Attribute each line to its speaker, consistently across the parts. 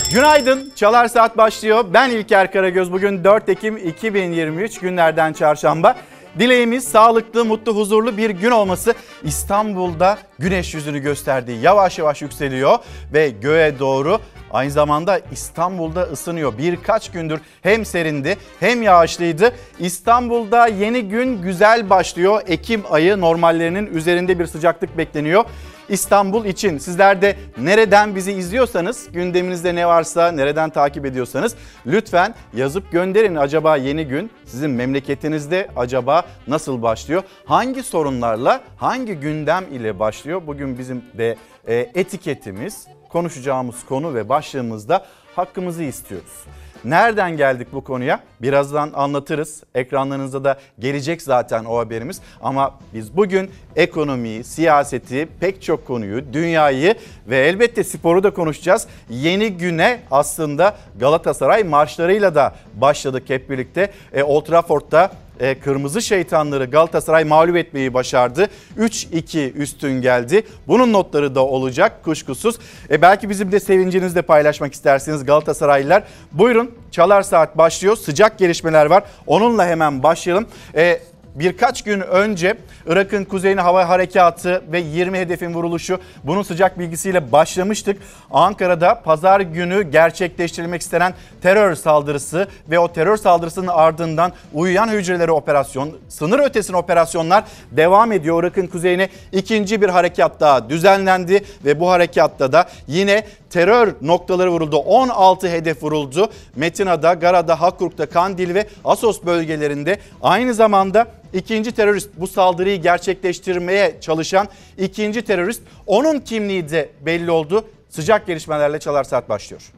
Speaker 1: Günaydın, Çalar Saat başlıyor. Ben İlker Karagöz. Bugün 4 Ekim 2023 günlerden çarşamba. Dileğimiz sağlıklı, mutlu, huzurlu bir gün olması. İstanbul'da güneş yüzünü gösterdi. Yavaş yavaş yükseliyor ve göğe doğru. Aynı zamanda İstanbul'da ısınıyor. Birkaç gündür hem serindi hem yağışlıydı. İstanbul'da yeni gün güzel başlıyor. Ekim ayı normallerinin üzerinde bir sıcaklık bekleniyor. İstanbul için sizler de nereden bizi izliyorsanız, gündeminizde ne varsa, nereden takip ediyorsanız lütfen yazıp gönderin. Acaba yeni gün sizin memleketinizde acaba nasıl başlıyor? Hangi sorunlarla, hangi gündem ile başlıyor? Bugün bizim de etiketimiz, konuşacağımız konu ve başlığımızda hakkımızı istiyoruz. Nereden geldik bu konuya? Birazdan anlatırız. Ekranlarınızda da gelecek zaten o haberimiz. Ama biz bugün ekonomiyi, siyaseti, pek çok konuyu, dünyayı ve elbette sporu da konuşacağız. Yeni güne aslında Galatasaray marşlarıyla da başladık hep birlikte. Old Trafford'da Kırmızı Şeytanları Galatasaray mağlup etmeyi başardı. 3-2 üstün geldi. Bunun notları da olacak kuşkusuz. Belki bizim de sevincinizi de paylaşmak istersiniz Galatasaraylılar. Buyurun, Çalar Saat başlıyor. Sıcak gelişmeler var. Onunla hemen başlayalım. Birkaç gün önce Irak'ın kuzeyine hava harekatı ve 20 hedefin vuruluşu, bunun sıcak bilgisiyle başlamıştık. Ankara'da pazar günü gerçekleştirilmek istenen terör saldırısı ve o terör saldırısının ardından uyuyan hücreleri operasyon, sınır ötesine operasyonlar devam ediyor. Irak'ın kuzeyine ikinci bir harekat daha düzenlendi ve bu harekatta da yine terör noktaları vuruldu. 16 hedef vuruldu. Metina'da, Gara'da, Hakurk'ta, Kandil ve Assos bölgelerinde. Aynı zamanda ikinci terörist, bu saldırıyı gerçekleştirmeye çalışan ikinci terörist, onun kimliği de belli oldu. Sıcak gelişmelerle Çalar Saat başlıyor.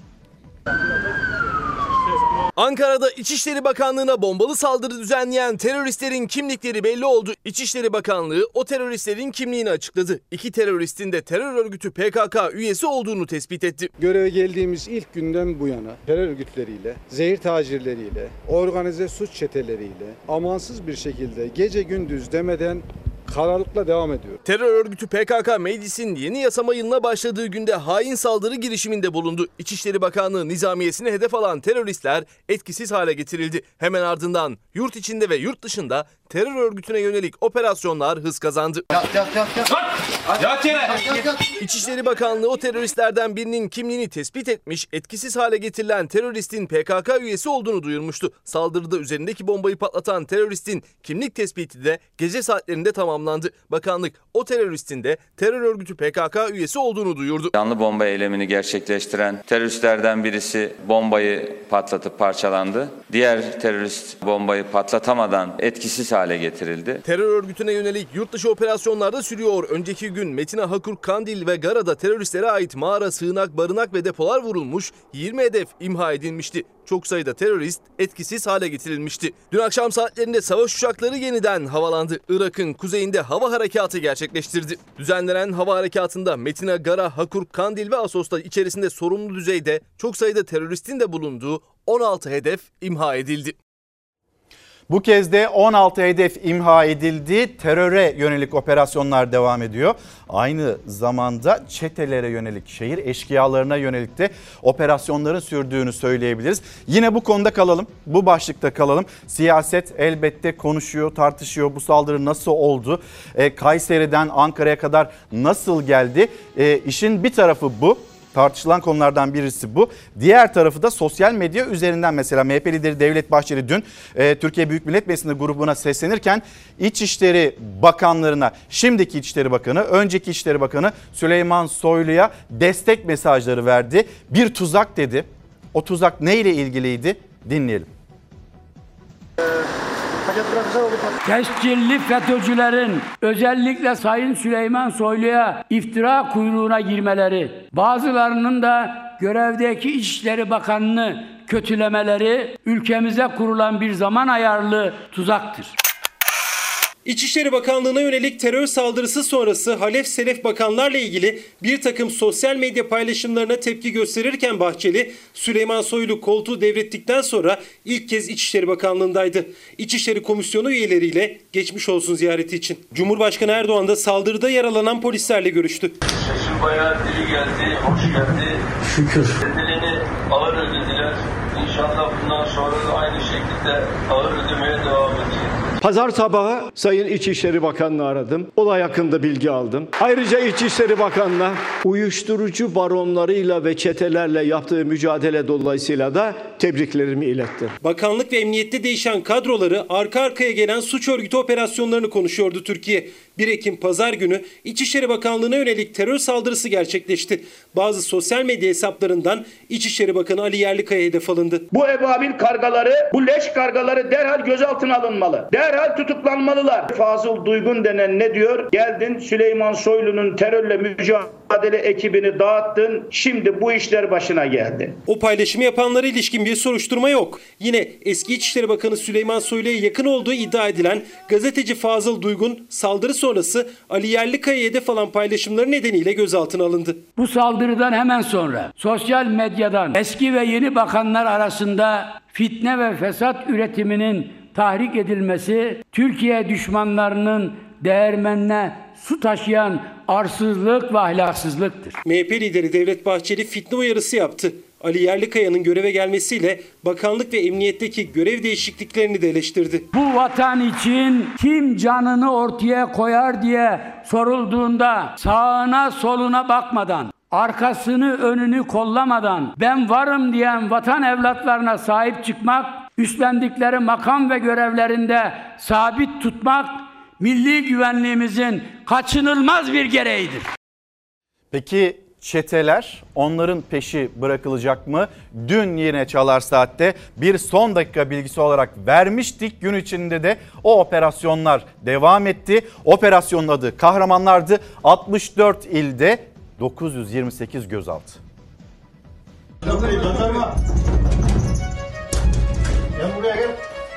Speaker 2: Ankara'da İçişleri Bakanlığı'na bombalı saldırı düzenleyen teröristlerin kimlikleri belli oldu. İçişleri Bakanlığı o teröristlerin kimliğini açıkladı. İki teröristin de terör örgütü PKK üyesi olduğunu tespit etti.
Speaker 3: Göreve geldiğimiz ilk günden bu yana terör örgütleriyle, zehir tacirleriyle, organize suç çeteleriyle amansız bir şekilde gece gündüz demeden kararlılıkla devam ediyor.
Speaker 2: Terör örgütü PKK meclisin yeni yasama yılına başladığı günde hain saldırı girişiminde bulundu. İçişleri Bakanlığı nizamiyesini hedef alan teröristler etkisiz hale getirildi. Hemen ardından yurt içinde ve yurt dışında terör örgütüne yönelik operasyonlar hız kazandı. İçişleri Bakanlığı o teröristlerden birinin kimliğini tespit etmiş, etkisiz hale getirilen teröristin PKK üyesi olduğunu duyurmuştu. Saldırıda üzerindeki bombayı patlatan teröristin kimlik tespiti de gece saatlerinde tamamlandı. Bakanlık o teröristin de terör örgütü PKK üyesi olduğunu duyurdu.
Speaker 4: Canlı bomba eylemini gerçekleştiren teröristlerden birisi bombayı patlatıp parçalandı. Diğer terörist bombayı patlatamadan etkisiz hale getirildi.
Speaker 2: Terör örgütüne yönelik yurt dışı operasyonlar da sürüyor. Önceki gün Metina, Hakurk, Kandil ve Gara'da teröristlere ait mağara, sığınak, barınak ve depolar vurulmuş, 20 hedef imha edilmişti. Çok sayıda terörist etkisiz hale getirilmişti. Dün akşam saatlerinde savaş uçakları yeniden havalandı. Irak'ın kuzeyinde hava harekatı gerçekleştirdi. Düzenlenen hava harekatında Metina, Gara, Hakurk, Kandil ve Assos'ta içerisinde sorumlu düzeyde çok sayıda teröristin de bulunduğu 16 hedef imha edildi.
Speaker 1: Bu kez de 16 hedef imha edildi. Teröre yönelik operasyonlar devam ediyor. Aynı zamanda çetelere yönelik, şehir eşkıyalarına yönelik de operasyonların sürdüğünü söyleyebiliriz. Yine bu konuda kalalım, bu başlıkta kalalım. Siyaset elbette konuşuyor, tartışıyor. Bu saldırı nasıl oldu? Kayseri'den Ankara'ya kadar nasıl geldi? İşin bir tarafı bu. Tartışılan konulardan birisi bu. Diğer tarafı da sosyal medya üzerinden, mesela MHP lideri Devlet Bahçeli dün Türkiye Büyük Millet Meclisi grubuna seslenirken İçişleri Bakanlarına, şimdiki İçişleri Bakanı, önceki İçişleri Bakanı Süleyman Soylu'ya destek mesajları verdi. Bir tuzak dedi. O tuzak neyle ilgiliydi? Dinleyelim.
Speaker 5: Tescilli FETÖ'cülerin özellikle Sayın Süleyman Soylu'ya iftira kuyruğuna girmeleri, bazılarının da görevdeki İçişleri Bakanı'nı kötülemeleri ülkemize kurulan bir zaman ayarlı tuzaktır.
Speaker 6: İçişleri Bakanlığı'na yönelik terör saldırısı sonrası Halef Selef bakanlarla ilgili bir takım sosyal medya paylaşımlarına tepki gösterirken Bahçeli, Süleyman Soylu koltuğu devrettikten sonra ilk kez İçişleri Bakanlığı'ndaydı. İçişleri Komisyonu üyeleriyle geçmiş olsun ziyareti için. Cumhurbaşkanı Erdoğan da saldırıda yaralanan polislerle görüştü.
Speaker 7: Sesim bayağı dili geldi, hoş geldi.
Speaker 5: Şükür.
Speaker 7: Dilini ağır ödediler. İnşallah bundan sonra da aynı şekilde ağır ödemeye devam edecek.
Speaker 8: Pazar sabahı Sayın İçişleri Bakanı'nı aradım. Olay hakkında bilgi aldım. Ayrıca İçişleri Bakanı'na uyuşturucu baronlarıyla ve çetelerle yaptığı mücadele dolayısıyla da tebriklerimi ilettim.
Speaker 6: Bakanlık ve emniyette değişen kadroları, arka arkaya gelen suç örgütü operasyonlarını konuşuyordu Türkiye. 1 Ekim Pazar günü İçişleri Bakanlığı'na yönelik terör saldırısı gerçekleşti. Bazı sosyal medya hesaplarından İçişleri Bakanı Ali Yerlikaya hedef alındı.
Speaker 9: Bu ebabil kargaları, bu leş kargaları derhal gözaltına alınmalı. Derhal tutuklanmalılar. Fazıl Duygun denen ne diyor? Geldin Süleyman Soylu'nun terörle mücadele ekibini dağıttın. Şimdi bu işler başına geldi.
Speaker 6: O paylaşımı yapanlara ilişkin bir soruşturma yok. Yine eski İçişleri Bakanı Süleyman Soylu'ya yakın olduğu iddia edilen gazeteci Fazıl Duygun saldırı sonrası Ali Yerlikaya'ya hedef alan paylaşımları nedeniyle gözaltına alındı.
Speaker 5: Bu saldırıdan hemen sonra sosyal medyadan eski ve yeni bakanlar arasında fitne ve fesat üretiminin tahrik edilmesi, Türkiye düşmanlarının değirmenine su taşıyan arsızlık ve ahlaksızlıktır.
Speaker 6: MHP lideri Devlet Bahçeli fitne uyarısı yaptı. Ali Yerlikaya'nın göreve gelmesiyle bakanlık ve emniyetteki görev değişikliklerini de eleştirdi.
Speaker 5: Bu vatan için kim canını ortaya koyar diye sorulduğunda sağına soluna bakmadan, arkasını önünü kollamadan ben varım diyen vatan evlatlarına sahip çıkmak, üstlendikleri makam ve görevlerinde sabit tutmak milli güvenliğimizin kaçınılmaz bir gereğidir.
Speaker 1: Peki çeteler, onların peşi bırakılacak mı? Dün yine Çalar Saat'te bir son dakika bilgisi olarak vermiştik. Gün içinde de o operasyonlar devam etti. Operasyonun adı Kahramanlardı. 64 ilde 928 gözaltı.
Speaker 10: Gel buraya gel.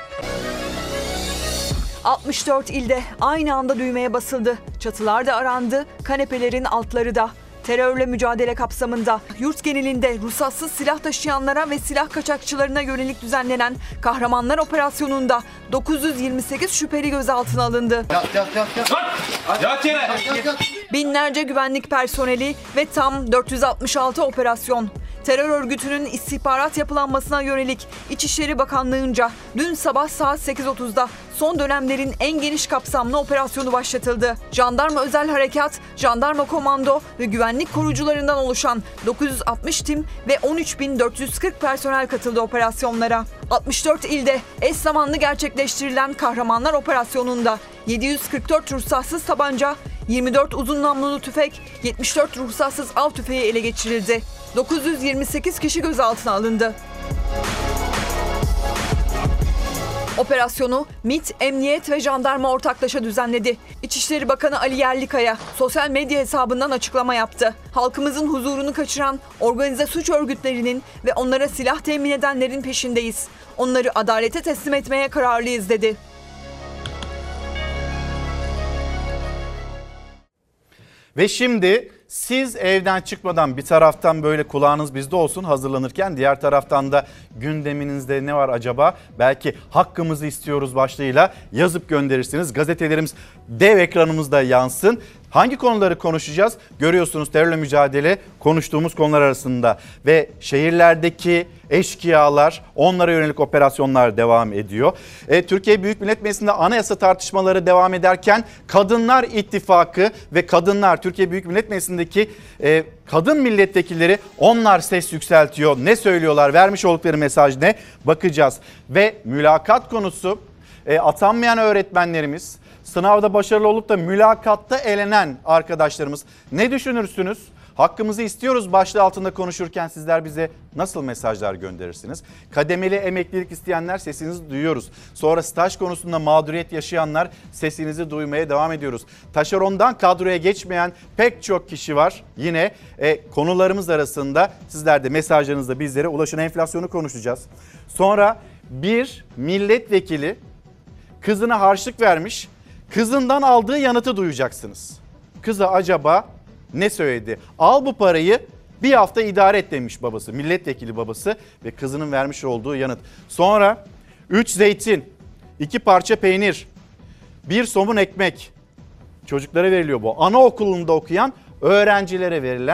Speaker 11: 64 ilde aynı anda düğmeye basıldı. Çatılar da arandı, kanepelerin altları da. Terörle mücadele kapsamında yurt genelinde ruhsatsız silah taşıyanlara ve silah kaçakçılarına yönelik düzenlenen Kahramanlar Operasyonu'nda 928 şüpheli gözaltına alındı. Binlerce güvenlik personeli ve tam 466 operasyon. Terör örgütünün istihbarat yapılanmasına yönelik İçişleri Bakanlığı'nca dün sabah saat 8.30'da son dönemlerin en geniş kapsamlı operasyonu başlatıldı. Jandarma Özel Harekat, Jandarma Komando ve güvenlik korucularından oluşan 960 tim ve 13.440 personel katıldı operasyonlara. 64 ilde eş zamanlı gerçekleştirilen Kahramanlar Operasyonu'nda 744 ruhsatsız tabanca, 24 uzun namlulu tüfek, 74 ruhsatsız av tüfeği ele geçirildi. 928 kişi gözaltına alındı. Operasyonu MİT, Emniyet ve Jandarma ortaklaşa düzenledi. İçişleri Bakanı Ali Yerlikaya sosyal medya hesabından açıklama yaptı. Halkımızın huzurunu kaçıran organize suç örgütlerinin ve onlara silah temin edenlerin peşindeyiz. Onları adalete teslim etmeye kararlıyız dedi.
Speaker 1: Ve şimdi siz evden çıkmadan bir taraftan böyle kulağınız bizde olsun hazırlanırken, diğer taraftan da gündeminizde ne var acaba? Belki hakkımızı istiyoruz başlığıyla yazıp gönderirsiniz. Gazetelerimiz dev ekranımızda yansın. Hangi konuları konuşacağız? Görüyorsunuz terörle mücadele konuştuğumuz konular arasında ve şehirlerdeki eşkıyalar, onlara yönelik operasyonlar devam ediyor. Türkiye Büyük Millet Meclisi'nde anayasa tartışmaları devam ederken Kadınlar İttifakı ve kadınlar, Türkiye Büyük Millet Meclisi'ndeki kadın milletvekilleri, onlar ses yükseltiyor. Ne söylüyorlar? Vermiş oldukları mesaj ne? Bakacağız. Ve mülakat konusu, atanmayan öğretmenlerimiz, sınavda başarılı olup da mülakatta elenen arkadaşlarımız, ne düşünürsünüz? Hakkımızı istiyoruz başlığı altında konuşurken sizler bize nasıl mesajlar gönderirsiniz? Kademeli emeklilik isteyenler, sesinizi duyuyoruz. Sonra staj konusunda mağduriyet yaşayanlar, sesinizi duymaya devam ediyoruz. Taşerondan kadroya geçmeyen pek çok kişi var. Yine konularımız arasında sizler de mesajlarınızla bizlere ulaşın. Enflasyonu konuşacağız. Sonra bir milletvekili kızına harçlık vermiş. Kızından aldığı yanıtı duyacaksınız. Kıza acaba ne söyledi? Al bu parayı, bir hafta idare et demiş babası, milletvekili babası ve kızının vermiş olduğu yanıt. Sonra 3 zeytin, 2 parça peynir, 1 somun ekmek çocuklara veriliyor bu. Anaokulunda okuyan öğrencilere verilen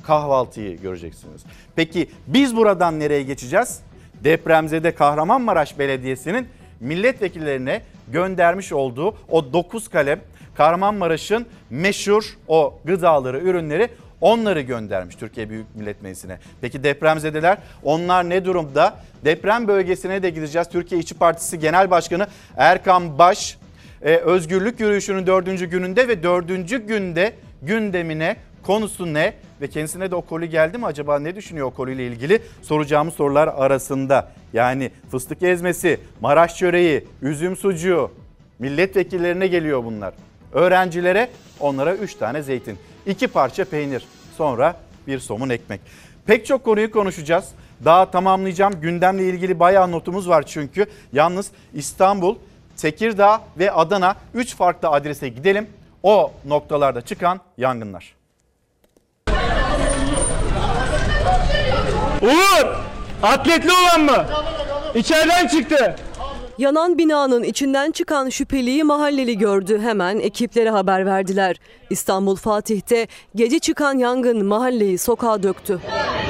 Speaker 1: kahvaltıyı göreceksiniz. Peki biz buradan nereye geçeceğiz? Depremzede Kahramanmaraş Belediyesi'nin milletvekillerine göndermiş olduğu o 9 kalem Kahramanmaraş'ın meşhur o gıdaları, ürünleri, onları göndermiş Türkiye Büyük Millet Meclisi'ne. Peki depremzedeler, onlar ne durumda? Deprem bölgesine de gideceğiz. Türkiye İşçi Partisi Genel Başkanı Erkan Baş özgürlük yürüyüşünün 4. gününde ve 4. günde gündemine, konusu ne ve kendisine de o koli geldi mi acaba, ne düşünüyor o koliyle ilgili soracağımız sorular arasında. Yani fıstık ezmesi, Maraş çöreği, üzüm sucuğu, milletvekillerine geliyor bunlar. Öğrencilere, onlara 3 tane zeytin, 2 parça peynir, sonra bir somun ekmek. Pek çok konuyu konuşacağız. Daha tamamlayacağım. Gündemle ilgili bayağı notumuz var çünkü. Yalnız İstanbul, Tekirdağ ve Adana 3 farklı adrese gidelim. O noktalarda çıkan yangınlar.
Speaker 12: Uğur! Atletli olan mı? İçeriden çıktı.
Speaker 13: Yanan binanın içinden çıkan şüpheliyi mahalleli gördü. Hemen ekiplere haber verdiler. İstanbul Fatih'te gece çıkan yangın mahalleyi sokağa döktü.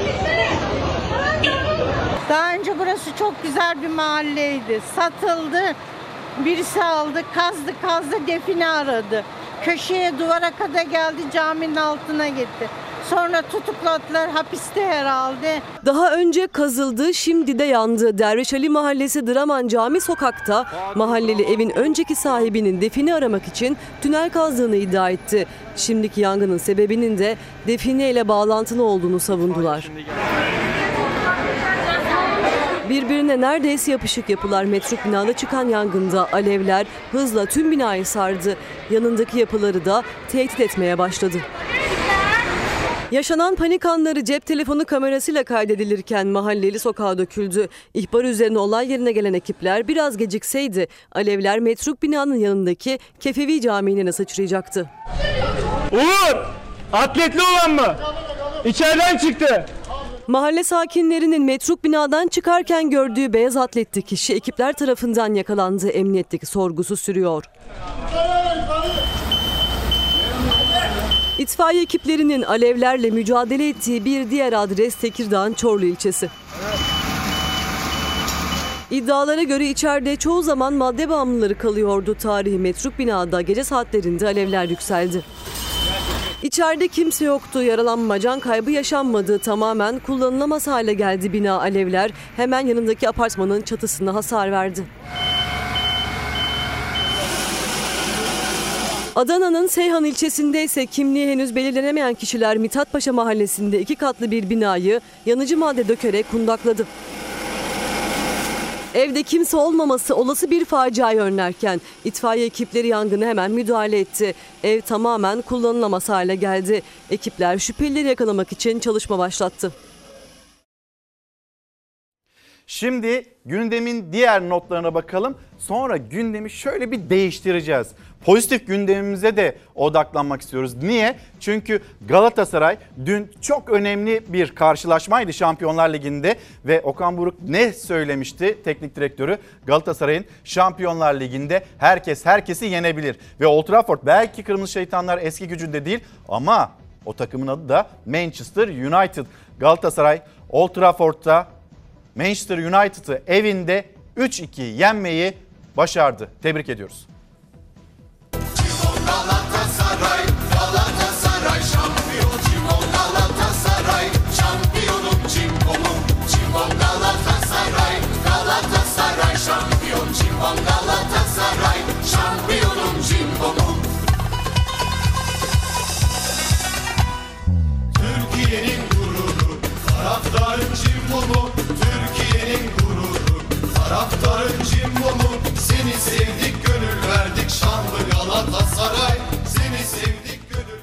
Speaker 14: Daha önce burası çok güzel bir mahalleydi. Satıldı. Birisi aldı, kazdı, define aradı. Köşeye, duvara kadar geldi, caminin altına gitti. Sonra tutukladılar, hapiste herhalde.
Speaker 13: Daha önce kazıldı, şimdi de yandı. Derviş Ali Mahallesi Draman Cami Sokak'ta mahalleli evin önceki sahibinin defini aramak için tünel kazdığını iddia etti. Şimdiki yangının sebebinin de define ile bağlantılı olduğunu savundular. Birbirine neredeyse yapışık yapılar metruk binada çıkan yangında alevler hızla tüm binayı sardı. Yanındaki yapıları da tehdit etmeye başladı. Yaşanan panik anları cep telefonu kamerasıyla kaydedilirken mahalleli sokağa döküldü. İhbar üzerine olay yerine gelen ekipler biraz gecikseydi alevler metruk binanın yanındaki Kefevi Camii'ne sıçrayacaktı.
Speaker 12: Uğur! Atletli olan mı? İçeriden çıktı.
Speaker 13: Mahalle sakinlerinin metruk binadan çıkarken gördüğü beyaz atletli kişi ekipler tarafından yakalandı. Emniyetteki sorgusu sürüyor. İtfaiye ekiplerinin alevlerle mücadele ettiği bir diğer adres Tekirdağ'ın Çorlu ilçesi. İddialara göre içeride çoğu zaman madde bağımlıları kalıyordu. Tarihi metruk binada gece saatlerinde alevler yükseldi. İçeride kimse yoktu. Yaralanma, can kaybı yaşanmadı. Tamamen kullanılamaz hale geldi bina. Alevler hemen yanındaki apartmanın çatısına hasar verdi. Adana'nın Seyhan ilçesinde ise kimliği henüz belirlenemeyen kişiler Mithatpaşa mahallesinde 2 katlı bir binayı yanıcı madde dökerek kundakladı. Evde kimse olmaması olası bir faciayı önlerken itfaiye ekipleri yangına hemen müdahale etti. Ev tamamen kullanılamaz hale geldi. Ekipler şüphelileri yakalamak için çalışma başlattı.
Speaker 1: Şimdi gündemin diğer notlarına bakalım. Sonra gündemi şöyle bir değiştireceğiz. Pozitif gündemimize de odaklanmak istiyoruz. Niye? Çünkü Galatasaray dün çok önemli bir karşılaşmaydı Şampiyonlar Ligi'nde ve Okan Buruk ne söylemişti teknik direktörü? Galatasaray'ın Şampiyonlar Ligi'nde herkes herkesi yenebilir. Ve Old Trafford belki Kırmızı Şeytanlar eski gücünde değil ama o takımın adı da Manchester United. Galatasaray Old Trafford'da Manchester United'ı evinde 3-2 yenmeyi başardı. Tebrik ediyoruz.
Speaker 15: Galatasaray, Galatasaray şampiyon, Cimbom Galatasaray, şampiyonum Cimbom'um, Cimbom Galatasaray, Galatasaray şampiyon, Cimbom Galatasaray, şampiyonum Cimbom'um. Türkiye'nin gururu, taraftarın Cimbom'u, Türkiye'nin gururu, taraftarın Cimbom'u, seni sevdik gönül verdik şanlı Galatasaray, seni sevdik gönül.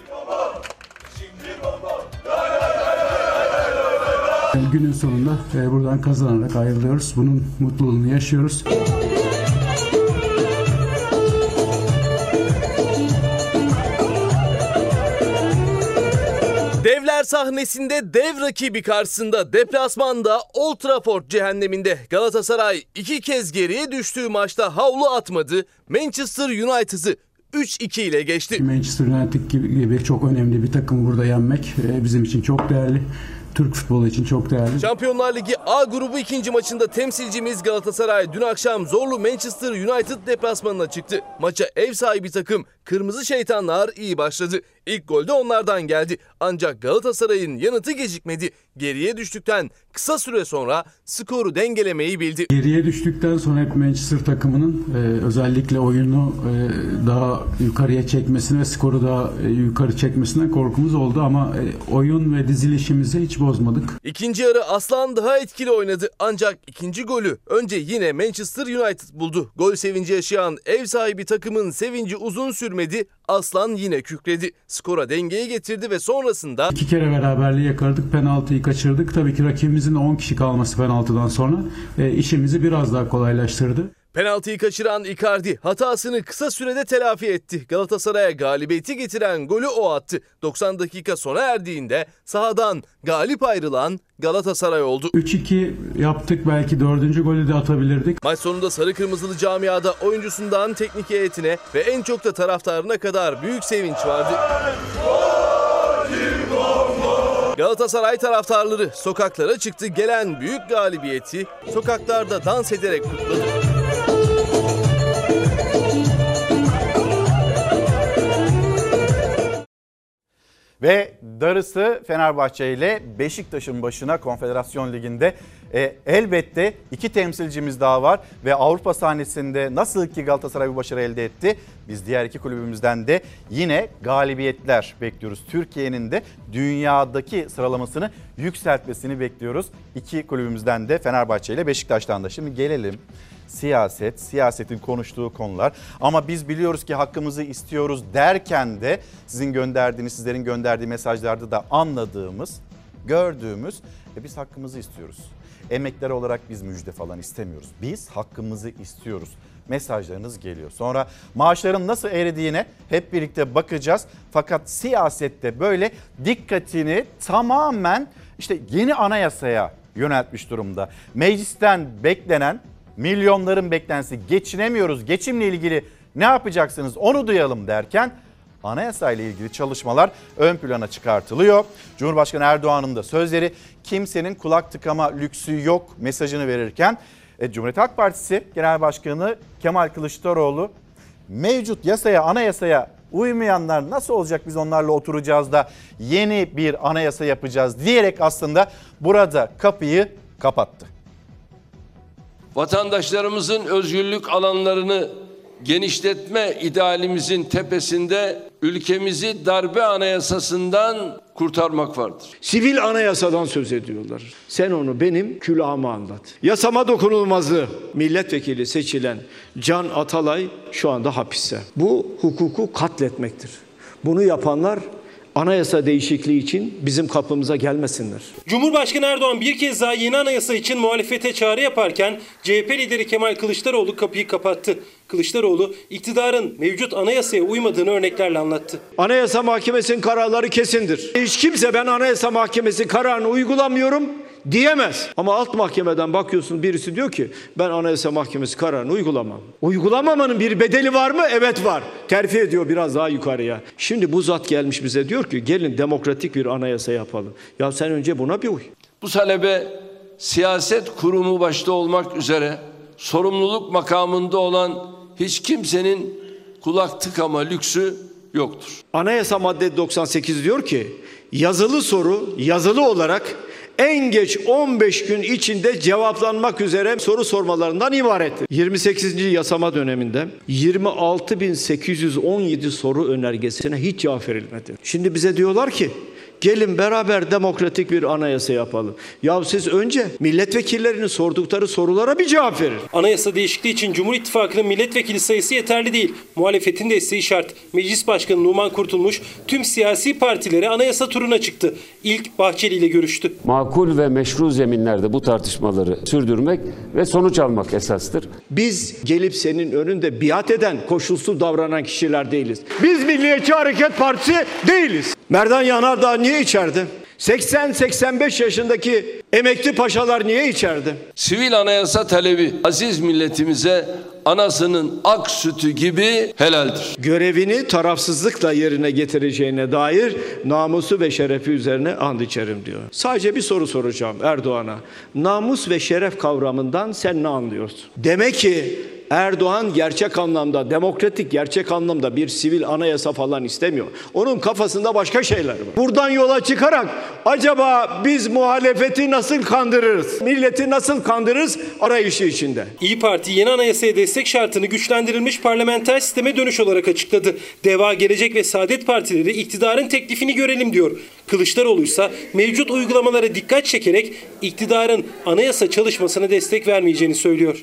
Speaker 16: Günün sonunda buradan kazanarak ayrılıyoruz. Bunun mutluluğunu yaşıyoruz.
Speaker 2: Devler sahnesinde dev rakibi karşısında deplasmanda Old Trafford cehenneminde Galatasaray 2 kez geriye düştüğü maçta havlu atmadı. Manchester United'ı 3-2 ile geçti.
Speaker 16: Manchester United gibi çok önemli bir takımı burada yenmek bizim için çok değerli. Türk futbolu için çok değerli.
Speaker 2: Şampiyonlar Ligi A grubu 2. maçında temsilcimiz Galatasaray dün akşam zorlu Manchester United deplasmanına çıktı. Maça ev sahibi takım Kırmızı Şeytanlar iyi başladı. İlk gol de onlardan geldi. Ancak Galatasaray'ın yanıtı gecikmedi. Geriye düştükten kısa süre sonra skoru dengelemeyi bildi.
Speaker 16: Geriye düştükten sonra hep Manchester takımının özellikle oyunu daha yukarıya çekmesine ve skoru daha yukarı çekmesinden korkumuz oldu ama oyun ve dizilişimizi hiç bozmadık.
Speaker 2: İkinci yarı Aslan daha etkili oynadı. Ancak ikinci golü önce yine Manchester United buldu. Gol sevinci yaşayan ev sahibi takımın sevinci uzun sürmedi. Aslan yine kükredi. Skora dengeyi getirdi ve sonrasında
Speaker 16: 2 kere beraberliği yakaladık, penaltıyı kaçırdık. Tabii ki rakibimizin 10 kişi kalması penaltıdan sonra işimizi biraz daha kolaylaştırdı.
Speaker 2: Penaltıyı kaçıran Icardi hatasını kısa sürede telafi etti. Galatasaray'a galibiyeti getiren golü o attı. 90 dakika sona erdiğinde sahadan galip ayrılan Galatasaray oldu.
Speaker 16: 3-2 yaptık, belki 4. golü de atabilirdik.
Speaker 2: Maç sonunda sarı kırmızılı camiada oyuncusundan teknik heyetine ve en çok da taraftarına kadar büyük sevinç vardı. Galatasaray taraftarları sokaklara çıktı, gelen büyük galibiyeti sokaklarda dans ederek kutladı.
Speaker 1: Ve darısı Fenerbahçe ile Beşiktaş'ın başına Konfederasyon Ligi'nde. Elbette 2 temsilcimiz daha var ve Avrupa sahnesinde nasıl ki Galatasaray bir başarı elde etti, biz diğer 2 kulübümüzden de yine galibiyetler bekliyoruz. Türkiye'nin de dünyadaki sıralamasını yükseltmesini bekliyoruz. 2 kulübümüzden de, Fenerbahçe ile Beşiktaş'tan da. Şimdi gelelim siyasetin konuştuğu konular. Ama biz biliyoruz ki hakkımızı istiyoruz derken de sizlerin gönderdiği mesajlarda da anladığımız, gördüğümüz biz hakkımızı istiyoruz. Emekler olarak biz müjde falan istemiyoruz. Biz hakkımızı istiyoruz. Mesajlarınız geliyor. Sonra maaşların nasıl eridiğine hep birlikte bakacağız. Fakat siyasette böyle dikkatini tamamen işte yeni anayasaya yöneltmiş durumda. Meclisten beklenen, milyonların beklentisi, geçinemiyoruz, geçimle ilgili ne yapacaksınız onu duyalım derken anayasayla ilgili çalışmalar ön plana çıkartılıyor. Cumhurbaşkanı Erdoğan'ın da sözleri, kimsenin kulak tıkama lüksü yok mesajını verirken Cumhuriyet Halk Partisi Genel Başkanı Kemal Kılıçdaroğlu, mevcut yasaya, anayasaya uymayanlar nasıl olacak, biz onlarla oturacağız da yeni bir anayasa yapacağız diyerek aslında burada kapıyı kapattı.
Speaker 17: Vatandaşlarımızın özgürlük alanlarını genişletme idealimizin tepesinde ülkemizi darbe anayasasından kurtarmak vardır.
Speaker 8: Sivil anayasadan söz ediyorlar. Sen onu benim külahıma anlat. Yasama dokunulmazı milletvekili seçilen Can Atalay şu anda hapiste. Bu hukuku katletmektir. Bunu yapanlar anayasa değişikliği için bizim kapımıza gelmesinler.
Speaker 6: Cumhurbaşkanı Erdoğan bir kez daha yeni anayasa için muhalefete çağrı yaparken CHP lideri Kemal Kılıçdaroğlu kapıyı kapattı. Kılıçdaroğlu iktidarın mevcut anayasaya uymadığını örneklerle anlattı.
Speaker 8: Anayasa Mahkemesi'nin kararları kesindir. Hiç kimse ben Anayasa Mahkemesi kararını uygulamıyorum diyemez. Ama alt mahkemeden bakıyorsun, birisi diyor ki ben Anayasa Mahkemesi kararını uygulamam. Uygulamamanın bir bedeli var mı? Evet var. Terfi ediyor biraz daha yukarıya. Şimdi bu zat gelmiş bize diyor ki gelin demokratik bir anayasa yapalım. Ya sen önce buna bir uy.
Speaker 17: Bu talebe siyaset kurumu başta olmak üzere sorumluluk makamında olan hiç kimsenin kulak tıkama lüksü yoktur.
Speaker 8: Anayasa madde 98 diyor ki yazılı soru yazılı olarak en geç 15 gün içinde cevaplanmak üzere soru sormalarından ibarettir. 28. yasama döneminde 26.817 soru önergesine hiç cevap verilmedi. Şimdi bize diyorlar ki gelin beraber demokratik bir anayasa yapalım. Ya siz önce milletvekillerinin sordukları sorulara bir cevap verin.
Speaker 6: Anayasa değişikliği için Cumhur İttifakı'nın milletvekili sayısı yeterli değil. Muhalefetin desteği şart. Meclis Başkanı Numan Kurtulmuş tüm siyasi partileri anayasa turuna çıktı. İlk Bahçeli ile görüştü.
Speaker 18: Makul ve meşru zeminlerde bu tartışmaları sürdürmek ve sonuç almak esastır.
Speaker 8: Biz gelip senin önünde biat eden, koşulsuz davranan kişiler değiliz. Biz Milliyetçi Hareket Partisi değiliz. Merdan Yanardağ niye içeride? 80-85 yaşındaki emekli paşalar niye içeride?
Speaker 17: Sivil anayasa talebi aziz milletimize anasının ak sütü gibi helaldir.
Speaker 8: Görevini tarafsızlıkla yerine getireceğine dair namusu ve şerefi üzerine and içerim diyor. Sadece bir soru soracağım Erdoğan'a. Namus ve şeref kavramından sen ne anlıyorsun? Demek ki Erdoğan gerçek anlamda, demokratik gerçek anlamda bir sivil anayasa falan istemiyor. Onun kafasında başka şeyler var. Buradan yola çıkarak acaba biz muhalefeti nasıl kandırırız? Milleti nasıl kandırırız arayışı içinde.
Speaker 6: İYİ Parti yeni anayasaya destek şartını güçlendirilmiş parlamenter sisteme dönüş olarak açıkladı. DEVA, Gelecek ve Saadet Partileri iktidarın teklifini görelim diyor. Kılıçdaroğlu ise mevcut uygulamalara dikkat çekerek iktidarın anayasa çalışmasına destek vermeyeceğini söylüyor.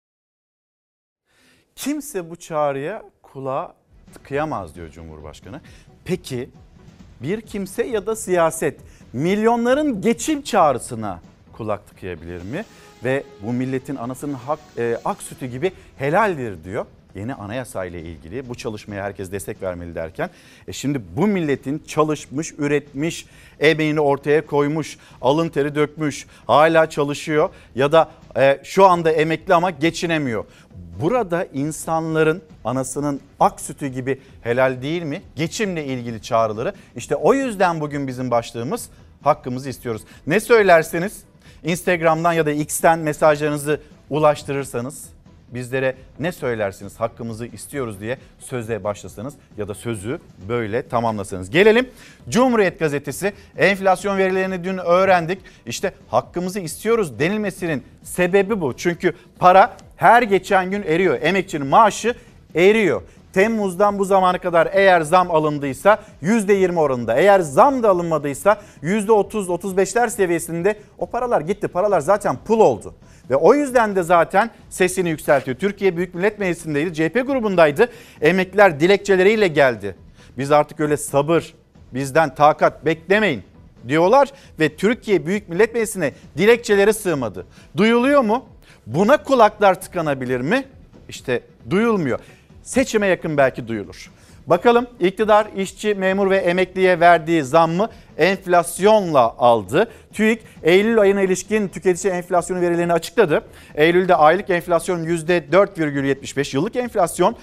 Speaker 1: Kimse bu çağrıya kulağa tıkayamaz diyor Cumhurbaşkanı. Peki bir kimse ya da siyaset milyonların geçim çağrısına kulak tıkayabilir mi? Ve bu milletin anasının ak sütü gibi helaldir diyor. Yeni anayasa ile ilgili bu çalışmaya herkes destek vermeli derken şimdi bu milletin çalışmış, üretmiş, emeğini ortaya koymuş, alın teri dökmüş, hala çalışıyor ya da şu anda emekli ama geçinemiyor. Burada insanların anasının ak sütü gibi helal değil mi? Geçimle ilgili çağrıları. İşte o yüzden bugün bizim başlığımız hakkımızı istiyoruz. Ne söylerseniz Instagram'dan ya da X'ten mesajlarınızı ulaştırırsanız bizlere ne söylersiniz hakkımızı istiyoruz diye söze başlasanız ya da sözü böyle tamamlasanız. Gelelim Cumhuriyet Gazetesi enflasyon verilerini dün öğrendik. İşte hakkımızı istiyoruz denilmesinin sebebi bu. Çünkü para her geçen gün eriyor. Emekçinin maaşı eriyor. Temmuz'dan bu zamana kadar eğer zam alındıysa %20 oranında, eğer zam da alınmadıysa %30-35'ler seviyesinde o paralar gitti. Paralar zaten pul oldu. Ve o yüzden de zaten sesini yükseltiyor. Türkiye Büyük Millet Meclisi'ndeydi, CHP grubundaydı. Emekliler dilekçeleriyle geldi. Biz artık öyle sabır, bizden takat beklemeyin diyorlar. Ve Türkiye Büyük Millet Meclisi'ne dilekçeleri sığmadı. Duyuluyor mu? Buna kulaklar tıkanabilir mi? İşte duyulmuyor. Seçime yakın belki duyulur. Bakalım iktidar işçi, memur ve emekliye verdiği zammı enflasyonla aldı. TÜİK Eylül ayına ilişkin tüketici enflasyonu verilerini açıkladı. Eylül'de aylık enflasyon %4,75, yıllık enflasyon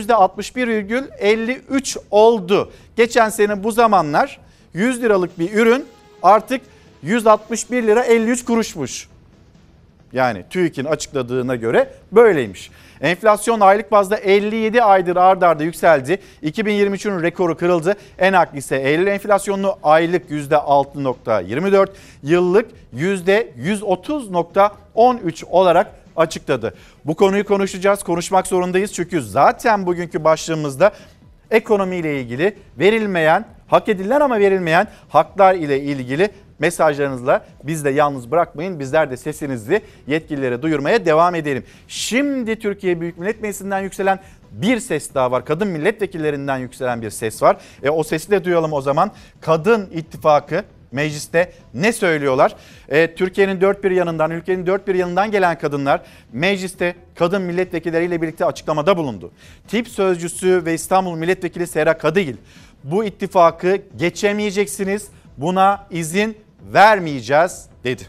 Speaker 1: %61,53 oldu. Geçen sene bu zamanlar 100 liralık bir ürün artık 161 lira 53 kuruşmuş. Yani TÜİK'in açıkladığına göre böyleymiş. Enflasyon aylık bazda 57 aydır ard arda yükseldi. 2023'ün rekoru kırıldı. ENAK ise Eylül enflasyonunu aylık %6,24, yıllık %130,13 olarak açıkladı. Bu konuyu konuşacağız, konuşmak zorundayız. Çünkü zaten bugünkü başlığımızda ekonomiyle ilgili verilmeyen, hak edilen ama verilmeyen haklar ile ilgili mesajlarınızla biz de yalnız bırakmayın. Bizler de sesinizi yetkililere duyurmaya devam edelim. Şimdi Türkiye Büyük Millet Meclisi'nden yükselen bir ses daha var. Kadın milletvekillerinden yükselen bir ses var. O sesi de duyalım o zaman. Kadın İttifakı mecliste ne söylüyorlar? Türkiye'nin dört bir yanından, ülkenin dört bir yanından gelen kadınlar mecliste kadın milletvekilleriyle birlikte açıklamada bulundu. Tip sözcüsü ve İstanbul Milletvekili Sera Kadıgil, bu ittifakı geçemeyeceksiniz, buna izin vermeyeceğiz dedi.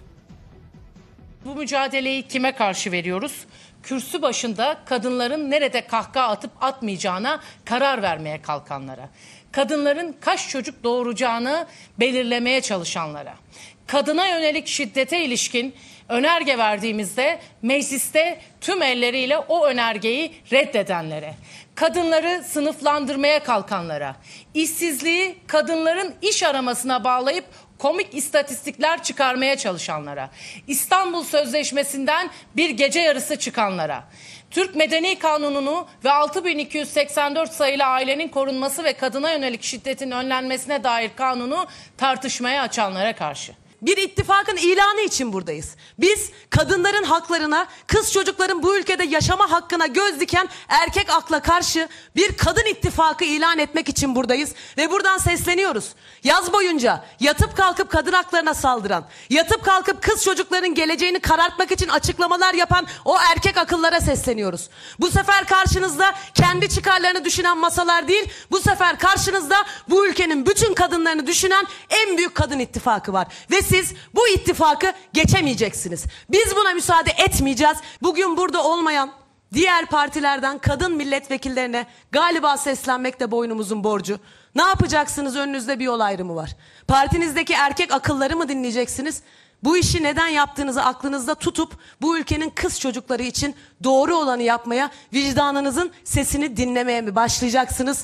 Speaker 19: Bu mücadeleyi kime karşı veriyoruz? Kürsü başında kadınların nerede kahkaha atıp atmayacağına karar vermeye kalkanlara. Kadınların kaç çocuk doğuracağını belirlemeye çalışanlara. Kadına yönelik şiddete ilişkin önerge verdiğimizde mecliste tüm elleriyle o önergeyi reddedenlere. Kadınları sınıflandırmaya kalkanlara. İşsizliği kadınların iş aramasına bağlayıp komik istatistikler çıkarmaya çalışanlara, İstanbul Sözleşmesi'nden bir gece yarısı çıkanlara, Türk Medeni Kanunu'nu ve 6284 sayılı ailenin korunması ve kadına yönelik şiddetin önlenmesine dair kanunu tartışmaya açanlara karşı.
Speaker 20: Bir ittifakın ilanı için buradayız. Biz kadınların haklarına, kız çocukların bu ülkede yaşama hakkına göz diken erkek akla karşı bir kadın ittifakı ilan etmek için buradayız. Ve buradan sesleniyoruz. Yaz boyunca yatıp kalkıp kadın haklarına saldıran, yatıp kalkıp kız çocukların geleceğini karartmak için açıklamalar yapan o erkek akıllara sesleniyoruz. Bu sefer karşınızda kendi çıkarlarını düşünen masalar değil, bu sefer karşınızda bu ülkenin bütün kadınlarını düşünen en büyük kadın ittifakı var. Ve siz bu ittifakı geçemeyeceksiniz. Biz buna müsaade etmeyeceğiz. Bugün burada olmayan Diğer partilerden kadın milletvekillerine galiba seslenmek de boynumuzun borcu. Ne yapacaksınız? Önünüzde bir yol ayrımı var. Partinizdeki erkek akılları mı dinleyeceksiniz? Bu işi neden yaptığınızı aklınızda tutup bu ülkenin kız çocukları için doğru olanı yapmaya, vicdanınızın sesini dinlemeye mi başlayacaksınız?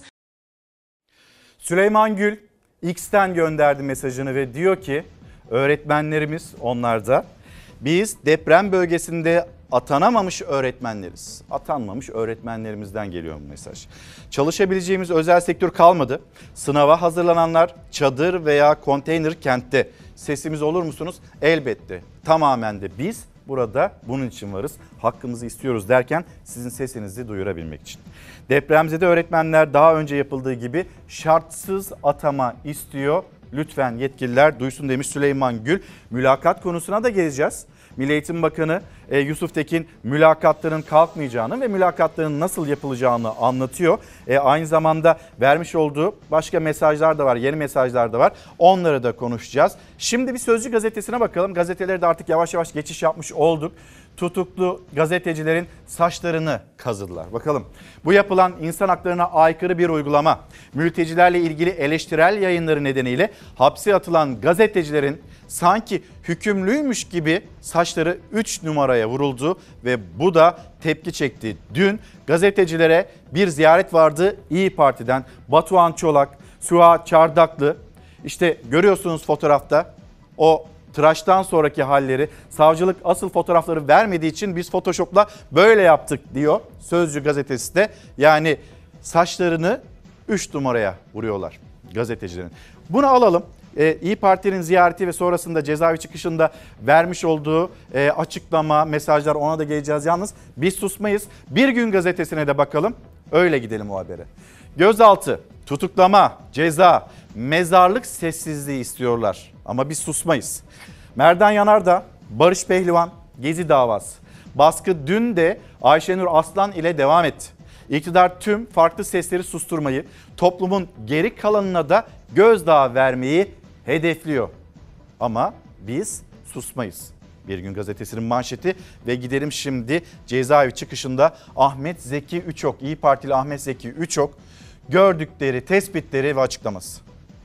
Speaker 1: Süleyman Gül X'ten gönderdi mesajını ve diyor ki öğretmenlerimiz onlarda biz deprem bölgesinde atanamamış öğretmenleriz. Atanmamış öğretmenlerimizden geliyor bu mesaj. Çalışabileceğimiz özel sektör kalmadı. Sınava hazırlananlar çadır veya konteyner kentte. Sesimiz olur musunuz? Elbette. Tamamen de biz burada bunun için varız. Hakkımızı istiyoruz derken sizin sesinizi duyurabilmek için. Depremzede öğretmenler daha önce yapıldığı gibi şartsız atama istiyor. Lütfen yetkililer duysun demiş Süleyman Gül. Mülakat konusuna da geleceğiz. Milli Eğitim Bakanı Yusuf Tekin mülakatların kalkmayacağını ve mülakatların nasıl yapılacağını anlatıyor. Aynı zamanda vermiş olduğu başka mesajlar da var, yeni mesajlar da var. Onları da konuşacağız. Şimdi bir Sözcü gazetesine bakalım. Gazeteleri de artık yavaş yavaş geçiş yapmış olduk. Tutuklu gazetecilerin saçlarını kazıdılar. Bakalım bu yapılan insan haklarına aykırı bir uygulama. Mültecilerle ilgili eleştirel yayınları nedeniyle hapse atılan gazetecilerin sanki hükümlüymüş gibi saçları 3 numaraya vuruldu ve bu da tepki çekti. Dün gazetecilere bir ziyaret vardı İYİ Parti'den. Batuhan Çolak, Suha Çardaklı, işte görüyorsunuz fotoğrafta o tıraştan sonraki halleri. Savcılık asıl fotoğrafları vermediği için biz Photoshop'la böyle yaptık diyor Sözcü gazetesi de. Yani saçlarını 3 numaraya vuruyorlar gazetecilerin. Bunu alalım. İYİ Parti'nin ziyareti ve sonrasında cezaevi çıkışında vermiş olduğu açıklama, mesajlar, ona da geleceğiz. Yalnız biz susmayız. Bir Gün gazetesine de bakalım. Öyle gidelim o habere. Gözaltı, tutuklama, ceza, mezarlık sessizliği istiyorlar. Ama biz susmayız. Merdan Yanardağ, Barış Pehlivan, Gezi davası. Baskı dün de Ayşenur Aslan ile devam etti. İktidar tüm farklı sesleri susturmayı, toplumun geri kalanına da gözdağı vermeyi hedefliyor. Ama biz susmayız. Bir Gün gazetesinin manşeti ve gidelim şimdi cezaevi çıkışında Ahmet Zeki Üçok, İYİ Partili Ahmet Zeki Üçok gördükleri tespitleri ve açıklaması.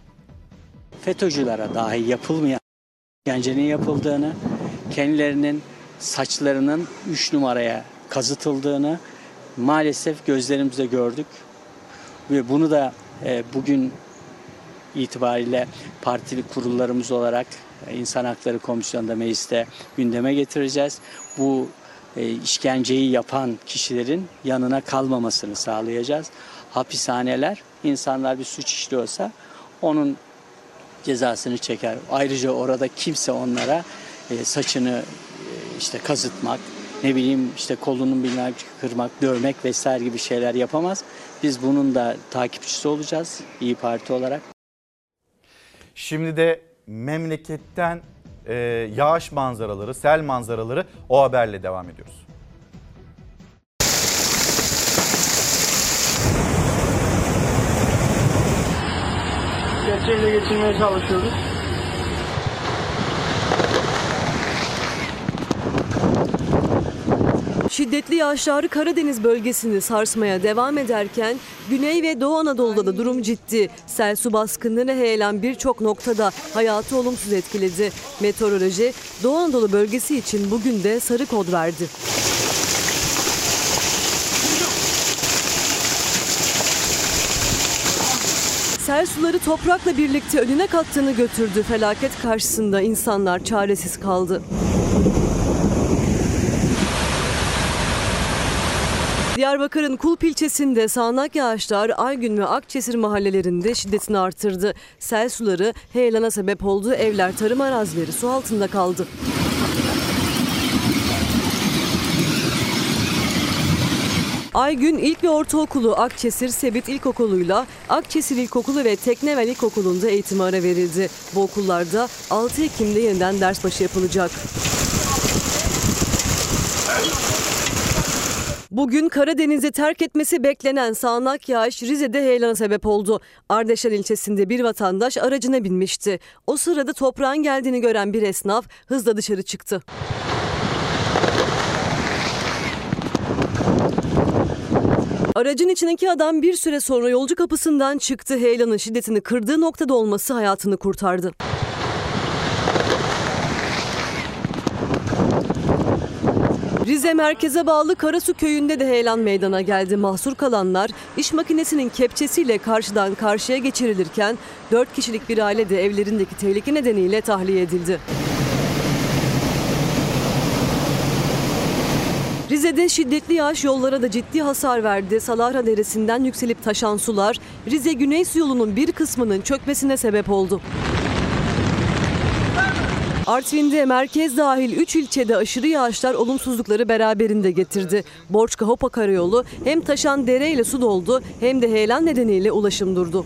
Speaker 21: FETÖ'cülere dahi yapılmayan işkencenin yapıldığını, kendilerinin saçlarının 3 numaraya kazıtıldığını maalesef gözlerimizle gördük. Ve bunu da bugün itibariyle partili kurullarımız olarak İnsan Hakları Komisyonu'nda mecliste gündeme getireceğiz. Bu işkenceyi yapan kişilerin yanına kalmamasını sağlayacağız. Hapishaneler, insanlar bir suç işliyorsa onun cezasını çeker. Ayrıca orada kimse onlara saçını işte kazıtmak, ne bileyim işte kolunun bilmem kırmak, dövmek vesaire gibi şeyler yapamaz. Biz bunun da takipçisi olacağız İYİ Parti olarak.
Speaker 1: Şimdi de memleketten yağış manzaraları, sel manzaraları o haberle devam ediyoruz.
Speaker 12: Geçeyle geçirmeye çalışıyoruz.
Speaker 13: Şiddetli yağışlar Karadeniz bölgesini sarsmaya devam ederken Güney ve Doğu Anadolu'da da durum ciddi. Sel su baskınlarına heyelan birçok noktada hayatı olumsuz etkiledi. Meteoroloji Doğu Anadolu bölgesi için bugün de sarı kod verdi. Sel suları toprakla birlikte önüne kattığını götürdü. Felaket karşısında insanlar çaresiz kaldı. Diyarbakır'ın Kulp ilçesinde sağanak yağışlar Aygün ve Akçesir mahallelerinde şiddetini artırdı. Sel suları heyelana sebep oldu. Evler, tarım arazileri su altında kaldı. Aygün İlk ve Ortaokulu, Akçesir Sebit İlkokulu'yla Akçesir İlkokulu ve Teknevel İlkokulu'nda eğitime ara verildi. Bu okullarda 6 Ekim'de yeniden ders başı yapılacak. Bugün Karadeniz'i terk etmesi beklenen sağanak yağış Rize'de heyelana sebep oldu. Ardeşen ilçesinde bir vatandaş aracına binmişti. O sırada toprağın geldiğini gören bir esnaf hızla dışarı çıktı. Aracın içindeki adam bir süre sonra yolcu kapısından çıktı. Heyelanın şiddetini kırdığı noktada olması hayatını kurtardı. Rize merkeze bağlı Karasu köyünde de heyelan meydana geldi. Mahsur kalanlar iş makinesinin kepçesiyle karşıdan karşıya geçirilirken 4 kişilik bir aile de evlerindeki tehlike nedeniyle tahliye edildi. Rize'de şiddetli yağış yollara da ciddi hasar verdi. Salara Deresi'nden yükselip taşan sular Rize Güneysu yolunun bir kısmının çökmesine sebep oldu. Artvin'de merkez dahil 3 ilçede aşırı yağışlar olumsuzlukları beraberinde getirdi. Borçka-Hopa karayolu hem taşan dereyle su doldu hem de heyelan nedeniyle ulaşım durdu.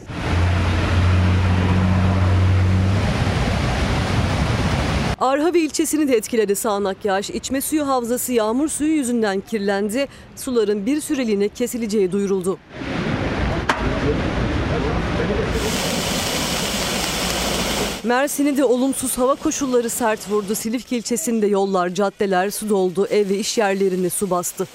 Speaker 13: Arhavi ilçesini de etkiledi sağanak yağış. İçme suyu havzası yağmur suyu yüzünden kirlendi. Suların bir süreliğine kesileceği duyuruldu. Mersin'i de olumsuz hava koşulları sert vurdu. Silifke ilçesinde yollar, caddeler su doldu. Ev ve iş yerlerini su bastı.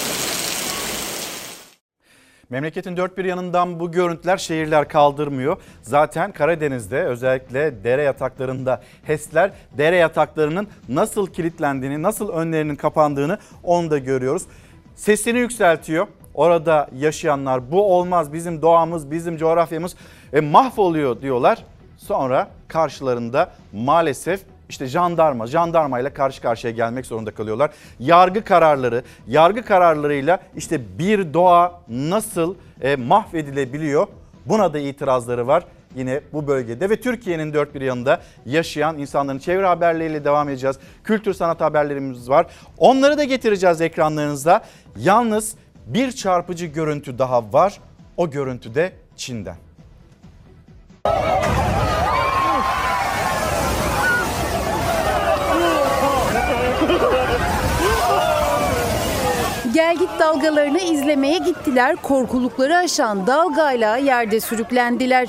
Speaker 1: Memleketin dört bir yanından bu görüntüler şehirler kaldırmıyor. Zaten Karadeniz'de özellikle dere yataklarında HES'ler dere yataklarının nasıl kilitlendiğini, nasıl önlerinin kapandığını onu da görüyoruz. Sesini yükseltiyor. Orada yaşayanlar bu olmaz, bizim doğamız, bizim coğrafyamız mahvoluyor diyorlar. Sonra karşılarında maalesef işte jandarmayla karşı karşıya gelmek zorunda kalıyorlar. Yargı kararlarıyla işte bir doğa nasıl mahvedilebiliyor? Buna da itirazları var yine bu bölgede ve Türkiye'nin dört bir yanında yaşayan insanların. Çevre haberleriyle devam edeceğiz. Kültür sanat haberlerimiz var. Onları da getireceğiz ekranlarınızda. Yalnız bir çarpıcı görüntü daha var. O görüntü de Çin'den.
Speaker 3: Gelgit dalgalarını izlemeye gittiler. Korkulukları aşan dalgayla yerde sürüklendiler.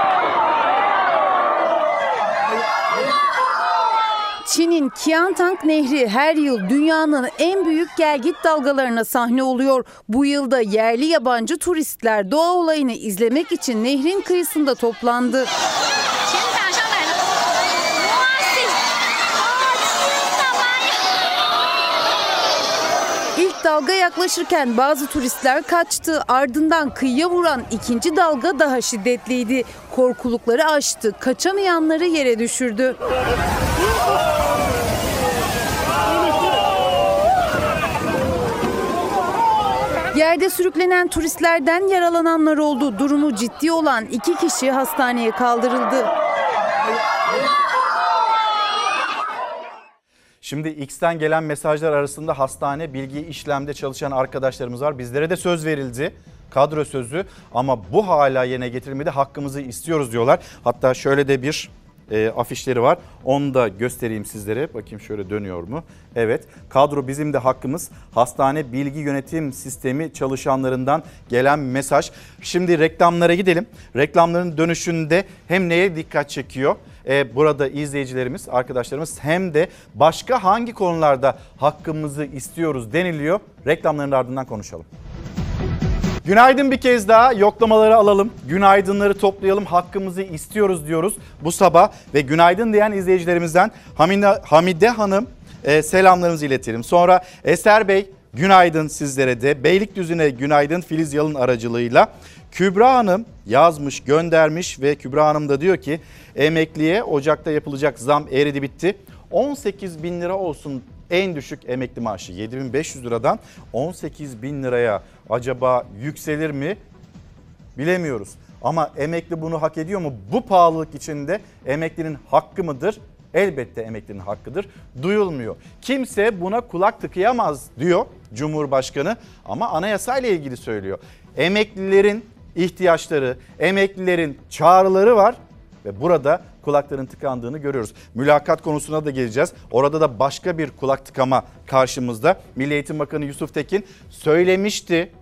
Speaker 3: Çin'in Qiantang Nehri her yıl dünyanın en büyük gelgit dalgalarına sahne oluyor. Bu yılda yerli yabancı turistler doğa olayını izlemek için nehrin kıyısında toplandı. İlk dalga yaklaşırken bazı turistler kaçtı. Ardından kıyıya vuran ikinci dalga daha şiddetliydi. Korkulukları aştı. Kaçamayanları yere düşürdü. Yerde sürüklenen turistlerden yaralananlar oldu. Durumu ciddi olan 2 kişi hastaneye kaldırıldı.
Speaker 1: Şimdi X'ten gelen mesajlar arasında hastane, bilgi işlemde çalışan arkadaşlarımız var. Bizlere de söz verildi, kadro sözü, ama bu hala yerine getirilmedi. Hakkımızı istiyoruz diyorlar. Hatta şöyle de bir afişleri var. Onu da göstereyim sizlere. Bakayım şöyle dönüyor mu? Evet. Kadro bizim de hakkımız. Hastane bilgi yönetim sistemi çalışanlarından gelen mesaj. Şimdi reklamlara gidelim. Reklamların dönüşünde hem neye dikkat çekiyor burada izleyicilerimiz, arkadaşlarımız, hem de başka hangi konularda hakkımızı istiyoruz deniliyor. Reklamların ardından konuşalım. Günaydın bir kez daha, yoklamaları alalım. Günaydınları toplayalım, hakkımızı istiyoruz diyoruz bu sabah. Ve günaydın diyen izleyicilerimizden Hamide Hanım selamlarımızı iletelim. Sonra Eser Bey günaydın sizlere de. Beylikdüzü'ne günaydın Filiz Yalın aracılığıyla. Kübra Hanım yazmış, göndermiş ve Kübra Hanım da diyor ki emekliye Ocak'ta yapılacak zam eridi bitti. 18 bin lira olsun en düşük emekli maaşı, 7.500 liradan 18 bin liraya acaba yükselir mi bilemiyoruz. Ama emekli bunu hak ediyor mu? Bu pahalılık içinde emeklinin hakkı mıdır? Elbette emeklinin hakkıdır. Duyulmuyor. Kimse buna kulak tıkayamaz diyor Cumhurbaşkanı, ama anayasayla ilgili söylüyor. Emeklilerin ihtiyaçları, emeklilerin çağrıları var ve burada kulakların tıkandığını görüyoruz. Mülakat konusuna da geleceğiz. Orada da başka bir kulak tıkama karşımızda. Milli Eğitim Bakanı Yusuf Tekin söylemişti.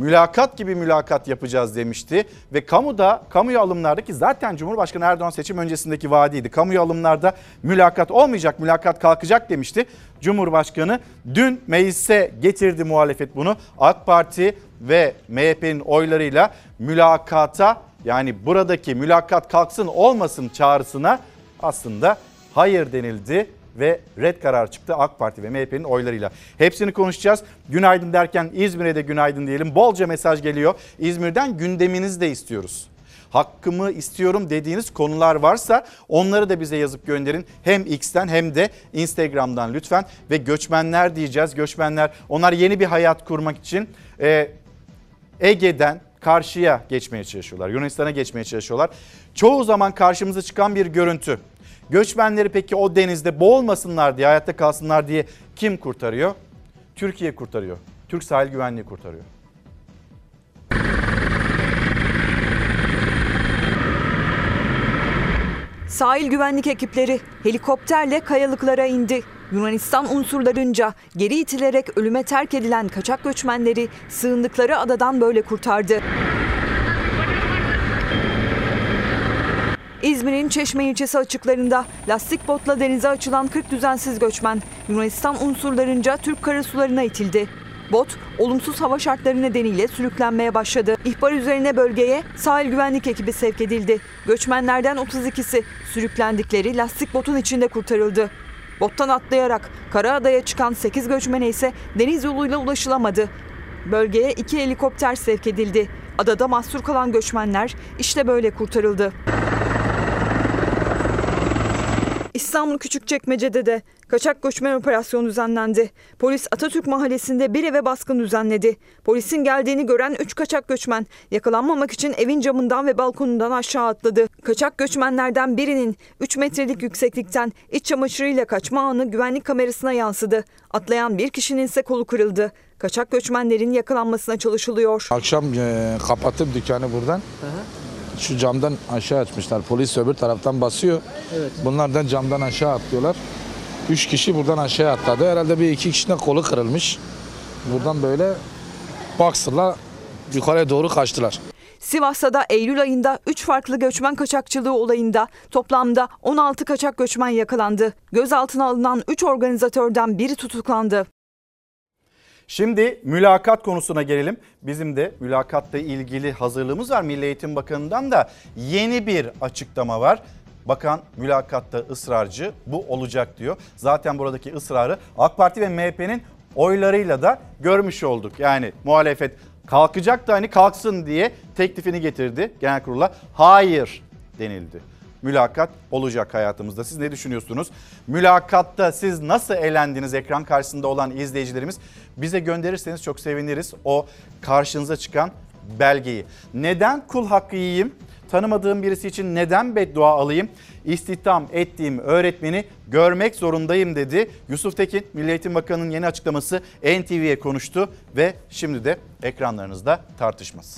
Speaker 1: mülakat gibi mülakat yapacağız demişti. Ve kamuya alımlarda, ki zaten Cumhurbaşkanı Erdoğan seçim öncesindeki vaadiydi, kamuya alımlarda mülakat olmayacak, mülakat kalkacak demişti. Cumhurbaşkanı dün meclise getirdi muhalefet bunu. AK Parti ve MHP'nin oylarıyla mülakata, yani buradaki mülakat kalksın olmasın çağrısına aslında hayır denildi ve red karar çıktı AK Parti ve MHP'nin oylarıyla. Hepsini konuşacağız. Günaydın derken İzmir'e de günaydın diyelim. Bolca mesaj geliyor. İzmir'den gündeminizi de istiyoruz. Hakkımı istiyorum dediğiniz konular varsa onları da bize yazıp gönderin. Hem X'ten hem de Instagram'dan lütfen. Ve göçmenler diyeceğiz. Göçmenler, onlar yeni bir hayat kurmak için Ege'den karşıya geçmeye çalışıyorlar. Yunanistan'a geçmeye çalışıyorlar. Çoğu zaman karşımıza çıkan bir görüntü. Göçmenleri peki o denizde boğulmasınlar diye, hayatta kalsınlar diye kim kurtarıyor? Türkiye kurtarıyor. Türk Sahil Güvenliği kurtarıyor.
Speaker 11: Sahil güvenlik ekipleri helikopterle kayalıklara indi. Yunanistan unsurlarınca geri itilerek ölüme terk edilen kaçak göçmenleri sığındıkları adadan böyle kurtardı. İzmir'in Çeşme ilçesi açıklarında lastik botla denize açılan 40 düzensiz göçmen Yunanistan unsurlarınca Türk karasularına itildi. Bot olumsuz hava şartları nedeniyle sürüklenmeye başladı. İhbar üzerine bölgeye sahil güvenlik ekibi sevk edildi. Göçmenlerden 32'si sürüklendikleri lastik botun içinde kurtarıldı. Bottan atlayarak Karaada'ya çıkan 8 göçmene ise deniz yoluyla ulaşılamadı. Bölgeye 2 helikopter sevk edildi. Adada mahsur kalan göçmenler işte böyle kurtarıldı. İstanbul Küçükçekmece'de de kaçak göçmen operasyonu düzenlendi. Polis Atatürk Mahallesi'nde bir eve baskın düzenledi. Polisin geldiğini gören 3 kaçak göçmen yakalanmamak için evin camından ve balkonundan aşağı atladı. Kaçak göçmenlerden birinin 3 metrelik yükseklikten iç çamaşırıyla kaçma anı güvenlik kamerasına yansıdı. Atlayan bir kişinin ise kolu kırıldı. Kaçak göçmenlerin yakalanmasına çalışılıyor.
Speaker 4: Akşam kapatıp dükkanı buradan. Şu camdan aşağı açmışlar. Polis öbür taraftan basıyor. Evet. Bunlardan camdan aşağı atlıyorlar. 3 kişi buradan aşağı atladı. Herhalde bir 2 kişinin kolu kırılmış. Buradan böyle boxer'la yukarıya doğru kaçtılar.
Speaker 11: Sivas'ta da Eylül ayında 3 farklı göçmen kaçakçılığı olayında toplamda 16 kaçak göçmen yakalandı. Gözaltına alınan 3 organizatörden biri tutuklandı.
Speaker 1: Şimdi mülakat konusuna gelelim. Bizim de mülakatla ilgili hazırlığımız var. Milli Eğitim Bakanı'ndan da yeni bir açıklama var. Bakan mülakatta ısrarcı, bu olacak diyor. Zaten buradaki ısrarı AK Parti ve MHP'nin oylarıyla da görmüş olduk. Yani muhalefet kalkacak da hani kalksın diye teklifini getirdi genel kurula. Hayır denildi. Mülakat olacak hayatımızda. Siz ne düşünüyorsunuz? Mülakatta siz nasıl eğlendiniz? Ekran karşısında olan izleyicilerimiz, bize gönderirseniz çok seviniriz o karşınıza çıkan belgeyi. Neden kul hakkı yiyeyim? Tanımadığım birisi için neden beddua alayım? İstihdam ettiğim öğretmeni görmek zorundayım dedi. Yusuf Tekin, Milli Eğitim Bakanı'nın yeni açıklaması, NTV'ye konuştu ve şimdi de ekranlarınızda tartışması.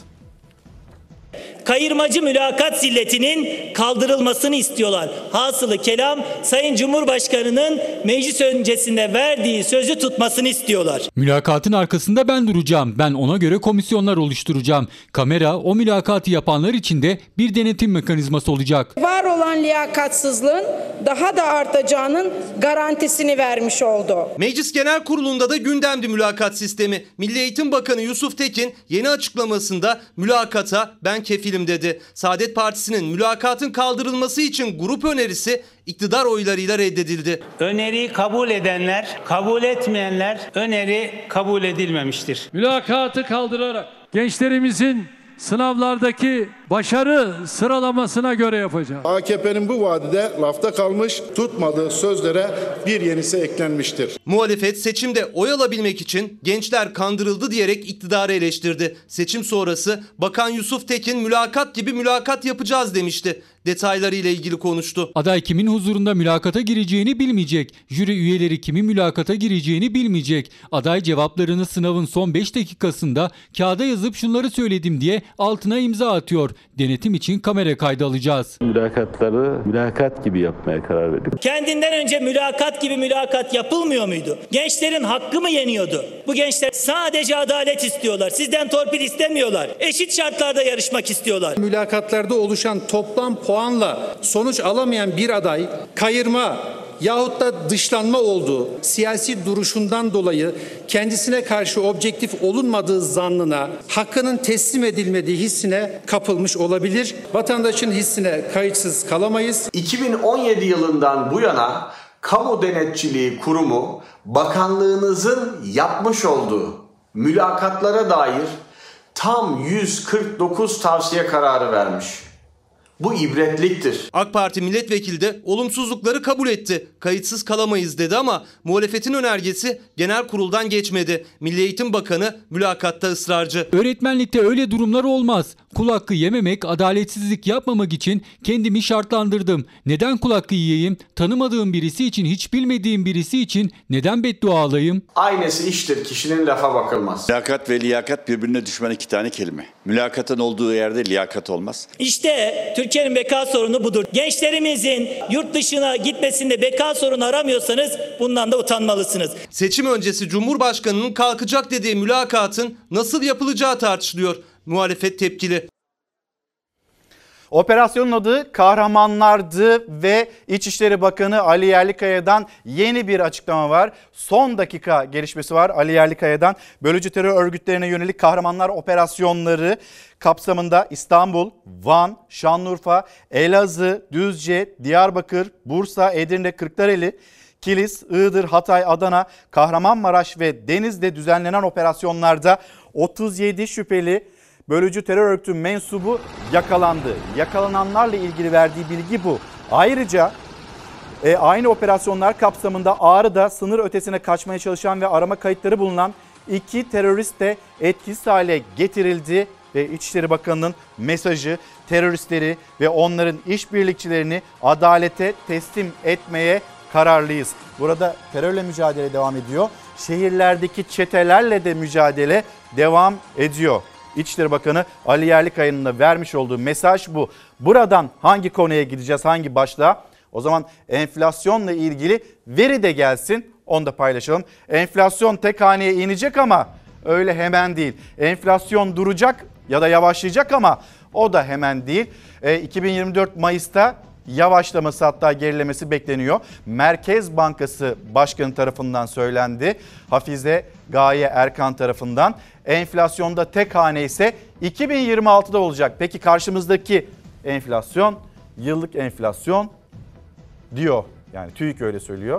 Speaker 22: Kayırmacı mülakat zilletinin kaldırılmasını istiyorlar. Hasılı kelam Sayın Cumhurbaşkanı'nın meclis öncesinde verdiği sözü tutmasını istiyorlar.
Speaker 23: Mülakatın arkasında ben duracağım. Ben ona göre komisyonlar oluşturacağım. Kamera o mülakatı yapanlar için de bir denetim mekanizması olacak.
Speaker 24: Var olan liyakatsızlığın daha da artacağının garantisini vermiş oldu.
Speaker 2: Meclis Genel Kurulu'nda da gündemdi mülakat sistemi. Milli Eğitim Bakanı Yusuf Tekin yeni açıklamasında mülakata ben kefilim dedi. Saadet Partisi'nin mülakatın kaldırılması için grup önerisi iktidar oylarıyla reddedildi.
Speaker 22: Öneriyi kabul edenler, kabul etmeyenler öneri kabul edilmemiştir.
Speaker 25: Mülakatı kaldırarak gençlerimizin sınavlardaki başarı sıralamasına göre yapacağız.
Speaker 26: AKP'nin bu vadide lafta kalmış, tutmadığı sözlere bir yenisi eklenmiştir.
Speaker 2: Muhalefet seçimde oy alabilmek için gençler kandırıldı diyerek iktidarı eleştirdi. Seçim sonrası Bakan Yusuf Tekin mülakat gibi mülakat yapacağız demişti. Detaylarıyla ilgili konuştu.
Speaker 23: Aday kimin huzurunda mülakata gireceğini bilmeyecek. Jüri üyeleri kimin mülakata gireceğini bilmeyecek. Aday cevaplarını sınavın son 5 dakikasında kağıda yazıp şunları söyledim diye altına imza atıyor. Denetim için kamera kaydı alacağız.
Speaker 5: Mülakatları mülakat gibi yapmaya karar verdik.
Speaker 22: Kendinden önce mülakat gibi mülakat yapılmıyor muydu? Gençlerin hakkı mı yeniyordu? Bu gençler sadece adalet istiyorlar. Sizden torpil istemiyorlar. Eşit şartlarda yarışmak istiyorlar.
Speaker 7: Mülakatlarda oluşan toplam puanla sonuç alamayan bir aday kayırma yahut da dışlanma olduğu, siyasi duruşundan dolayı kendisine karşı objektif olunmadığı zannına, hakkının teslim edilmediği hissine kapılmış olabilir. Vatandaşın hissine kayıtsız kalamayız.
Speaker 9: 2017 yılından bu yana Kamu Denetçiliği Kurumu bakanlığınızın yapmış olduğu mülakatlara dair tam 149 tavsiye kararı vermiş. Bu ibretliktir.
Speaker 10: AK Parti milletvekili de olumsuzlukları kabul etti. Kayıtsız kalamayız dedi ama muhalefetin önergesi genel kuruldan geçmedi. Milli Eğitim Bakanı mülakatta ısrarcı.
Speaker 23: Öğretmenlikte öyle durumlar olmaz. Kul hakkı yememek, adaletsizlik yapmamak için kendimi şartlandırdım. Neden kul hakkı yiyeyim? Tanımadığım birisi için, hiç bilmediğim birisi için neden beddua alayım?
Speaker 9: Aynısı iştir, kişinin lafa bakılmaz.
Speaker 14: Mülakat ve liyakat birbirine düşman iki tane kelime. Mülakatın olduğu yerde liyakat olmaz.
Speaker 22: İşte Türkiye'nin beka sorunu budur. Gençlerimizin yurt dışına gitmesinde beka sorunu aramıyorsanız bundan da utanmalısınız.
Speaker 10: Seçim öncesi Cumhurbaşkanı'nın kalkacak dediği mülakatın nasıl yapılacağı tartışılıyor. Muhalefet tepkili.
Speaker 1: Operasyonun adı Kahramanlardı ve İçişleri Bakanı Ali Yerlikaya'dan yeni bir açıklama var. Son dakika gelişmesi var Ali Yerlikaya'dan. Bölücü terör örgütlerine yönelik kahramanlar operasyonları kapsamında İstanbul, Van, Şanlıurfa, Elazığ, Düzce, Diyarbakır, Bursa, Edirne, Kırklareli, Kilis, Iğdır, Hatay, Adana, Kahramanmaraş ve Denizli'de düzenlenen operasyonlarda 37 şüpheli bölücü terör örgütü mensubu yakalandı. Yakalananlarla ilgili verdiği bilgi bu. Ayrıca aynı operasyonlar kapsamında Ağrı'da sınır ötesine kaçmaya çalışan ve arama kayıtları bulunan 2 terörist de etkisiz hale getirildi. Ve İçişleri Bakanı'nın mesajı teröristleri ve onların işbirlikçilerini adalete teslim etmeye kararlıyız. Burada terörle mücadele devam ediyor. Şehirlerdeki çetelerle de mücadele devam ediyor. İçişleri Bakanı Ali Yerlikaya'nın da vermiş olduğu mesaj bu. Buradan hangi konuya gideceğiz, hangi başlığa? O zaman enflasyonla ilgili veri de gelsin, onu da paylaşalım. Enflasyon tek haneye inecek ama öyle hemen değil. Enflasyon duracak ya da yavaşlayacak ama o da hemen değil. 2024 Mayıs'ta yavaşlaması, hatta gerilemesi bekleniyor. Merkez Bankası Başkanı tarafından söylendi. Hafize Gaye Erkan tarafından. Enflasyonda tek hane ise 2026'da olacak. Peki karşımızdaki enflasyon, yıllık enflasyon diyor. Yani TÜİK öyle söylüyor.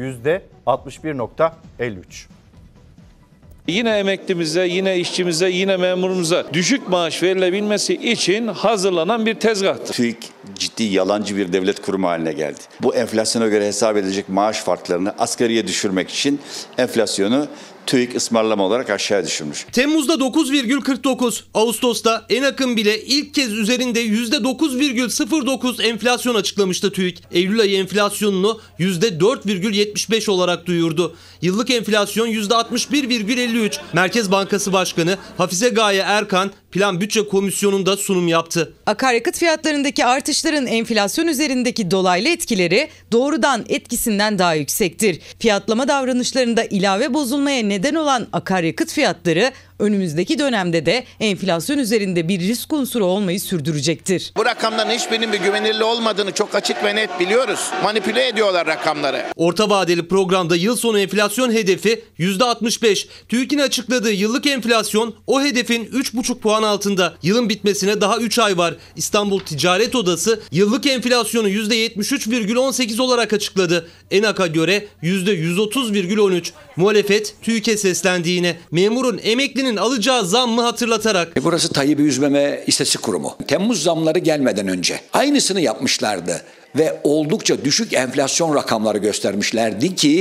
Speaker 1: %61.53.
Speaker 5: Yine emeklimize, yine işçimize, yine memurumuza düşük maaş verilebilmesi için hazırlanan bir tezgahtır.
Speaker 14: TÜİK ciddi yalancı bir devlet kurumu haline geldi. Bu enflasyona göre hesap edilecek maaş farklarını asgariye düşürmek için enflasyonu TÜİK ısmarlama olarak aşağı düşürmüş.
Speaker 10: Temmuz'da 9,49, Ağustos'ta ENAK'ın bile ilk kez üzerinde %9,09 enflasyon açıklamıştı TÜİK. Eylül ayı enflasyonunu %4,75 olarak duyurdu. Yıllık enflasyon %61,53. Merkez Bankası Başkanı Hafize Gaye Erkan Plan Bütçe Komisyonu'nda sunum yaptı.
Speaker 15: Akaryakıt fiyatlarındaki artışların enflasyon üzerindeki dolaylı etkileri doğrudan etkisinden daha yüksektir. Fiyatlama davranışlarında ilave bozulmaya neden olan akaryakıt fiyatları önümüzdeki dönemde de enflasyon üzerinde bir risk unsuru olmayı sürdürecektir.
Speaker 27: Bu rakamların hiçbirinin bir güvenilir olmadığını çok açık ve net biliyoruz. Manipüle ediyorlar rakamları.
Speaker 10: Orta vadeli programda yıl sonu enflasyon hedefi %65. TÜİK'in açıkladığı yıllık enflasyon o hedefin 3,5 puan altında. Yılın bitmesine daha 3 ay var. İstanbul Ticaret Odası yıllık enflasyonu %73,18 olarak açıkladı. ENAK'a göre %130,13. Muhalefet TÜİK'e seslendi yine. Memurun, emeklinin alacağı zammı hatırlatarak.
Speaker 28: Burası Tayyip'i Üzmeme İstatistik Kurumu. Temmuz zamları gelmeden önce aynısını yapmışlardı. Ve oldukça düşük enflasyon rakamları göstermişlerdi ki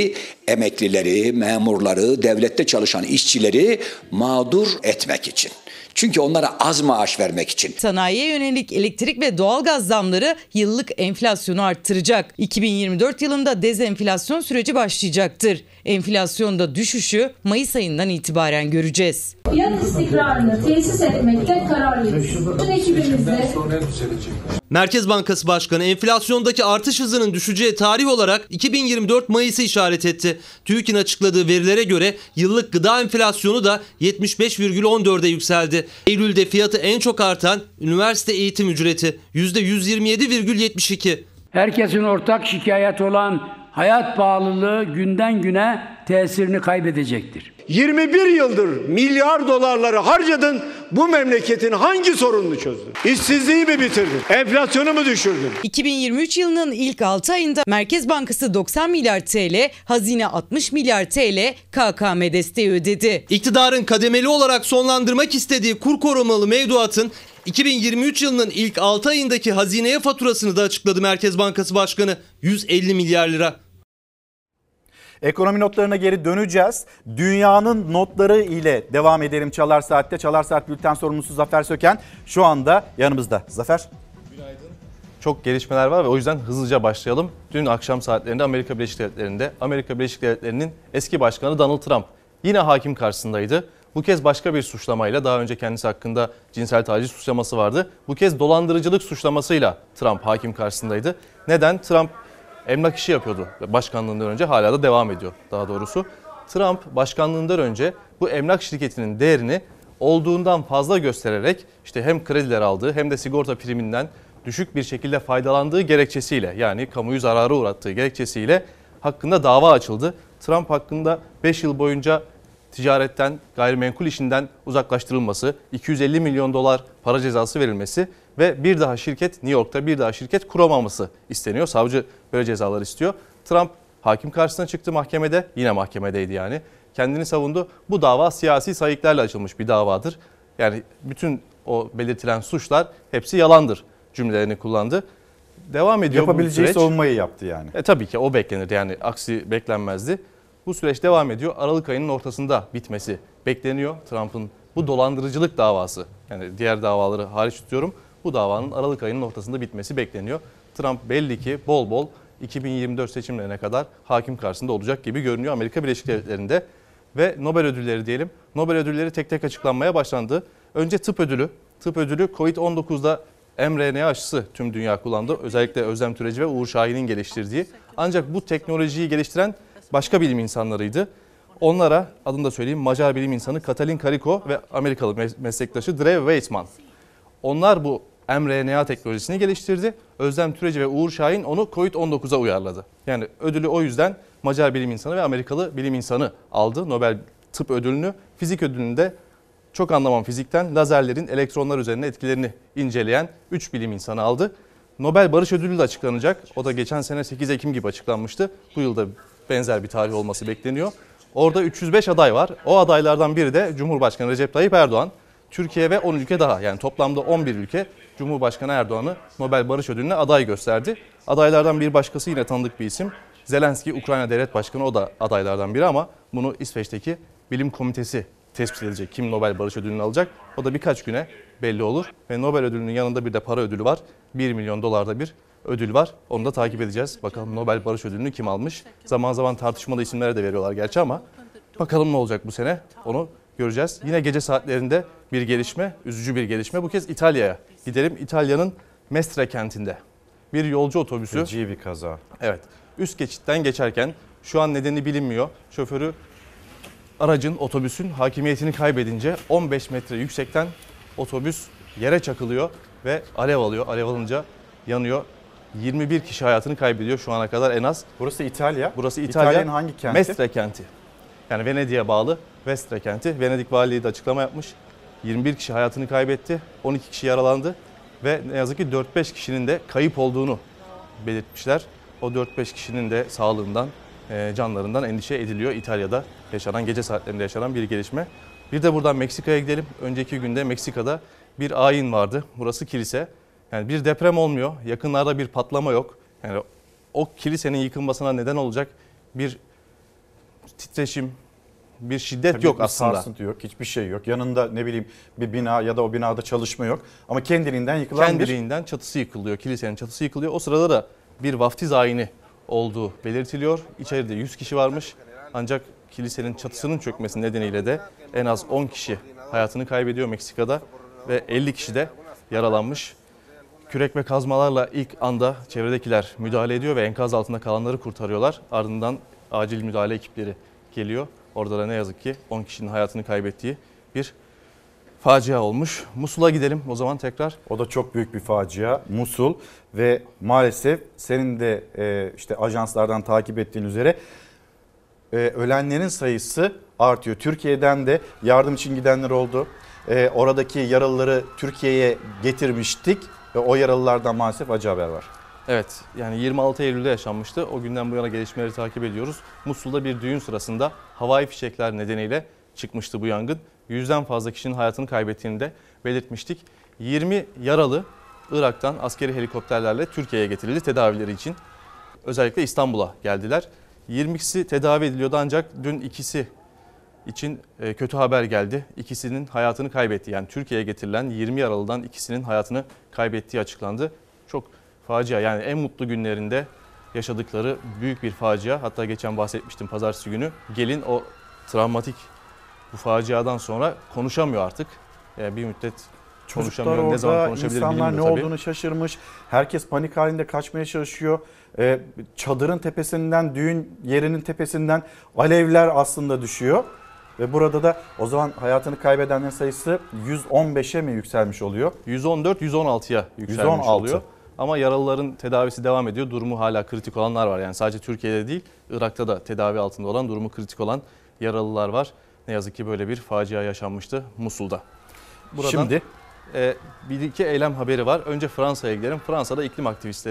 Speaker 28: Emeklileri, memurları, devlette çalışan işçileri mağdur etmek için. Çünkü onlara az maaş vermek için.
Speaker 15: Sanayiye yönelik elektrik ve doğalgaz zamları yıllık enflasyonu arttıracak. 2024 yılında dezenflasyon süreci başlayacaktır. Enflasyonda düşüşü Mayıs ayından itibaren göreceğiz.
Speaker 6: Fiyat istikrarını tesis etmekte kararlıyız. Bütün ekibimizle
Speaker 10: Merkez Bankası Başkanı enflasyondaki artış hızının düşeceği tarih olarak 2024 Mayıs'ı işaret etti. TÜİK'in açıkladığı verilere göre yıllık gıda enflasyonu da 75,14'e yükseldi. Eylül'de fiyatı en çok artan üniversite eğitim ücreti %127,72.
Speaker 12: Herkesin ortak şikayet olan hayat pahalılığı günden güne tesirini kaybedecektir.
Speaker 8: 21 yıldır milyar dolarları harcadın, bu memleketin hangi sorununu çözdün? İşsizliği mi bitirdin? Enflasyonu mu düşürdün?
Speaker 15: 2023 yılının ilk 6 ayında Merkez Bankası 90 milyar TL, hazine 60 milyar TL KKM desteği ödedi.
Speaker 10: İktidarın kademeli olarak sonlandırmak istediği kur korumalı mevduatın 2023 yılının ilk 6 ayındaki hazineye faturasını da açıkladı Merkez Bankası Başkanı. 150 milyar lira.
Speaker 1: Ekonomi notlarına geri döneceğiz. Dünyanın notları ile devam edelim Çalar Saat'te. Çalar Saat Bülten sorumlusu Zafer Söken şu anda yanımızda. Zafer.
Speaker 16: Günaydın. Çok gelişmeler var ve o yüzden hızlıca başlayalım. Dün akşam saatlerinde Amerika Birleşik Devletleri'nin eski başkanı Donald Trump yine hakim karşısındaydı. Bu kez başka bir suçlamayla, daha önce kendisi hakkında cinsel taciz suçlaması vardı. Bu kez dolandırıcılık suçlamasıyla Trump hakim karşısındaydı. Neden? Trump emlak işi yapıyordu başkanlığından önce, hala da devam ediyor daha doğrusu. Trump başkanlığından önce bu emlak şirketinin değerini olduğundan fazla göstererek işte hem krediler aldığı hem de sigorta priminden düşük bir şekilde faydalandığı gerekçesiyle, yani kamuyu zarara uğrattığı gerekçesiyle hakkında dava açıldı. Trump hakkında 5 yıl boyunca ticaretten, gayrimenkul işinden uzaklaştırılması, 250 milyon dolar para cezası verilmesi ve bir daha New York'ta bir daha şirket kuramaması isteniyor. Savcı böyle cezalar istiyor. Trump hakim karşısına çıktı mahkemede, yine mahkemedeydi yani. Kendini savundu. Bu dava siyasi sayıklarla açılmış bir davadır. Yani bütün o belirtilen suçlar hepsi yalandır cümlelerini kullandı. Devam ediyor bu süreç.
Speaker 1: Yapabileceği savunmayı yaptı yani.
Speaker 16: Tabii ki o beklenirdi, yani aksi beklenmezdi. Bu süreç devam ediyor. Aralık ayının ortasında bitmesi bekleniyor. Trump'ın bu dolandırıcılık davası, yani diğer davaları hariç tutuyorum, bu davanın Aralık ayının ortasında bitmesi bekleniyor. Trump belli ki bol bol 2024 seçimlerine kadar hakim karşısında olacak gibi görünüyor Amerika Birleşik Devletleri'nde. Ve Nobel ödülleri diyelim. Nobel ödülleri tek tek açıklanmaya başlandı. Önce tıp ödülü. Tıp ödülü Covid-19'da mRNA aşısı tüm dünya kullandı. Özellikle Özlem Türeci ve Uğur Şahin'in geliştirdiği. Ancak bu teknolojiyi geliştiren başka bilim insanlarıydı. Onlara, adını da söyleyeyim, Macar bilim insanı Katalin Karikó ve Amerikalı meslektaşı Drew Weissman. Onlar bu mRNA teknolojisini geliştirdi. Özlem Türeci ve Uğur Şahin onu Covid-19'a uyarladı. Yani ödülü o yüzden Macar bilim insanı ve Amerikalı bilim insanı aldı Nobel Tıp ödülünü. Fizik ödülünü de çok anlamam fizikten, lazerlerin elektronlar üzerine etkilerini inceleyen 3 bilim insanı aldı. Nobel Barış Ödülü de açıklanacak. O da geçen sene 8 Ekim gibi açıklanmıştı. Bu yılda benzer bir tarih olması bekleniyor. Orada 305 aday var. O adaylardan biri de Cumhurbaşkanı Recep Tayyip Erdoğan. Türkiye ve 10 ülke daha, yani toplamda 11 ülke Cumhurbaşkanı Erdoğan'ı Nobel Barış Ödülü'ne aday gösterdi. Adaylardan bir başkası yine tanıdık bir isim. Zelenski, Ukrayna Devlet Başkanı, o da adaylardan biri ama bunu İsveç'teki bilim komitesi tespit edecek. Kim Nobel Barış Ödülünü alacak? O da birkaç güne belli olur. Ve Nobel Ödülü'nün yanında bir de para ödülü var. 1 milyon dolarda bir ödül var. Onu da takip edeceğiz. Bakalım Nobel Barış Ödülünü kim almış? Zaman zaman tartışmalı isimlere de veriyorlar gerçi ama bakalım ne olacak bu sene, onu göreceğiz. Yine gece saatlerinde bir gelişme, üzücü bir gelişme. Bu kez İtalya'ya gidelim. İtalya'nın Mestre kentinde bir yolcu otobüsü.
Speaker 1: Feci bir kaza.
Speaker 16: Evet. Üst geçitten geçerken, şu an nedeni bilinmiyor. Şoförü aracın, otobüsün hakimiyetini kaybedince 15 metre yüksekten otobüs yere çakılıyor ve alev alıyor. Alev alınca yanıyor. 21 kişi hayatını kaybediyor şu ana kadar en az.
Speaker 1: Burası İtalya.
Speaker 16: Burası İtalya.
Speaker 1: İtalya'nın hangi kenti?
Speaker 16: Mestre kenti. Yani Venedik'e bağlı Mestre kenti. Venedik valiliği de açıklama yapmış. 21 kişi hayatını kaybetti. 12 kişi yaralandı. Ve ne yazık ki 4-5 kişinin de kayıp olduğunu belirtmişler. O 4-5 kişinin de sağlığından, canlarından endişe ediliyor. İtalya'da yaşanan, gece saatlerinde yaşanan bir gelişme. Bir de buradan Meksika'ya gidelim. Önceki günde Meksika'da bir ayin vardı. Burası kilise. Yani bir deprem olmuyor. Yakınlarda bir patlama yok. Yani o kilisenin yıkılmasına neden olacak bir titreşim, bir şiddet
Speaker 1: Tabii
Speaker 16: yok
Speaker 1: bir
Speaker 16: aslında.
Speaker 1: sarsıntı yok, hiçbir şey yok. Yanında ne bileyim bir bina ya da o binada çalışma yok. Ama kendiliğinden yıkılan
Speaker 16: Kendiliğinden çatısı yıkılıyor, kilisenin çatısı yıkılıyor. O sırada da bir vaftiz ayini olduğu belirtiliyor. İçeride 100 kişi varmış. Ancak kilisenin çatısının çökmesi nedeniyle de en az 10 kişi hayatını kaybediyor Meksika'da ve 50 kişi de yaralanmış. Kürek ve kazmalarla ilk anda çevredekiler müdahale ediyor ve enkaz altında kalanları kurtarıyorlar. Ardından acil müdahale ekipleri geliyor. Orada da ne yazık ki 10 kişinin hayatını kaybettiği bir facia olmuş. Musul'a gidelim o zaman tekrar.
Speaker 1: O da çok büyük bir facia. Musul ve maalesef senin de işte ajanslardan takip ettiğin üzere ölenlerin sayısı artıyor. Türkiye'den de yardım için gidenler oldu. Oradaki yaralıları Türkiye'ye getirmiştik ve o yaralılardan maalesef acı haber var.
Speaker 16: Evet, yani 26 Eylül'de yaşanmıştı. O günden bu yana gelişmeleri takip ediyoruz. Musul'da bir düğün sırasında havai fişekler nedeniyle çıkmıştı bu yangın. 100'den fazla kişinin hayatını kaybettiğini de belirtmiştik. 20 yaralı Irak'tan askeri helikopterlerle Türkiye'ye getirildi tedavileri için. Özellikle İstanbul'a geldiler. 20'si tedavi ediliyordu ancak dün ikisi için kötü haber geldi. İkisinin hayatını kaybetti. Yani Türkiye'ye getirilen 20 yaralıdan ikisinin hayatını kaybettiği açıklandı. Çok facia, yani en mutlu günlerinde yaşadıkları büyük bir facia. Hatta geçen bahsetmiştim pazartesi günü. Gelin o travmatik bu faciadan sonra konuşamıyor artık. Yani bir müddet konuşamıyor.
Speaker 1: Çocuklar
Speaker 16: Ne zaman
Speaker 1: orada,
Speaker 16: konuşabilir
Speaker 1: insanlar ne
Speaker 16: bilmiyor tabii.
Speaker 1: olduğunu şaşırmış. Herkes panik halinde kaçmaya çalışıyor. Çadırın tepesinden, düğün yerinin tepesinden alevler aslında düşüyor. Ve burada da o zaman hayatını kaybedenlerin sayısı 115'e mi yükselmiş oluyor?
Speaker 16: 114-116'ya yükselmiş
Speaker 1: 116
Speaker 16: oluyor. Ama yaralıların tedavisi devam ediyor. Durumu hala kritik olanlar var. Yani sadece Türkiye'de değil, Irak'ta da tedavi altında olan, durumu kritik olan yaralılar var. Ne yazık ki böyle bir facia yaşanmıştı Musul'da. Buradan
Speaker 1: Şimdi
Speaker 16: bir iki eylem haberi var. Önce Fransa'ya gidelim. Fransa'da iklim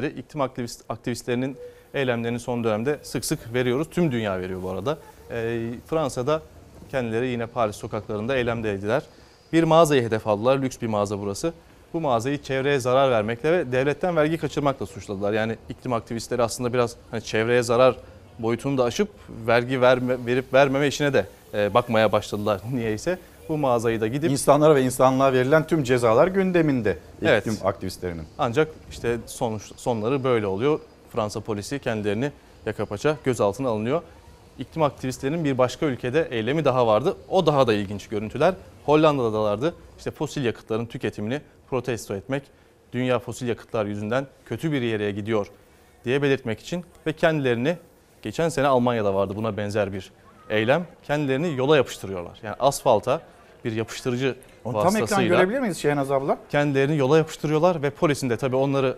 Speaker 16: aktivistlerinin eylemlerini son dönemde sık sık veriyoruz. Tüm dünya veriyor bu arada. Fransa'da kendileri yine Paris sokaklarında eylemdeydiler. Bir mağazayı hedef aldılar. Lüks bir mağaza burası. Bu mağazayı çevreye zarar vermekle ve devletten vergi kaçırmakla suçladılar. Yani iklim aktivistleri aslında biraz çevreye zarar boyutunu da aşıp vergi verip vermeme işine de bakmaya başladılar niyeyse. Bu mağazayı da gidip
Speaker 1: insanlara ve insanlığa verilen tüm cezalar gündeminde iklim aktivistlerinin.
Speaker 16: Ancak işte sonları böyle oluyor. Fransa polisi kendilerini yaka paça gözaltına alınıyor. İklim aktivistlerinin bir başka ülkede eylemi daha vardı. O daha da ilginç görüntüler. Hollanda'dalardı. İşte fosil yakıtların tüketimini protesto etmek, dünya fosil yakıtlar yüzünden kötü bir yere gidiyor diye belirtmek için ve kendilerini, geçen sene Almanya'da vardı buna benzer bir eylem, kendilerini yola yapıştırıyorlar. Yani asfalta bir yapıştırıcı vasıtasıyla.
Speaker 1: Tam ekran görebilir miyiz Şehnaz abla?
Speaker 16: Kendilerini yola yapıştırıyorlar ve polisin de tabii onları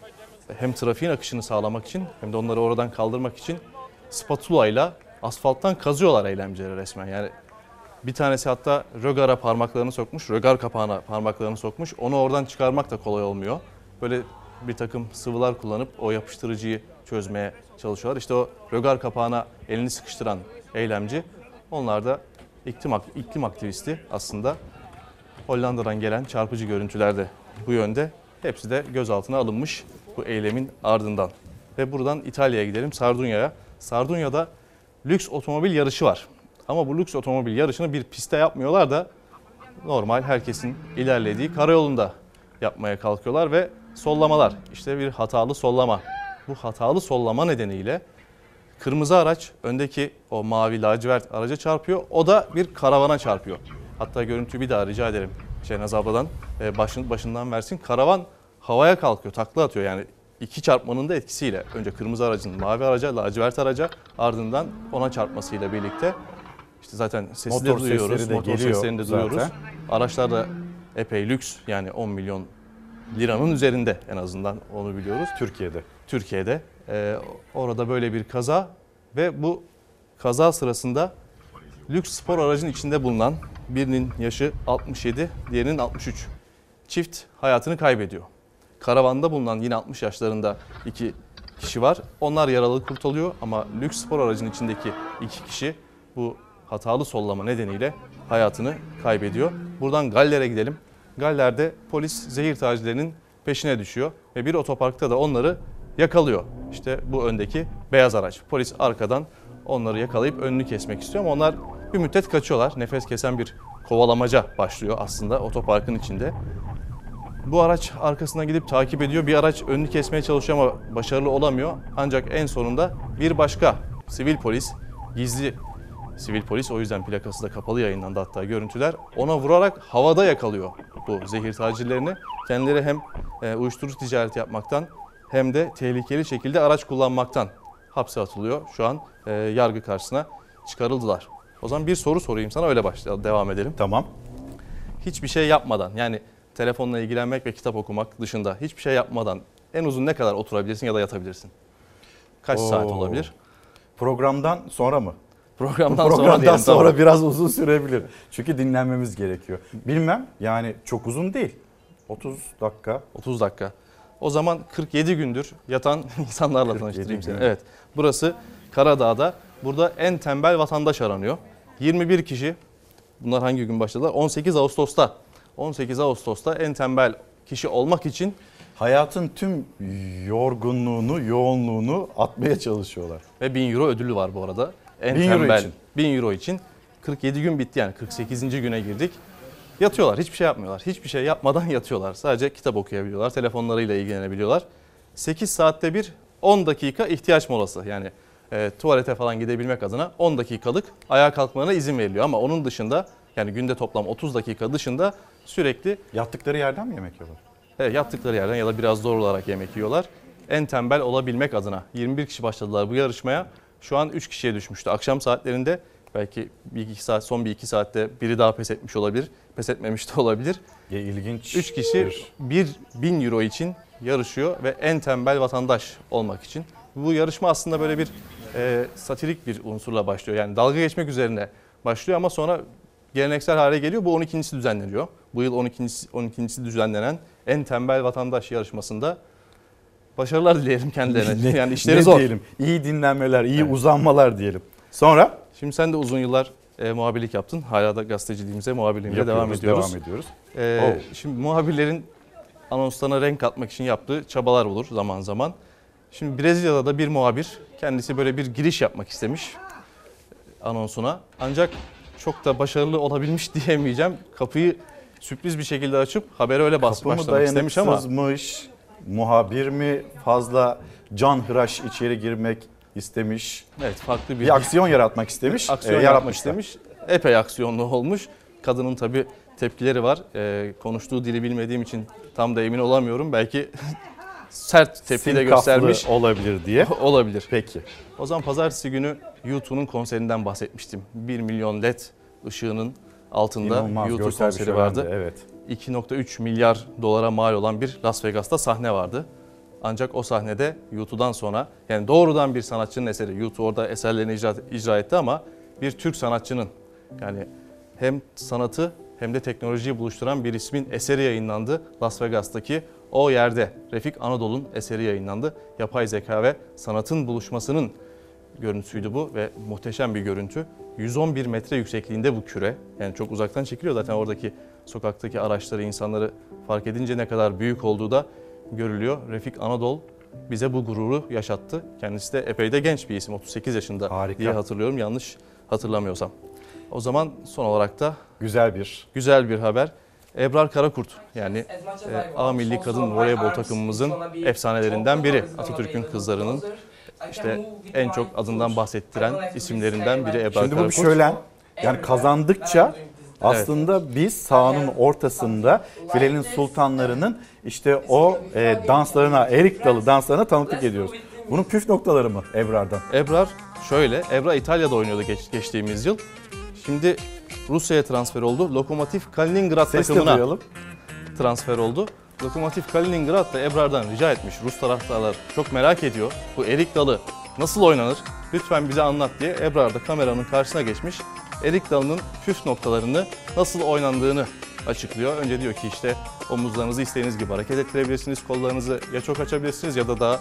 Speaker 16: hem trafiğin akışını sağlamak için hem de onları oradan kaldırmak için spatula ile asfalttan kazıyorlar eylemcileri resmen. Yani bir tanesi hatta rögara parmaklarını sokmuş, rögar kapağına parmaklarını sokmuş. Onu oradan çıkarmak da kolay olmuyor. Böyle bir takım sıvılar kullanıp o yapıştırıcıyı çözmeye çalışıyorlar. İşte o rögar kapağına elini sıkıştıran eylemci, onlar da iklim aktivisti aslında. Hollanda'dan gelen çarpıcı görüntüler de bu yönde. Hepsi de gözaltına alınmış bu eylemin ardından. Ve buradan İtalya'ya gidelim, Sardunya'ya. Sardunya'da lüks otomobil yarışı var. Ama bu lüks otomobil yarışını bir pistte yapmıyorlar da normal herkesin ilerlediği karayolunda yapmaya kalkıyorlar ve sollamalar. İşte bir hatalı sollama. Bu hatalı sollama nedeniyle kırmızı araç öndeki o mavi lacivert araca çarpıyor. O da bir karavana çarpıyor. Hatta görüntüyü bir daha rica ederim Şehnaz abladan başından versin. Karavan havaya kalkıyor, takla atıyor yani. İki çarpmanın da etkisiyle önce kırmızı aracın mavi araca, lacivert araca, ardından ona çarpmasıyla birlikte işte zaten sesi de duyuyoruz, motor seslerini de duyuyoruz. Araçlar da epey lüks, yani 10 milyon liranın üzerinde, en azından onu biliyoruz. Türkiye'de. Orada böyle bir kaza ve bu kaza sırasında lüks spor aracın içinde bulunan, birinin yaşı 67, diğerinin 63. Çift hayatını kaybediyor. Karavanda bulunan yine 60 yaşlarında 2 kişi var. Onlar yaralı kurtuluyor ama lüks spor aracının içindeki 2 kişi bu hatalı sollama nedeniyle hayatını kaybediyor. Buradan Galler'e gidelim. Galler'de polis zehir tacirlerinin peşine düşüyor ve bir otoparkta da onları yakalıyor. İşte bu öndeki beyaz araç. Polis arkadan onları yakalayıp önünü kesmek istiyor ama onlar bir müddet kaçıyorlar. Nefes kesen bir kovalamaca başlıyor aslında otoparkın içinde. Bu araç arkasına gidip takip ediyor. Bir araç önünü kesmeye çalışıyor ama başarılı olamıyor. Ancak en sonunda bir başka sivil polis, gizli sivil polis, o yüzden plakası da kapalı yayınlandı hatta görüntüler, ona vurarak havada yakalıyor bu zehir tacirlerini. Kendileri hem uyuşturucu ticareti yapmaktan hem de tehlikeli şekilde araç kullanmaktan hapse atılıyor. Şu an yargı karşısına çıkarıldılar. O zaman bir soru sorayım sana, öyle başlayalım, devam edelim.
Speaker 1: Tamam.
Speaker 16: Hiçbir şey yapmadan, yani telefonla ilgilenmek ve kitap okumak dışında hiçbir şey yapmadan en uzun ne kadar oturabilirsin ya da yatabilirsin? Kaç saat olabilir?
Speaker 1: Programdan sonra mı?
Speaker 16: Programdan
Speaker 1: sonra biraz uzun sürebilir. Çünkü dinlenmemiz gerekiyor. Bilmem, yani çok uzun değil. 30 dakika.
Speaker 16: 30 dakika. O zaman 47 gündür yatan insanlarla tanıştırayım seni. Evet. Burası Karadağ'da. Burada en tembel vatandaş aranıyor. 21 kişi. Bunlar hangi gün başladılar? 18 Ağustos'ta. 18 Ağustos'ta en tembel kişi olmak için
Speaker 1: hayatın tüm yorgunluğunu, yoğunluğunu atmaya çalışıyorlar.
Speaker 16: Ve 1000 euro ödülü var bu arada. En
Speaker 1: 1000
Speaker 16: tembel,
Speaker 1: euro için.
Speaker 16: 1000 euro için 47 gün bitti, yani 48. güne girdik. Yatıyorlar, hiçbir şey yapmıyorlar. Hiçbir şey yapmadan yatıyorlar. Sadece kitap okuyabiliyorlar, telefonlarıyla ilgilenebiliyorlar. 8 saatte bir 10 dakika ihtiyaç molası, yani tuvalete falan gidebilmek adına 10 dakikalık ayağa kalkmalarına izin veriliyor. Ama onun dışında, yani günde toplam 30 dakika dışında sürekli...
Speaker 1: Yattıkları yerden mi yemek yiyorlar?
Speaker 16: Evet, yattıkları yerden ya da biraz zor olarak yemek yiyorlar. En tembel olabilmek adına 21 kişi başladılar bu yarışmaya. Şu an 3 kişiye düşmüştü. Akşam saatlerinde belki son bir iki saatte biri daha pes etmiş olabilir. Pes etmemiş de olabilir.
Speaker 1: İlginç.
Speaker 16: 3 kişi 1000 euro için yarışıyor ve en tembel vatandaş olmak için. Bu yarışma aslında böyle bir satirik bir unsurla başlıyor. Yani dalga geçmek üzerine başlıyor ama sonra geleneksel hale geliyor. Bu 12.si düzenleniyor. Bu yıl 12.si düzenlenen en tembel vatandaş yarışmasında başarılar dileyelim kendilerine. Yani işleri zor.
Speaker 1: Diyelim? İyi dinlenmeler, iyi uzanmalar diyelim. Sonra?
Speaker 16: Şimdi sen de uzun yıllar muhabirlik yaptın. Hala da gazeteciliğimize, muhabirliğimize devam ediyoruz. Şimdi muhabirlerin anonslarına renk katmak için yaptığı çabalar olur zaman zaman. Şimdi Brezilya'da da bir muhabir kendisi böyle bir giriş yapmak istemiş anonsuna. Ancak çok da başarılı olabilmiş diyemeyeceğim. Kapıyı sürpriz bir şekilde açıp habere öyle başlamak istemiş ama.
Speaker 1: Sızmış, muhabir mi fazla canhıraş içeri girmek istemiş.
Speaker 16: Evet, farklı
Speaker 1: bir aksiyon yaratmak istemiş.
Speaker 16: Aksiyon yaratmak istemiş. Epey aksiyonlu olmuş. Kadının tabii tepkileri var. Konuştuğu dili bilmediğim için tam da emin olamıyorum. Belki sert tepki de göstermiş
Speaker 1: olabilir diye.
Speaker 16: Olabilir.
Speaker 1: Peki.
Speaker 16: O zaman pazartesi günü U2'nun konserinden bahsetmiştim. 1 milyon led ışığının altında U2 konseri vardı.
Speaker 1: Evet.
Speaker 16: 2.3 milyar dolara mal olan bir Las Vegas'ta sahne vardı. Ancak o sahnede U2'dan sonra, yani doğrudan bir sanatçının eseri, U2 orada eserlerini icra etti ama bir Türk sanatçının, yani hem sanatı hem de teknolojiyi buluşturan bir ismin eseri yayınlandı. Las Vegas'taki o yerde Refik Anadol'un eseri yayınlandı. Yapay zeka ve sanatın buluşmasının görüntüsüydü bu ve muhteşem bir görüntü. 111 metre yüksekliğinde bu küre. Yani çok uzaktan çekiliyor zaten, oradaki sokaktaki araçları, insanları fark edince ne kadar büyük olduğu da görülüyor. Refik Anadol bize bu gururu yaşattı. Kendisi de epey de genç bir isim, 38 yaşında. Harika diye hatırlıyorum, yanlış hatırlamıyorsam. O zaman son olarak da güzel bir haber. Ebrar Karakurt, yani A Milli Kadın Voleybol takımımızın efsanelerinden biri. Atatürk'ün kızlarının işte en çok adından bahsettiren isimlerinden biri Ebrar Karakurt.
Speaker 1: Şimdi bu bir şölen, yani kazandıkça aslında biz sahanın ortasında filenin sultanlarının işte o danslarına, erik dalı danslarına tanıklık ediyoruz. Bunun püf noktaları mı Ebrar'dan?
Speaker 16: Ebrar şöyle, Ebrar İtalya'da oynuyordu geçtiğimiz yıl. Şimdi Rusya'ya transfer oldu. Lokomotiv Kaliningrad takımına transfer oldu. Lokomotiv Kaliningrad da Ebrar'dan rica etmiş. Rus taraftarlar çok merak ediyor. Bu erik dalı nasıl oynanır? Lütfen bize anlat diye Ebrar da kameranın karşısına geçmiş. Erik dalının püf noktalarını, nasıl oynandığını açıklıyor. Önce diyor ki işte omuzlarınızı istediğiniz gibi hareket ettirebilirsiniz. Kollarınızı ya çok açabilirsiniz ya da daha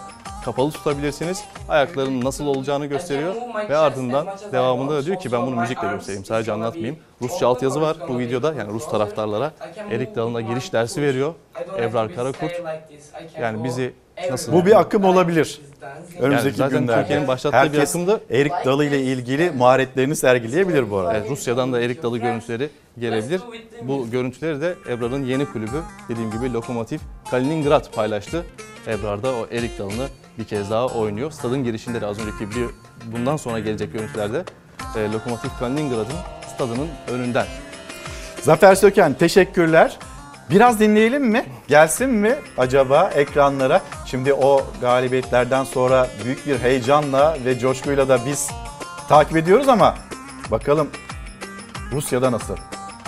Speaker 16: kapalı tutabilirsiniz. Ayaklarının nasıl olacağını gösteriyor ve ardından devamında da diyor ki ben bunu müzikle göstereyim, sadece anlatmayayım. Rusça altyazı var bu videoda, yani Rus taraftarlara erik dalına giriş dersi veriyor Ebrar Karakurt. Yani bizi nasıl...
Speaker 1: Bu bir akım olabilir. Önümüzdeki
Speaker 16: zaten
Speaker 1: günlerde.
Speaker 16: Türkiye'nin başlattığı
Speaker 1: Herkes
Speaker 16: bir akımda
Speaker 1: erik dalı ile ilgili maharetlerini sergileyebilir bu arada.
Speaker 16: Evet, Rusya'dan da erik dalı görüntüleri gelebilir. Bu görüntüleri de Ebrar'ın yeni kulübü, dediğim gibi Lokomotiv Kaliningrad paylaştı. Ebrar da o erik dalını bir kez daha oynuyor. Stadın girişinde de az önceki bundan sonra gelecek görüntülerde Lokomotiv Kaliningrad'ın stadının önünden.
Speaker 1: Zafer Söken teşekkürler. Biraz dinleyelim mi? Gelsin mi acaba ekranlara? Şimdi o galibiyetlerden sonra büyük bir heyecanla ve coşkuyla da biz takip ediyoruz ama bakalım Rusya'da nasıl?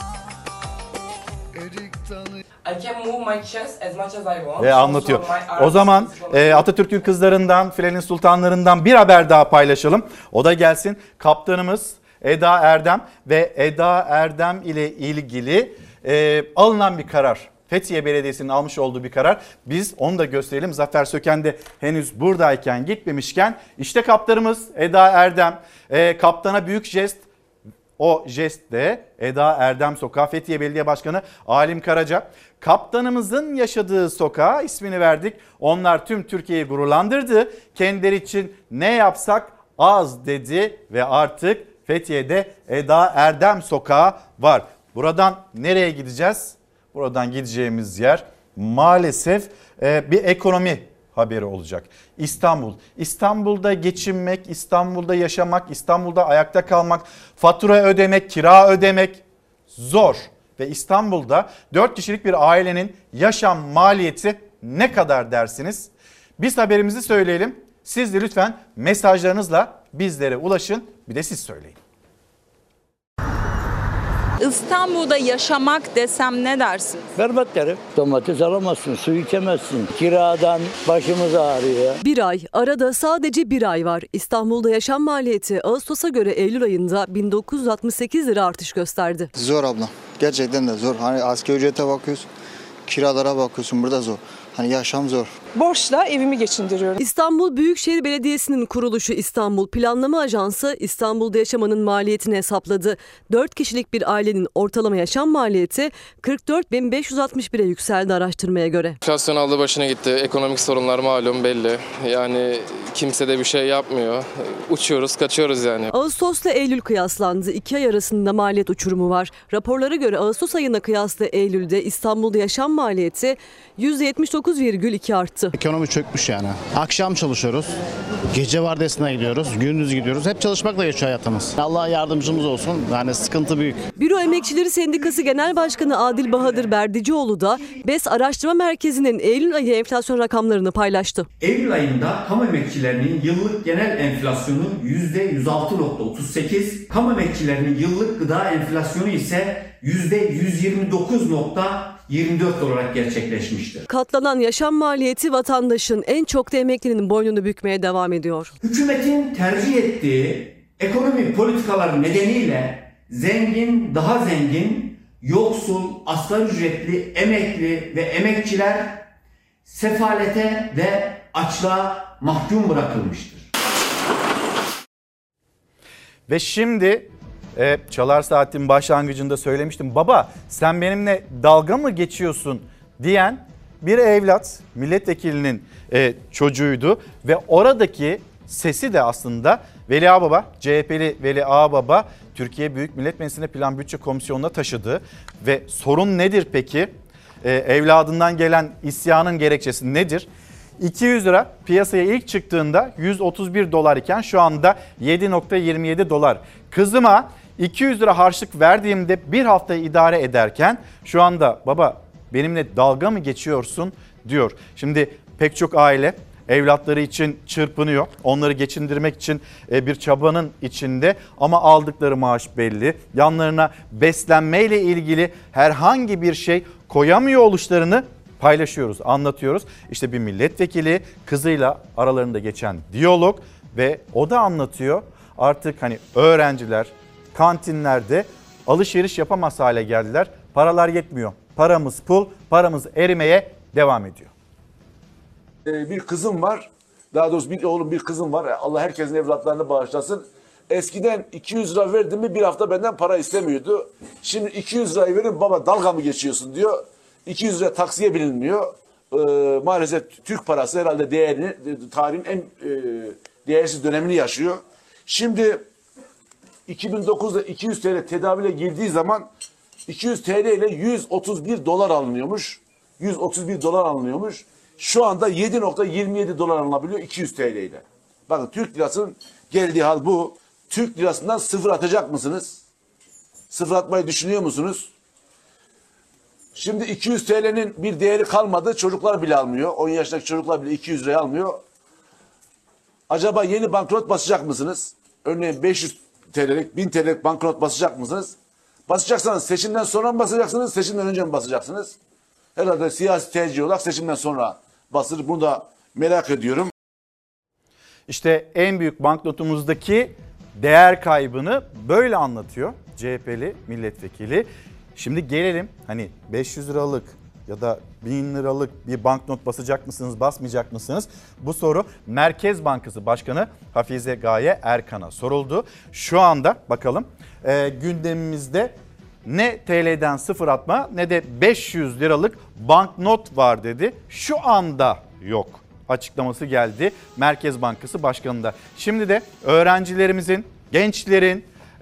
Speaker 1: Ve anlatıyor. O zaman Atatürk'ün kızlarından, Filenin sultanlarından bir haber daha paylaşalım. O da gelsin. Kaptanımız Eda Erdem ve Eda Erdem ile ilgili alınan bir karar. Fethiye Belediyesi'nin almış olduğu bir karar. Biz onu da gösterelim. Zafer Söken de henüz buradayken, gitmemişken işte kaptanımız Eda Erdem. Kaptana büyük jest. O jest de Eda Erdem Sokağı, Fethiye Belediye Başkanı Alim Karaca. Kaptanımızın yaşadığı sokağa ismini verdik. Onlar tüm Türkiye'yi gururlandırdı. Kendileri için ne yapsak az dedi ve artık Fethiye'de Eda Erdem Sokağı var. Buradan nereye gideceğiz? Buradan gideceğimiz yer maalesef bir ekonomi haberi olacak. İstanbul. İstanbul'da geçinmek, İstanbul'da yaşamak, İstanbul'da ayakta kalmak, fatura ödemek, kira ödemek zor. Ve İstanbul'da 4 kişilik bir ailenin yaşam maliyeti ne kadar dersiniz? Biz haberimizi söyleyelim. Siz de lütfen mesajlarınızla bizlere ulaşın. Bir de siz söyleyin.
Speaker 3: İstanbul'da yaşamak desem ne dersin?
Speaker 4: Berbat derim. Domates alamazsın, su içemezsin. Kiradan başımız ağrıyor.
Speaker 13: Bir ay, arada sadece bir ay var. İstanbul'da yaşam maliyeti Ağustos'a göre Eylül ayında 1968 lira artış gösterdi.
Speaker 17: Zor abla. Gerçekten de zor. Hani asgari ücrete bakıyorsun, kiralara bakıyorsun, burada zor. Hani yaşam zor.
Speaker 13: Borçla evimi geçindiriyorum. İstanbul Büyükşehir Belediyesi'nin kuruluşu İstanbul Planlama Ajansı İstanbul'da yaşamanın maliyetini hesapladı. 4 kişilik bir ailenin ortalama yaşam maliyeti 44.561'e yükseldi araştırmaya göre.
Speaker 18: Enflasyon aldı başına gitti. Ekonomik sorunlar malum belli. Yani kimse de bir şey yapmıyor. Uçuyoruz, kaçıyoruz yani.
Speaker 13: Ağustos'la Eylül kıyaslandı. 2 ay arasında maliyet uçurumu var. Raporlara göre Ağustos ayına kıyasla Eylül'de İstanbul'da yaşam maliyeti %79,2 arttı.
Speaker 19: Ekonomi çökmüş yani. Akşam çalışıyoruz, gece vardiyasına gidiyoruz, gündüz gidiyoruz. Hep çalışmakla geçiyor hayatımız. Allah yardımcımız olsun. Yani sıkıntı büyük.
Speaker 13: Büro Emekçileri Sendikası Genel Başkanı Adil Bahadır Berdicioğlu da BES Araştırma Merkezi'nin Eylül ayı enflasyon rakamlarını paylaştı.
Speaker 20: Eylül ayında kamu emekçilerinin yıllık genel enflasyonu %106.38, kamu emekçilerinin yıllık gıda enflasyonu ise %129.24 olarak gerçekleşmiştir. Katlanan yaşam maliyeti vatandaşın, en çok da emeklinin boynunu bükmeye devam ediyor. Hükümetin tercih ettiği ekonomi politikaları nedeniyle zengin daha zengin, yoksul, asgari ücretli, emekli ve emekçiler sefalete ve açlığa mahkum bırakılmıştır.
Speaker 1: Ve şimdi Çalar Saat'in başlangıcında söylemiştim. Baba sen benimle dalga mı geçiyorsun diyen bir evlat, milletvekilinin çocuğuydu. Ve oradaki sesi de aslında Veli Ağbaba, CHP'li Veli Ağbaba Türkiye Büyük Millet Meclisi'nde Plan Bütçe Komisyonu'na taşıdı. Ve sorun nedir peki? Evladından gelen isyanın gerekçesi nedir? 200 lira piyasaya ilk çıktığında 131 dolar iken şu anda 7.27 dolar. Kızıma 200 lira harçlık verdiğimde bir hafta idare ederken şu anda baba benimle dalga mı geçiyorsun diyor. Şimdi pek çok aile evlatları için çırpınıyor. Onları geçindirmek için bir çabanın içinde ama aldıkları maaş belli. Yanlarına beslenmeyle ilgili herhangi bir şey koyamıyor oluşlarını paylaşıyoruz, anlatıyoruz. İşte bir milletvekili kızıyla aralarında geçen diyalog ve o da anlatıyor. Artık hani öğrenciler kantinlerde alışveriş yapamaz hale geldiler. Paralar yetmiyor. Paramız pul, paramız erimeye devam ediyor.
Speaker 21: Bir kızım var.
Speaker 2: Daha doğrusu bir oğlum bir kızım var. Allah herkesin evlatlarını bağışlasın. Eskiden 200 lira verdim mi bir hafta benden para istemiyordu. Şimdi 200 lirayı verin baba dalga mı geçiyorsun diyor. 200 lira taksiye bilinmiyor. Maalesef Türk parası herhalde tarihin en değersiz dönemini yaşıyor. Şimdi 2009'da 200 TL tedavüle girdiği zaman 200 TL ile 131 dolar alınıyormuş. 131 dolar alınıyormuş. Şu anda 7.27 dolar alınabiliyor 200 TL ile. Bakın Türk lirasının geldiği hal bu. Türk lirasından sıfır atacak mısınız? Sıfır atmayı düşünüyor musunuz? Şimdi 200 TL'nin bir değeri kalmadı. Çocuklar bile almıyor. 10 yaşındaki çocuklar bile 200 liraya almıyor. Acaba yeni banknot basacak mısınız? Örneğin 500 TL'lik, 1000 TL'lik banknot basacak mısınız? Basacaksanız seçimden sonra mı basacaksınız, seçimden önce mi basacaksınız? Herhalde siyasi tercih olarak seçimden sonra basılır. Bunu da merak ediyorum.
Speaker 1: İşte en büyük banknotumuzdaki değer kaybını böyle anlatıyor CHP'li milletvekili. Şimdi gelelim hani 500 liralık ya da 1000 liralık bir banknot basacak mısınız, basmayacak mısınız? Bu soru Merkez Bankası Başkanı Hafize Gaye Erkan'a soruldu. Şu anda bakalım gündemimizde ne TL'den sıfır atma ne de 500 liralık banknot var dedi. Şu anda yok açıklaması geldi Merkez Bankası Başkanı'nda. Şimdi de öğrencilerimizin, gençlerin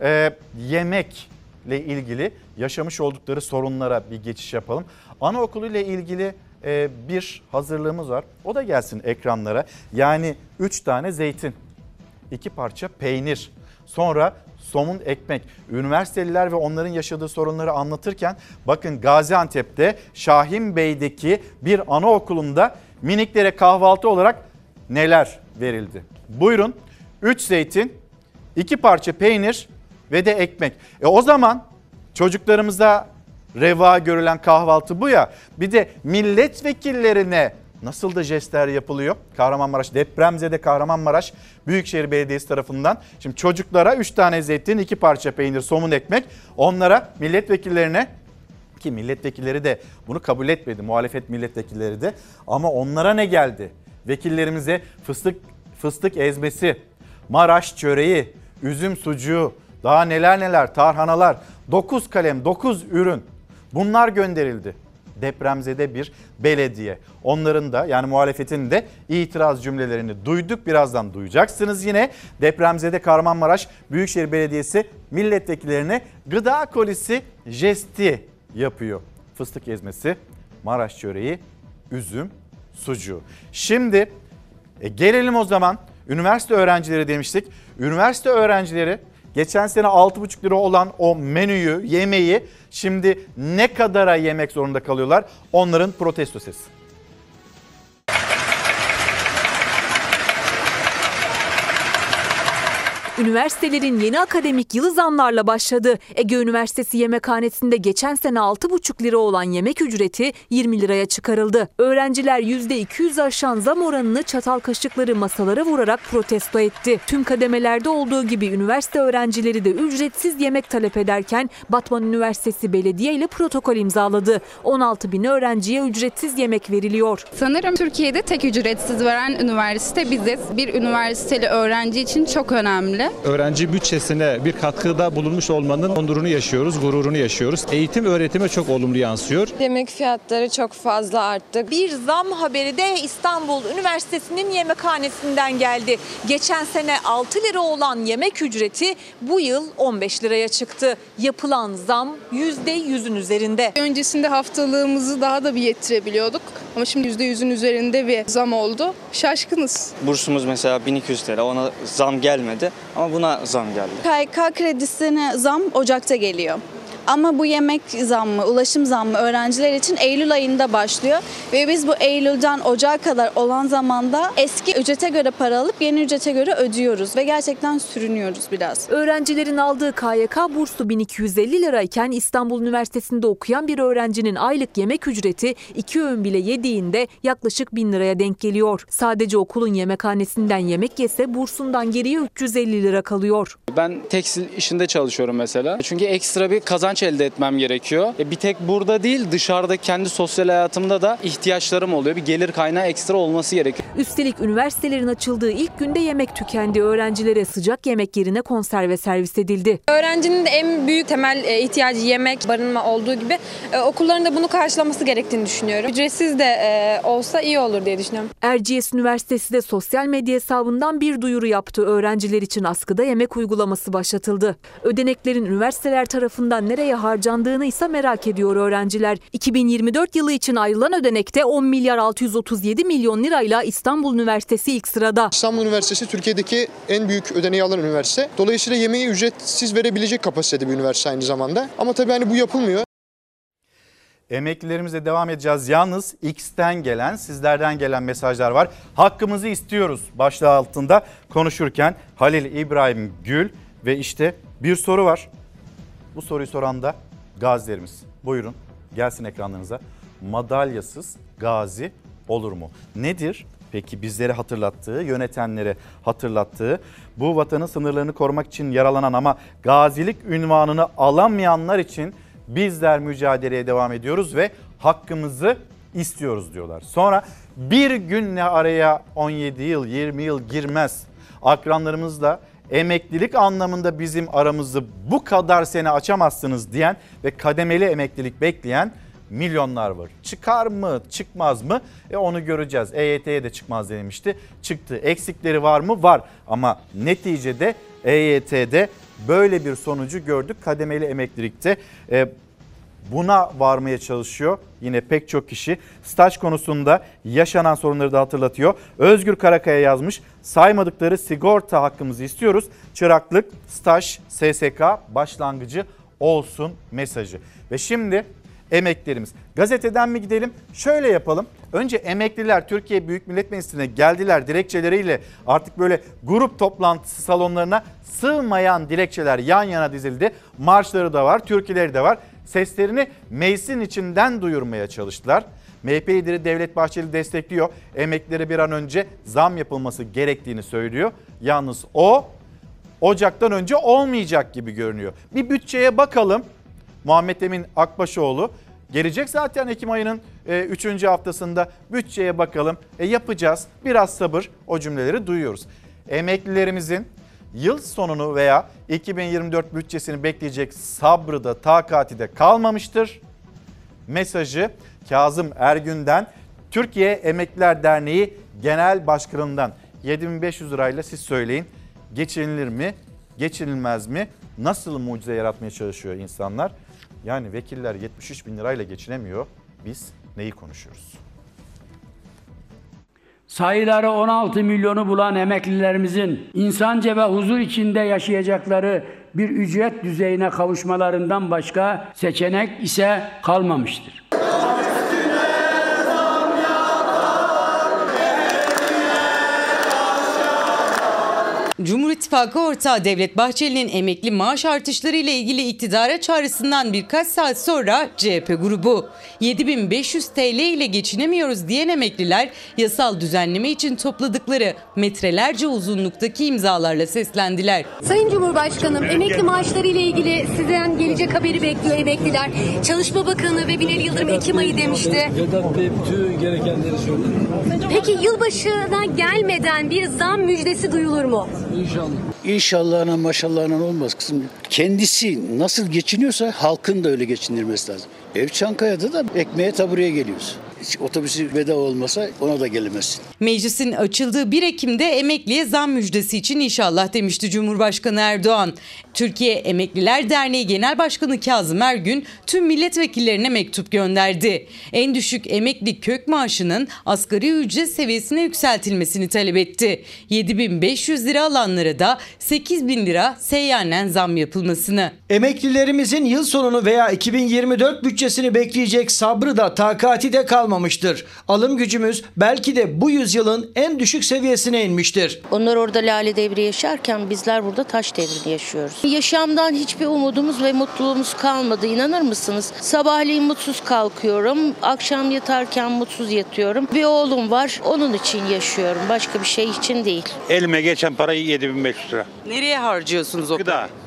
Speaker 1: yemekle ilgili yaşamış oldukları sorunlara bir geçiş yapalım. Anaokulu ile ilgili bir hazırlığımız var. O da gelsin ekranlara. Yani 3 tane zeytin, 2 parça peynir, sonra somun ekmek. Üniversiteliler ve onların yaşadığı sorunları anlatırken bakın Gaziantep'te Şahinbey'deki bir anaokulunda miniklere kahvaltı olarak neler verildi? Buyurun 3 zeytin, 2 parça peynir ve de ekmek. O zaman çocuklarımıza reva görülen kahvaltı bu ya. Bir de milletvekillerine nasıl da jestler yapılıyor? Kahramanmaraş, depremzede Kahramanmaraş Büyükşehir Belediyesi tarafından. Şimdi çocuklara 3 tane zeytin, 2 parça peynir, somun ekmek. Onlara milletvekillerine, ki milletvekilleri de bunu kabul etmedi, muhalefet milletvekilleri de. Ama onlara ne geldi? Vekillerimize fıstık ezmesi, Maraş çöreği, üzüm sucuğu, daha neler tarhanalar, 9 kalem 9 ürün bunlar gönderildi. Depremzede bir belediye. Onların da yani muhalefetin de itiraz cümlelerini duyduk. Birazdan duyacaksınız yine. Depremzede Kahramanmaraş Büyükşehir Belediyesi milletvekillerine gıda kolisi jesti yapıyor. Fıstık ezmesi, Maraş çöreği, üzüm sucuğu. Şimdi gelelim o zaman üniversite öğrencileri demiştik. Üniversite öğrencileri geçen sene 6,5 lira olan o menüyü, yemeği şimdi ne kadara yemek zorunda kalıyorlar? Onların protesto sesi.
Speaker 7: Üniversitelerin yeni akademik yılı zamlarla başladı. Ege Üniversitesi Yemekhanesi'nde geçen sene 6,5 lira olan yemek ücreti 20 liraya çıkarıldı. Öğrenciler %200 aşan zam oranını çatal kaşıkları masalara vurarak protesto etti. Tüm kademelerde olduğu gibi üniversite öğrencileri de ücretsiz yemek talep ederken Batman Üniversitesi Belediye ile protokol imzaladı. 16.000 öğrenciye ücretsiz yemek veriliyor.
Speaker 11: Sanırım Türkiye'de tek ücretsiz veren üniversite biziz. Bir üniversiteli öğrenci için çok önemli.
Speaker 21: Öğrenci bütçesine bir katkıda bulunmuş olmanın onurunu yaşıyoruz, gururunu yaşıyoruz. Eğitim öğretime çok olumlu yansıyor.
Speaker 23: Yemek fiyatları çok fazla arttı.
Speaker 3: Bir zam haberi de İstanbul Üniversitesi'nin yemekhanesinden geldi. Geçen sene 6 lira olan yemek ücreti bu yıl 15 liraya çıktı. Yapılan zam %100'ün üzerinde.
Speaker 11: Öncesinde haftalığımızı daha da bir yettirebiliyorduk. Ama şimdi %100'ün üzerinde bir zam oldu. Şaşkınız.
Speaker 24: Bursumuz mesela 1200 TL, ona zam gelmedi ama buna zam geldi.
Speaker 23: KYK kredisine zam Ocak'ta geliyor. Ama bu yemek zammı, ulaşım zammı öğrenciler için Eylül ayında başlıyor. Ve biz bu Eylül'den Ocak'a kadar olan zamanda eski ücrete göre para alıp yeni ücrete göre ödüyoruz. Ve gerçekten sürünüyoruz biraz.
Speaker 7: Öğrencilerin aldığı KYK bursu 1250 lirayken İstanbul Üniversitesi'nde okuyan bir öğrencinin aylık yemek ücreti 2 öğün bile yediğinde yaklaşık 1000 liraya denk geliyor. Sadece okulun yemekhanesinden yemek yese bursundan geriye 350 lira kalıyor.
Speaker 25: Ben tekstil işinde çalışıyorum mesela. Çünkü ekstra bir kazanç
Speaker 24: kazanç elde etmem gerekiyor. Bir tek burada değil, dışarıda kendi sosyal hayatımda da ihtiyaçlarım oluyor. Bir gelir kaynağı ekstra olması gerekiyor.
Speaker 7: Üstelik üniversitelerin açıldığı ilk günde yemek tükendi. Öğrencilere sıcak yemek yerine konserve servis edildi.
Speaker 5: Öğrencinin de en büyük temel ihtiyacı yemek, barınma olduğu gibi okulların da bunu karşılaması gerektiğini düşünüyorum. Ücretsiz de olsa iyi olur diye düşünüyorum.
Speaker 7: Erciyes Üniversitesi de sosyal medya hesabından bir duyuru yaptı. Öğrenciler için askıda yemek uygulaması başlatıldı. Ödeneklerin üniversiteler tarafından nereye harcandığını ise merak ediyor öğrenciler. 2024 yılı için ayrılan ödenekte 10 milyar 637 milyon lirayla İstanbul Üniversitesi ilk sırada.
Speaker 9: İstanbul Üniversitesi Türkiye'deki en büyük ödeneği alan üniversite. Dolayısıyla yemeği ücretsiz verebilecek kapasitede bir üniversite aynı zamanda. Ama tabii bu yapılmıyor.
Speaker 1: Emeklilerimize devam edeceğiz. Yalnız X'ten gelen, sizlerden gelen mesajlar var. Hakkımızı istiyoruz başlığı altında konuşurken Halil İbrahim Gül ve işte bir soru var. Bu soruyu soran da gazilerimiz. Buyurun gelsin ekranlarınıza. Madalyasız gazi olur mu? Nedir? Peki bizlere hatırlattığı, yönetenlere hatırlattığı, bu vatanın sınırlarını korumak için yaralanan ama gazilik unvanını alamayanlar için bizler mücadeleye devam ediyoruz ve hakkımızı istiyoruz diyorlar. Sonra bir günle araya 17 yıl, 20 yıl girmez. Akranlarımızla emeklilik anlamında bizim aramızı bu kadar sene açamazsınız diyen ve kademeli emeklilik bekleyen milyonlar var. Çıkar mı, çıkmaz mı? Onu göreceğiz. EYT'ye de çıkmaz denilmişti. Çıktı. Eksikleri var mı? Var. Ama neticede EYT'de böyle bir sonucu gördük. Kademeli emeklilikte buna varmaya çalışıyor. Yine pek çok kişi staj konusunda yaşanan sorunları da hatırlatıyor. Özgür Karakaya yazmış. Saymadıkları sigorta hakkımızı istiyoruz. Çıraklık, staj, SSK başlangıcı olsun mesajı. Ve şimdi emeklilerimiz. Gazeteden mi gidelim? Şöyle yapalım. Önce emekliler Türkiye Büyük Millet Meclisi'ne geldiler dilekçeleriyle, artık böyle grup toplantısı salonlarına sığmayan dilekçeler yan yana dizildi. Marşları da var, türküleri de var. Seslerini meclisin içinden duyurmaya çalıştılar. MHP lideri Devlet Bahçeli destekliyor. Emeklilere bir an önce zam yapılması gerektiğini söylüyor. Yalnız Ocak'tan önce olmayacak gibi görünüyor. Bir bütçeye bakalım. Muhammed Emin Akbaşoğlu gelecek zaten Ekim ayının 3. haftasında, bütçeye bakalım. Yapacağız, biraz sabır, o cümleleri duyuyoruz. Emeklilerimizin yıl sonunu veya 2024 bütçesini bekleyecek sabrı da takati de kalmamıştır. Mesajı Kazım Ergün'den, Türkiye Emekliler Derneği Genel Başkanı'ndan. 7.500 lirayla siz söyleyin, geçinilir mi, geçinilmez mi? Nasıl mucize yaratmaya çalışıyor insanlar? Yani vekiller 73 bin lirayla geçinemiyor. Biz neyi konuşuyoruz?
Speaker 12: Sayıları 16 milyonu bulan emeklilerimizin insanca ve huzur içinde yaşayacakları bir ücret düzeyine kavuşmalarından başka seçenek ise kalmamıştır.
Speaker 15: Cumhur İttifakı ortağı Devlet Bahçeli'nin emekli maaş artışları ile ilgili iktidara çağrısından birkaç saat sonra CHP grubu 7.500 TL ile geçinemiyoruz diyen emekliler yasal düzenleme için topladıkları metrelerce uzunluktaki imzalarla seslendiler.
Speaker 14: Sayın Cumhurbaşkanım, emekli maaşları ile ilgili sizden gelecek haberi bekliyor emekliler. Çalışma Bakanı ve Binali Yıldırım Ekim ayı demişti.
Speaker 22: Vedat Bey bütün gerekenleri söyledi.
Speaker 14: Peki yılbaşına gelmeden bir zam müjdesi duyulur mu?
Speaker 22: İnşallah.
Speaker 25: İnşallahına maşallahına olmaz kızım. Kendisi nasıl geçiniyorsa halkın da öyle geçindirmesi lazım. Ev Çankaya'da da ekmeğe tabureye geliyoruz. Hiç otobüsü bedava olmasa ona da gelemezsin.
Speaker 15: Meclisin açıldığı 1 Ekim'de emekliye zam müjdesi için inşallah demişti Cumhurbaşkanı Erdoğan. Türkiye Emekliler Derneği Genel Başkanı Kazım Ergün tüm milletvekillerine mektup gönderdi. En düşük emekli kök maaşının asgari ücret seviyesine yükseltilmesini talep etti. 7.500 lira alanlara da 8.000 lira seyyanen zam yapılmasını.
Speaker 20: Emeklilerimizin yıl sonunu veya 2024 bütçesini bekleyecek sabrı da takati de kalmamıştır. Alım gücümüz belki de bu yüzyılın en düşük seviyesine inmiştir.
Speaker 26: Onlar orada lale devri yaşarken bizler burada taş devrini yaşıyoruz. Yaşamdan hiçbir umudumuz ve mutluluğumuz kalmadı, inanır mısınız? Sabahleyin mutsuz kalkıyorum, akşam yatarken mutsuz yatıyorum. Bir oğlum var, onun için yaşıyorum, başka bir şey için değil.
Speaker 27: Elime geçen parayı 7.500 lira.
Speaker 15: Nereye harcıyorsunuz o
Speaker 27: Gıda.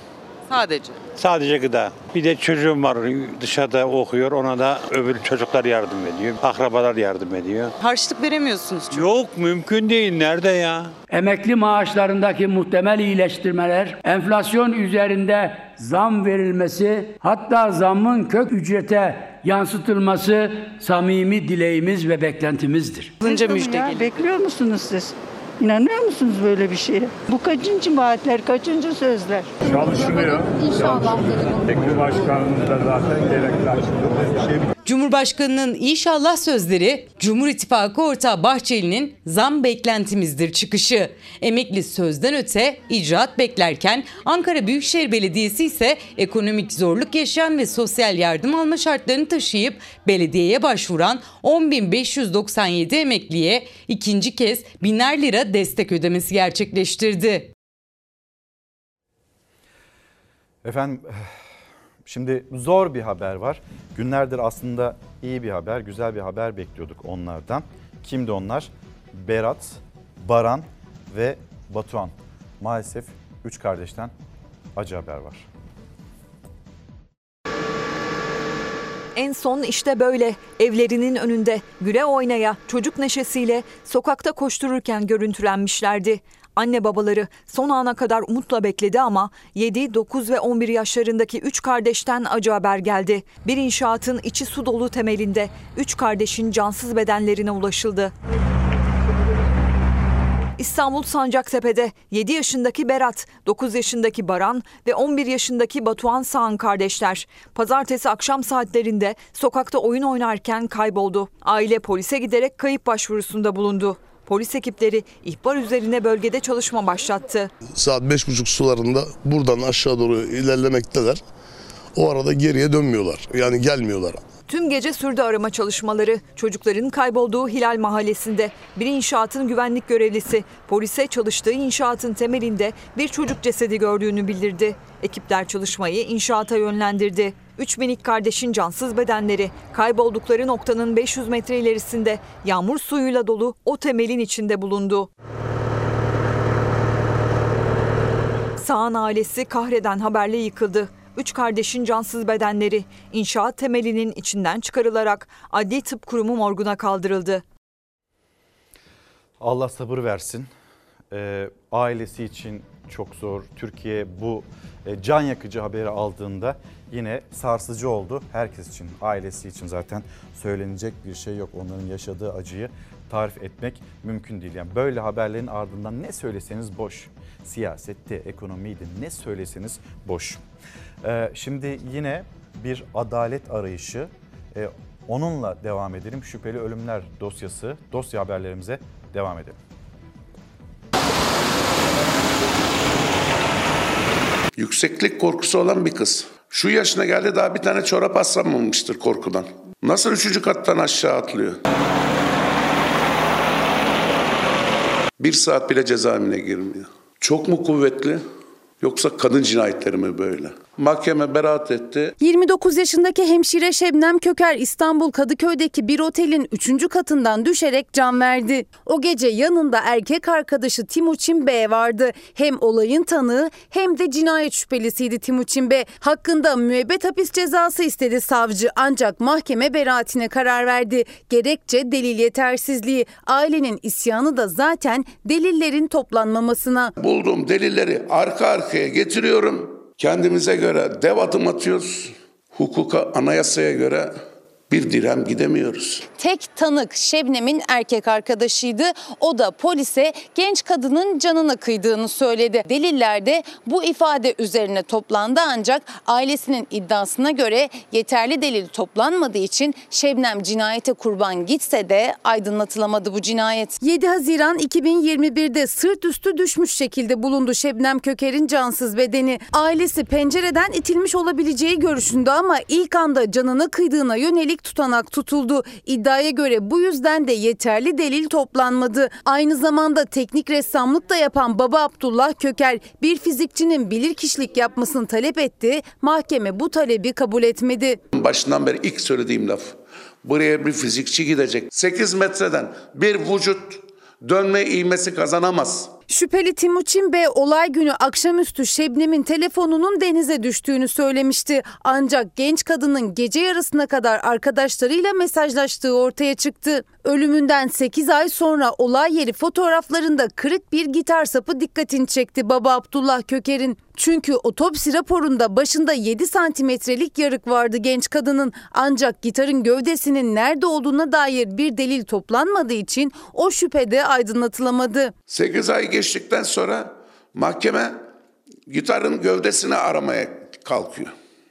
Speaker 4: Sadece.
Speaker 6: Sadece gıda. Bir de çocuğum var dışarıda okuyor. Ona da öbür çocuklar yardım ediyor. Akrabalar yardım ediyor.
Speaker 4: Harçlık veremiyorsunuz çünkü.
Speaker 6: Yok, mümkün değil. Nerede ya?
Speaker 12: Emekli maaşlarındaki muhtemel iyileştirmeler, enflasyon üzerinde zam verilmesi, hatta zammın kök ücrete yansıtılması samimi dileğimiz ve beklentimizdir.
Speaker 8: Bekliyor musunuz siz? İnanıyor musunuz böyle bir şeye? Bu kaçıncı vaatler, kaçıncı sözler?
Speaker 10: Çalışılıyor. İnşallah. Cumhurbaşkanımız da zaten gerekli açıkladı.
Speaker 15: Cumhurbaşkanının inşallah sözleri, Cumhur İttifakı ortağı Bahçeli'nin zam beklentimizdir çıkışı. Emekli sözden öte icraat beklerken Ankara Büyükşehir Belediyesi ise ekonomik zorluk yaşayan ve sosyal yardım alma şartlarını taşıyıp belediyeye başvuran 10.597 emekliye ikinci kez binler lira destek ödemesi gerçekleştirdi.
Speaker 1: Efendim, şimdi zor bir haber var. Günlerdir aslında iyi bir haber, güzel bir haber bekliyorduk onlardan. Kimdi onlar? Berat, Baran ve Batuhan. Maalesef 3 kardeşten acı haber var.
Speaker 7: En son işte böyle evlerinin önünde güle oynaya çocuk neşesiyle sokakta koştururken görüntülenmişlerdi. Anne babaları son ana kadar umutla bekledi ama 7, 9 ve 11 yaşlarındaki 3 kardeşten acı haber geldi. Bir inşaatın içi su dolu temelinde 3 kardeşin cansız bedenlerine ulaşıldı. İstanbul Sancaktepe'de 7 yaşındaki Berat, 9 yaşındaki Baran ve 11 yaşındaki Batuhan Sağan kardeşler pazartesi akşam saatlerinde sokakta oyun oynarken kayboldu. Aile polise giderek kayıp başvurusunda bulundu. Polis ekipleri ihbar üzerine bölgede çalışma başlattı.
Speaker 16: Saat 5.30 sularında buradan aşağı doğru ilerlemekteler. O arada geriye dönmüyorlar. Yani gelmiyorlar.
Speaker 7: Tüm gece sürdü arama çalışmaları. Çocukların kaybolduğu Hilal Mahallesi'nde bir inşaatın güvenlik görevlisi polise çalıştığı inşaatın temelinde bir çocuk cesedi gördüğünü bildirdi. Ekipler çalışmayı inşaata yönlendirdi. 3 minik kardeşin cansız bedenleri kayboldukları noktanın 500 metre ilerisinde yağmur suyuyla dolu o temelin içinde bulundu. Sağan ailesi kahreden haberle yıkıldı. 3 kardeşin cansız bedenleri inşaat temelinin içinden çıkarılarak Adli Tıp Kurumu morguna kaldırıldı.
Speaker 1: Allah sabır versin. Ailesi için çok zor. Türkiye bu can yakıcı haberi aldığında yine sarsıcı oldu. Herkes için, ailesi için zaten söylenecek bir şey yok. Onların yaşadığı acıyı tarif etmek mümkün değil. Yani böyle haberlerin ardından ne söyleseniz boş. Siyasette, ekonomiydi, ne söyleseniz boş. Şimdi yine bir adalet arayışı. Onunla devam edelim. Şüpheli ölümler dosyası, dosya haberlerimize devam edelim.
Speaker 17: Yükseklik korkusu olan bir kız. Şu yaşına geldi, daha bir tane çorap aslanmamıştır korkudan. Nasıl 3. kattan aşağı atlıyor? 1 saat bile cezaevine girmiyor. Çok mu kuvvetli? Yoksa kadın cinayetleri mi böyle? Mahkeme beraat etti.
Speaker 27: 29 yaşındaki hemşire Şebnem Köker İstanbul Kadıköy'deki bir otelin 3. katından düşerek can verdi. O gece yanında erkek arkadaşı Timuçin B vardı. Hem olayın tanığı hem de cinayet şüphelisiydi Timuçin B. Hakkında müebbet hapis cezası istedi savcı, ancak mahkeme beraatine karar verdi. Gerekçe delil yetersizliği. Ailenin isyanı da zaten delillerin toplanmamasına.
Speaker 17: Bulduğum delilleri arka arkaya getiriyorum. Kendimize göre dev adım atıyoruz. Hukuka, anayasaya göre bir dirhem gidemiyoruz.
Speaker 27: Tek tanık Şebnem'in erkek arkadaşıydı. O da polise genç kadının canını kıydığını söyledi. Deliller bu ifade üzerine toplandı, ancak ailesinin iddiasına göre yeterli delil toplanmadığı için Şebnem cinayete kurban gitse de aydınlatılamadı bu cinayet. 7 Haziran 2021'de sırt üstü düşmüş şekilde bulundu Şebnem Köker'in cansız bedeni. Ailesi pencereden itilmiş olabileceği görüşünde ama ilk anda canını kıydığına yönelik tutanak tutuldu. İddiaya göre bu yüzden de yeterli delil toplanmadı. Aynı zamanda teknik ressamlık da yapan baba Abdullah Köker bir fizikçinin bilirkişilik yapmasını talep etti. Mahkeme bu talebi kabul etmedi.
Speaker 17: Başından beri ilk söylediğim laf. Buraya bir fizikçi gidecek. 8 metreden bir vücut dönme ivmesi kazanamaz.
Speaker 2: Şüpheli Timuçin B. olay günü akşamüstü Şebnem'in telefonunun denize düştüğünü söylemişti. Ancak genç kadının gece yarısına kadar arkadaşlarıyla mesajlaştığı ortaya çıktı. Ölümünden 8 ay sonra olay yeri fotoğraflarında kırık bir gitar sapı dikkatini çekti baba Abdullah Köker'in. Çünkü otopsi raporunda başında 7 santimetrelik yarık vardı genç kadının. Ancak gitarın gövdesinin nerede olduğuna dair bir delil toplanmadığı için o şüphede aydınlatılamadı.
Speaker 17: 8 ay geçtikten sonra mahkeme gitarın gövdesini aramaya kalkıyor.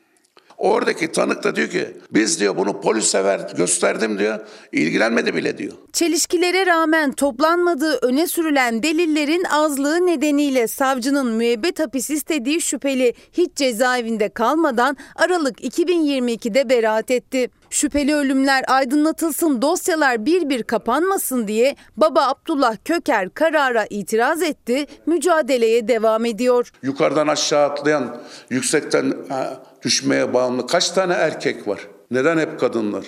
Speaker 17: Oradaki tanık da diyor ki biz diyor bunu polise gösterdim diyor, ilgilenmedi bile diyor.
Speaker 2: Çelişkilere rağmen toplanmadığı öne sürülen delillerin azlığı nedeniyle savcının müebbet hapis istediği şüpheli hiç cezaevinde kalmadan Aralık 2022'de beraat etti. Şüpheli ölümler aydınlatılsın, dosyalar bir bir kapanmasın diye baba Abdullah Köker karara itiraz etti, mücadeleye devam ediyor.
Speaker 17: Yukarıdan aşağı atlayan, yüksekten düşmeye bağımlı kaç tane erkek var? Neden hep kadınlar?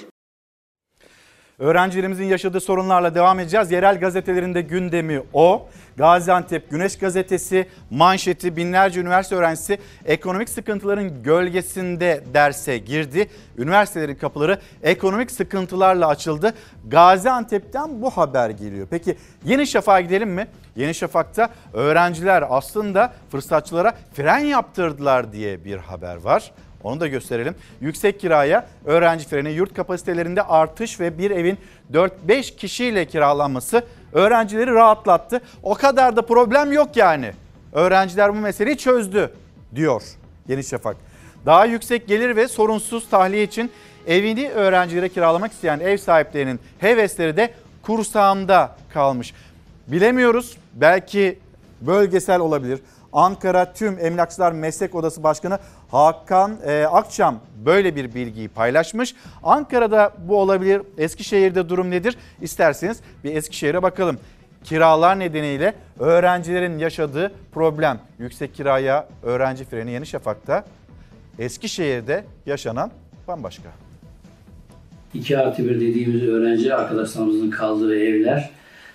Speaker 1: Öğrencilerimizin yaşadığı sorunlarla devam edeceğiz. Yerel gazetelerinde gündemi o. Gaziantep Güneş Gazetesi manşeti binlerce üniversite öğrencisi ekonomik sıkıntıların gölgesinde derse girdi. Üniversitelerin kapıları ekonomik sıkıntılarla açıldı. Gaziantep'ten bu haber geliyor. Peki Yeni Şafak'a gidelim mi? Yeni Şafak'ta öğrenciler aslında fırsatçılara fren yaptırdılar diye bir haber var. Onu da gösterelim. Yüksek kiraya, öğrenci freni, yurt kapasitelerinde artış ve bir evin 4-5 kişiyle kiralanması öğrencileri rahatlattı. O kadar da problem yok yani. Öğrenciler bu meseleyi çözdü diyor Yeni Şafak. Daha yüksek gelir ve sorunsuz tahliye için evini öğrencilere kiralamak isteyen ev sahiplerinin hevesleri de kursağında kalmış. Bilemiyoruz, belki bölgesel olabilir. Ankara Tüm Emlakçılar Meslek Odası Başkanı Hakan Akçam böyle bir bilgiyi paylaşmış. Ankara'da bu olabilir. Eskişehir'de durum nedir? İsterseniz bir Eskişehir'e bakalım. Kiralar nedeniyle öğrencilerin yaşadığı problem. Yüksek kiraya, öğrenci freni Yeni Şafak'ta. Eskişehir'de yaşanan bambaşka.
Speaker 3: 2+1 dediğimiz öğrenci arkadaşlarımızın kaldığı evler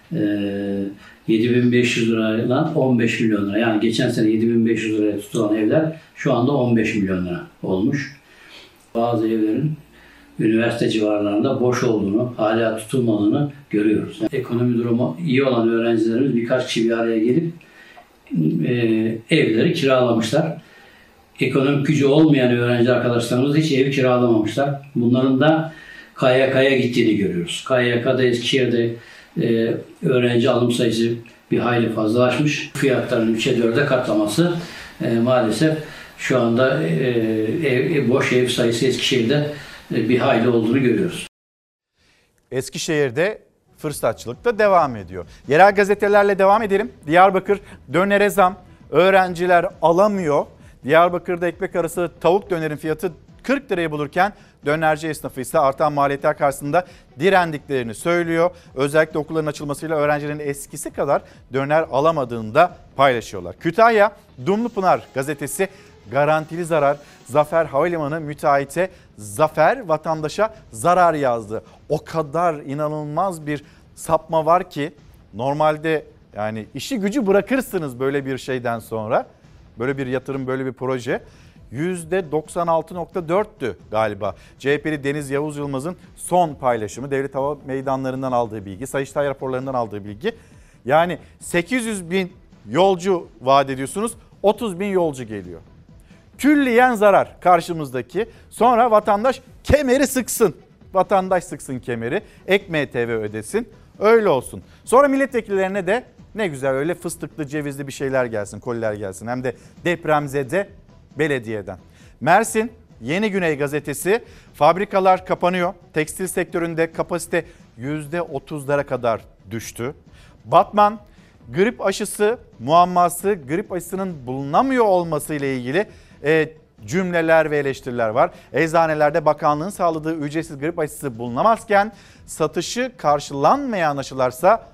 Speaker 3: 7.500 lirayla 15 milyon lira. Yani geçen sene 7.500 liraya tutulan evler şu anda 15 milyon lira olmuş. Bazı evlerin üniversite civarlarında boş olduğunu, hala tutulmadığını görüyoruz. Yani ekonomi durumu iyi olan öğrencilerimiz birkaç kişi bir araya gelip evleri kiralamışlar. Ekonomik gücü olmayan öğrenci arkadaşlarımız hiç ev kiralamamışlar. Bunların da KYK'ya gittiğini görüyoruz. KYK'da Eskişehir'de öğrenci alım sayısı bir hayli fazlalaşmış. Fiyatların 3'e 4'e katlaması maalesef şu anda boş ev sayısı Eskişehir'de bir hayli olduğunu görüyoruz.
Speaker 1: Eskişehir'de fırsatçılık da devam ediyor. Yerel gazetelerle devam edelim. Diyarbakır dönere zam, öğrenciler alamıyor. Diyarbakır'da ekmek arası tavuk dönerin fiyatı 40 lirayı bulurken dönerci esnafı ise artan maliyetler karşısında direndiklerini söylüyor. Özellikle okulların açılmasıyla öğrencilerin eskisi kadar döner alamadığını da paylaşıyorlar. Kütahya Dumlupınar gazetesi garantili zarar, Zafer Havalimanı müteahhite zafer, vatandaşa zarar yazdı. O kadar inanılmaz bir sapma var ki normalde yani işi gücü bırakırsınız böyle bir şeyden sonra. Böyle bir yatırım, böyle bir proje. %96.4'tü galiba. CHP'li Deniz Yavuz Yılmaz'ın son paylaşımı, Devlet Hava Meydanları'ndan aldığı bilgi, Sayıştay raporlarından aldığı bilgi. Yani 800 bin yolcu vaat ediyorsunuz, 30 bin yolcu geliyor. Külliyen zarar karşımızdaki. Sonra vatandaş kemeri sıksın. Vatandaş sıksın kemeri, ek MTV ödesin, öyle olsun. Sonra milletvekillerine de ne güzel öyle fıstıklı, cevizli bir şeyler gelsin, koliler gelsin. Hem de depremzede belediyeden. Mersin Yeni Güney gazetesi fabrikalar kapanıyor. Tekstil sektöründe kapasite %30'lara kadar düştü. Batman grip aşısı muamması, grip aşısının bulunamıyor olması ile ilgili cümleler ve eleştiriler var. Eczanelerde bakanlığın sağladığı ücretsiz grip aşısı bulunamazken satışı karşılanmayan aşılarsa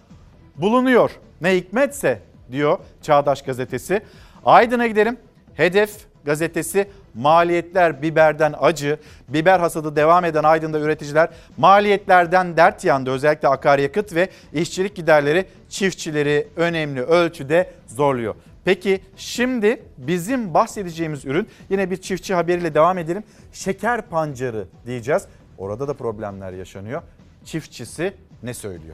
Speaker 1: bulunuyor. Ne hikmetse diyor Çağdaş gazetesi. Aydın'a gidelim. Hedef gazetesi maliyetler biberden acı. Biber hasadı devam eden Aydın'da üreticiler maliyetlerden dert yandı. Özellikle akaryakıt ve işçilik giderleri çiftçileri önemli ölçüde zorluyor. Peki şimdi bizim bahsedeceğimiz ürün, yine bir çiftçi haberiyle devam edelim. Şeker pancarı diyeceğiz. Orada da problemler yaşanıyor. Çiftçisi ne söylüyor?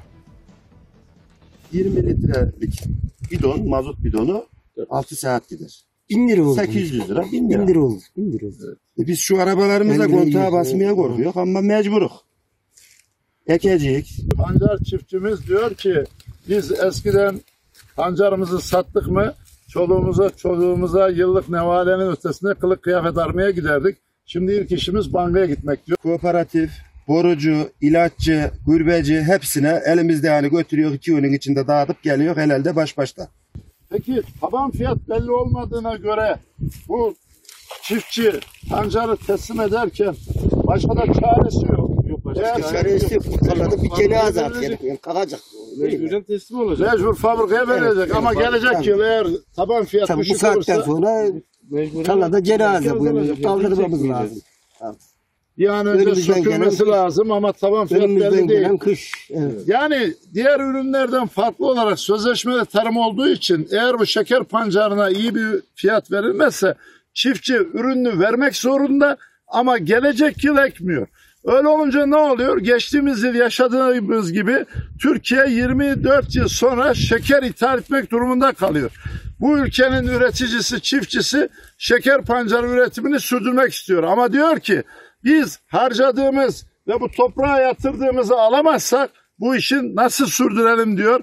Speaker 4: 20 litrelik bidon, mazot bidonu 6 saat gider.
Speaker 11: 1000 lira oldu.
Speaker 4: 800 lira, 1000 lira.
Speaker 11: 1000 lira oldu. 1000 lira oldu.
Speaker 4: Biz şu arabalarımıza kontağa basmaya korkuyor ama mecburuz. Ekecek.
Speaker 10: Pancar çiftçimiz diyor ki biz eskiden pancarımızı sattık mı çoluğumuza çocuğumuza yıllık nevalenin ötesine kılık kıyafet aramaya giderdik. Şimdi ilk işimiz bankaya gitmek diyor.
Speaker 4: Kooperatif, borucu, ilaççı, gürbeci hepsine elimizde yani götürüyor 2 günün içinde dağıtıp geliyor herhalde baş başta.
Speaker 10: Peki taban fiyat belli olmadığına göre bu çiftçi pancarı teslim ederken başka da çaresi yok.
Speaker 11: Çaresi yok. Tarlada bir kere azat kalacak.
Speaker 10: Mecburen teslim olacak. Mecbur fabrikaya verecek ama gelecek yıl eğer taban fiyat
Speaker 11: bu
Speaker 10: düşük
Speaker 11: saatten
Speaker 10: olursa
Speaker 11: sonra tarlada cenaze kaldırmamız lazım.
Speaker 10: Bir an önce sökülmesi lazım ama taban fiyat belli değil.
Speaker 11: Kış. Evet.
Speaker 10: Yani diğer ürünlerden farklı olarak sözleşmeli tarım olduğu için eğer bu şeker pancarına iyi bir fiyat verilmezse çiftçi ürününü vermek zorunda ama gelecek yıl ekmiyor. Öyle olunca ne oluyor? Geçtiğimiz yıl yaşadığımız gibi Türkiye 24 yıl sonra şeker ithal etmek durumunda kalıyor. Bu ülkenin üreticisi, çiftçisi şeker pancarı üretimini sürdürmek istiyor. Ama diyor ki biz harcadığımız ve bu toprağa yatırdığımızı alamazsak bu işi nasıl sürdürelim diyor.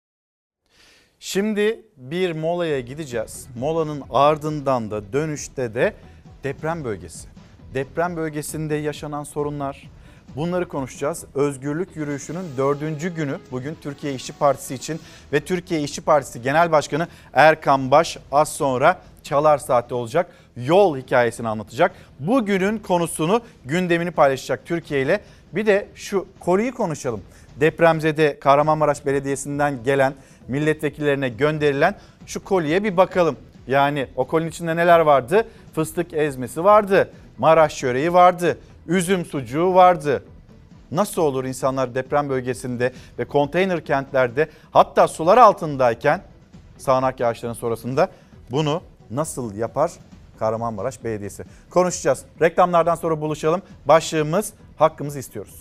Speaker 1: Şimdi bir molaya gideceğiz. Molanın ardından da dönüşte de deprem bölgesi. Deprem bölgesinde yaşanan sorunlar, bunları konuşacağız. Özgürlük yürüyüşünün 4. günü bugün Türkiye İşçi Partisi için ve Türkiye İşçi Partisi Genel Başkanı Erkan Baş az sonra Çalar Saat'te olacak. Yol hikayesini anlatacak. Bugünün konusunu, gündemini paylaşacak Türkiye ile. Bir de şu koliyi konuşalım. Depremzede Kahramanmaraş Belediyesi'nden gelen milletvekillerine gönderilen şu koliye bir bakalım. Yani o kolinin içinde neler vardı? Fıstık ezmesi vardı, Maraş çöreği vardı, üzüm sucuğu vardı. Nasıl olur insanlar deprem bölgesinde ve konteyner kentlerde, hatta sular altındayken sağanak yağışların sonrasında bunu nasıl yapar Kahramanmaraş Belediyesi? Konuşacağız. Reklamlardan sonra buluşalım. Başlığımız hakkımızı istiyoruz.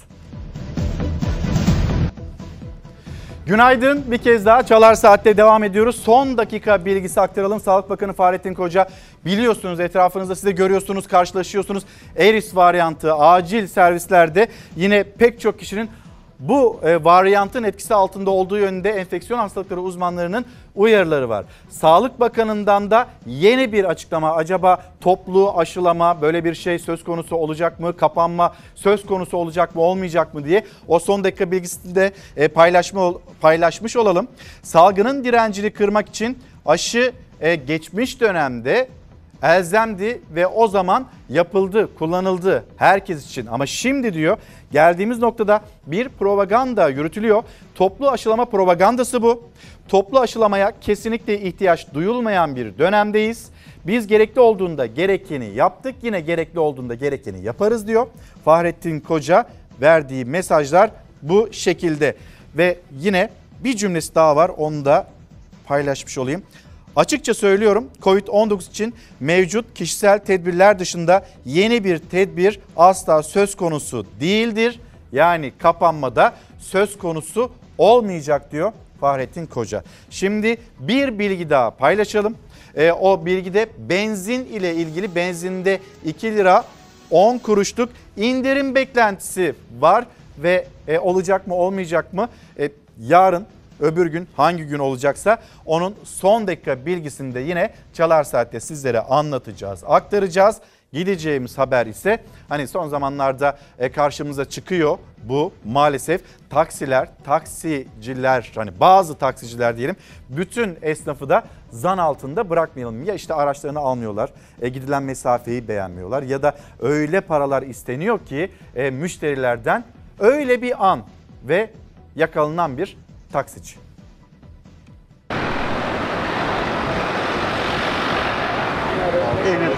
Speaker 1: Günaydın, bir kez daha Çalar Saat'te devam ediyoruz. Son dakika bilgisi aktaralım. Sağlık Bakanı Fahrettin Koca, biliyorsunuz etrafınızda siz de görüyorsunuz, karşılaşıyorsunuz. Eris varyantı acil servislerde yine pek çok kişinin bu varyantın etkisi altında olduğu yönünde enfeksiyon hastalıkları uzmanlarının uyarıları var. Sağlık Bakanı'ndan da yeni bir açıklama. Acaba toplu aşılama, böyle bir şey söz konusu olacak mı? Kapanma söz konusu olacak mı, olmayacak mı diye o son dakika bilgisini de paylaşmış olalım. Salgının direncini kırmak için aşı geçmiş dönemde elzemdi ve o zaman yapıldı, kullanıldı herkes için. Ama şimdi diyor, geldiğimiz noktada bir propaganda yürütülüyor. Toplu aşılama propagandası bu. Toplu aşılamaya kesinlikle ihtiyaç duyulmayan bir dönemdeyiz. Biz gerekli olduğunda gerekeni yaptık, yine gerekli olduğunda gerekeni yaparız diyor. Fahrettin Koca verdiği mesajlar bu şekilde. Ve yine bir cümlesi daha var, onu da paylaşmış olayım. Açıkça söylüyorum, Covid-19 için mevcut kişisel tedbirler dışında yeni bir tedbir asla söz konusu değildir. Yani kapanmada söz konusu olmayacak diyor Fahrettin Koca. Şimdi bir bilgi daha paylaşalım. O bilgide benzin ile ilgili, benzinde 2 lira 10 kuruşluk indirim beklentisi var ve olacak mı olmayacak mı? Yarın, öbür gün, hangi gün olacaksa onun son dakika bilgisini de yine Çalar Saat'te sizlere anlatacağız, aktaracağız. Gideceğimiz haber ise hani son zamanlarda karşımıza çıkıyor bu maalesef. Taksiciler, hani bazı taksiciler diyelim, bütün esnafı da zan altında bırakmayalım. Ya işte araçlarını almıyorlar, gidilen mesafeyi beğenmiyorlar ya da öyle paralar isteniyor ki müşterilerden, öyle bir an ve yakalanan bir taksici.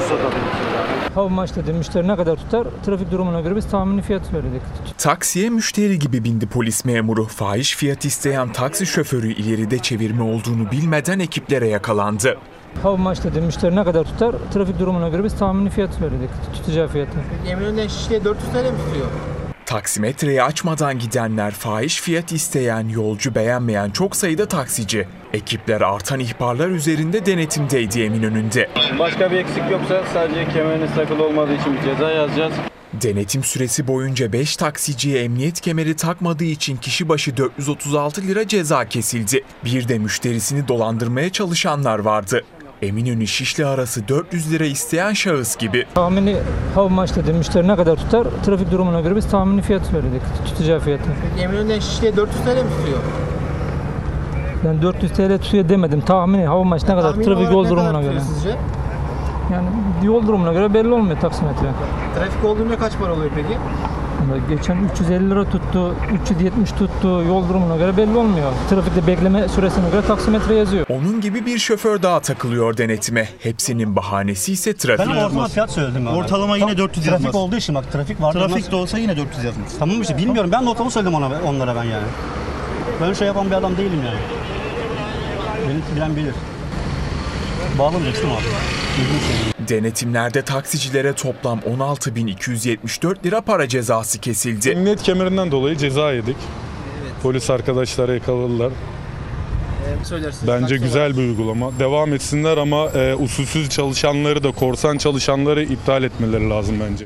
Speaker 22: Havmaç dedi, müşteri ne kadar tutar? Trafik durumuna göre biz tahmini fiyat söyledik.
Speaker 5: Taksiye müşteri gibi bindi polis memuru. Fahiş fiyat isteyen taksi şoförü ileride çevirme olduğunu bilmeden ekiplere yakalandı.
Speaker 22: Havmaç dedi, müşteri ne kadar tutar? Trafik durumuna göre biz tahmini fiyat söyledik. Tutacağı fiyatı.
Speaker 13: Eminönü'nden Şişli'ye 400 TL mi tutuyor?
Speaker 5: Taksimetreyi açmadan gidenler, fahiş fiyat isteyen, yolcu beğenmeyen çok sayıda taksici. Ekipler artan ihbarlar üzerinde denetimdeydi Eminönü'nde.
Speaker 18: Başka bir eksik yoksa sadece kemeriniz takılı olmadığı için bir ceza yazacağız.
Speaker 5: Denetim süresi boyunca 5 taksiciye emniyet kemeri takmadığı için kişi başı 436 lira ceza kesildi. Bir de müşterisini dolandırmaya çalışanlar vardı. Eminönü Şişli arası 400 lira isteyen şahıs gibi.
Speaker 22: Tahmini havmaç dedi, müşteri ne kadar tutar? Trafik durumuna göre biz tahmini fiyat söyledik. Tutacağı fiyatı.
Speaker 13: Eminönü'nden Şişli'ye 400 TL mi tutuyor?
Speaker 22: Ben 400 TL tutuyor demedim. Tahmini havmaç ne kadar?
Speaker 13: Tahmini
Speaker 22: Trafik yol
Speaker 13: ne
Speaker 22: durumuna
Speaker 13: kadar
Speaker 22: göre.
Speaker 13: tutuyor sizce?
Speaker 22: Yani yol durumuna göre belli olmuyor taksimetre.
Speaker 13: Trafik olduğunda kaç para oluyor peki?
Speaker 22: Geçen 350 lira tuttu, 370 tuttu. Yol durumuna göre belli olmuyor. Trafikte bekleme süresine göre taksimetre yazıyor.
Speaker 5: Onun gibi bir şoför daha takılıyor denetime. Hepsinin bahanesi ise trafik.
Speaker 19: Ben ortalama fiyat söyledim.
Speaker 13: Ortalama yine 400 yazmaz.
Speaker 19: Trafik olduğu için bak, trafik var.
Speaker 13: Trafik de olsa yine 400 yazmaz.
Speaker 19: Tamam işte, bilmiyorum. Ben de ortalama söyledim onlara ben yani. Ben şey yapan bir adam değilim yani. Beni bilen bilir. Bağlamayacaksın abi.
Speaker 5: Denetimlerde taksicilere toplam 16.274 lira para cezası kesildi.
Speaker 21: Emniyet kemerinden dolayı ceza yedik. Polis arkadaşlara yakaladılar. Bence güzel bir uygulama. Devam etsinler ama usulsüz çalışanları da, korsan çalışanları iptal etmeleri lazım bence.